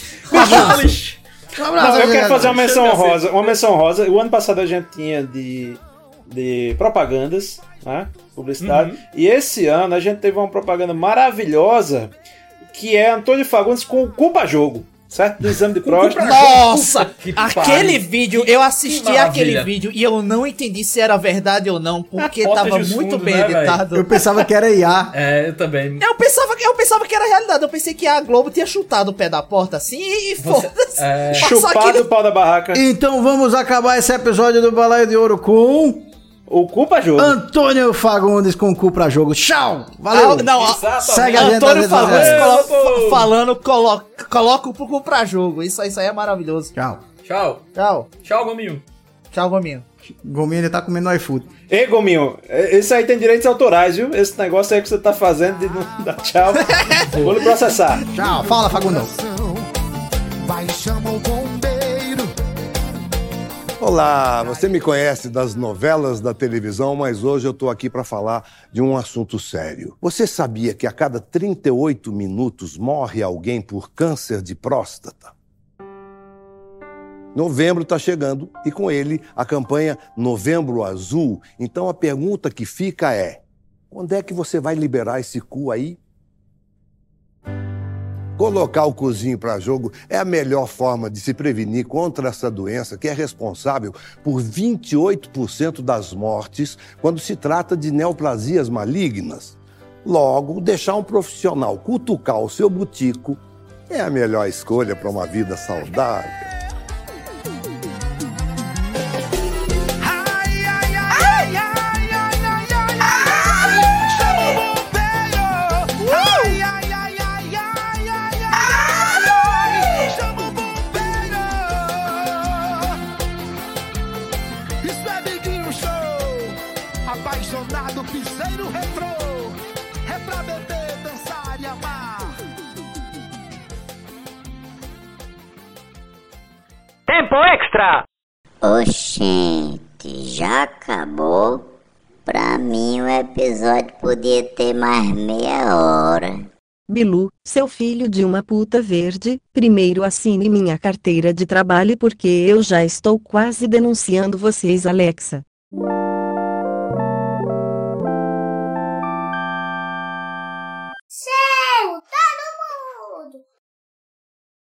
S11: Eu quero fazer uma menção honrosa. O ano passado a gente tinha de propagandas, né? Publicidade. E esse ano a gente teve uma propaganda maravilhosa que é Antônio Fagundes com o Culpa Jogo, certo? Do exame de próstata.
S10: Nossa! Aquele vídeo, eu assisti aquele vídeo e eu não entendi se era verdade ou não, porque tava muito bem editado.
S8: Eu pensava que era IA.
S4: Eu também.
S10: Eu pensava que era realidade. Eu pensei que a Globo tinha chutado o pé da porta assim e foda-se.
S11: Chupado o pau da barraca.
S8: Então vamos acabar esse episódio do Balaio de Ouro com...
S11: O Culpa Jogo.
S8: Antônio Fagundes com o Culpa Jogo. Tchau! Valeu!
S10: Segue a Antônio Fagundes falando, coloca o Culpa Jogo. Isso aí é maravilhoso.
S4: Tchau, Gominho.
S10: Tchau, Gominho.
S8: Gominho, ele tá comendo no iFood.
S11: Ei, Gominho, esse aí tem direitos autorais, viu? Esse negócio aí que você tá fazendo de não dar tchau. Vou lhe processar.
S8: Tchau, fala, Fagundão.
S17: Vai, chama o bombeiro.
S2: Olá, você me conhece das novelas da televisão, mas hoje eu tô aqui para falar de um assunto sério. Você sabia que a cada 38 minutos morre alguém por câncer de próstata? Novembro está chegando e com ele a campanha Novembro Azul. Então a pergunta que fica é: onde é que você vai liberar esse cu aí? Colocar o cozinho para jogo é a melhor forma de se prevenir contra essa doença que é responsável por 28% das mortes quando se trata de neoplasias malignas. Logo, deixar um profissional cutucar o seu butico é a melhor escolha para uma vida saudável.
S17: Apaixonado, piseiro retrô, é pra beber, dançar e amar.
S7: Tempo extra!
S22: Oxente, já acabou? Pra mim o episódio podia ter mais meia hora.
S1: Bilu, seu filho de uma puta verde, primeiro assine minha carteira de trabalho porque eu já estou quase denunciando vocês, Alexa.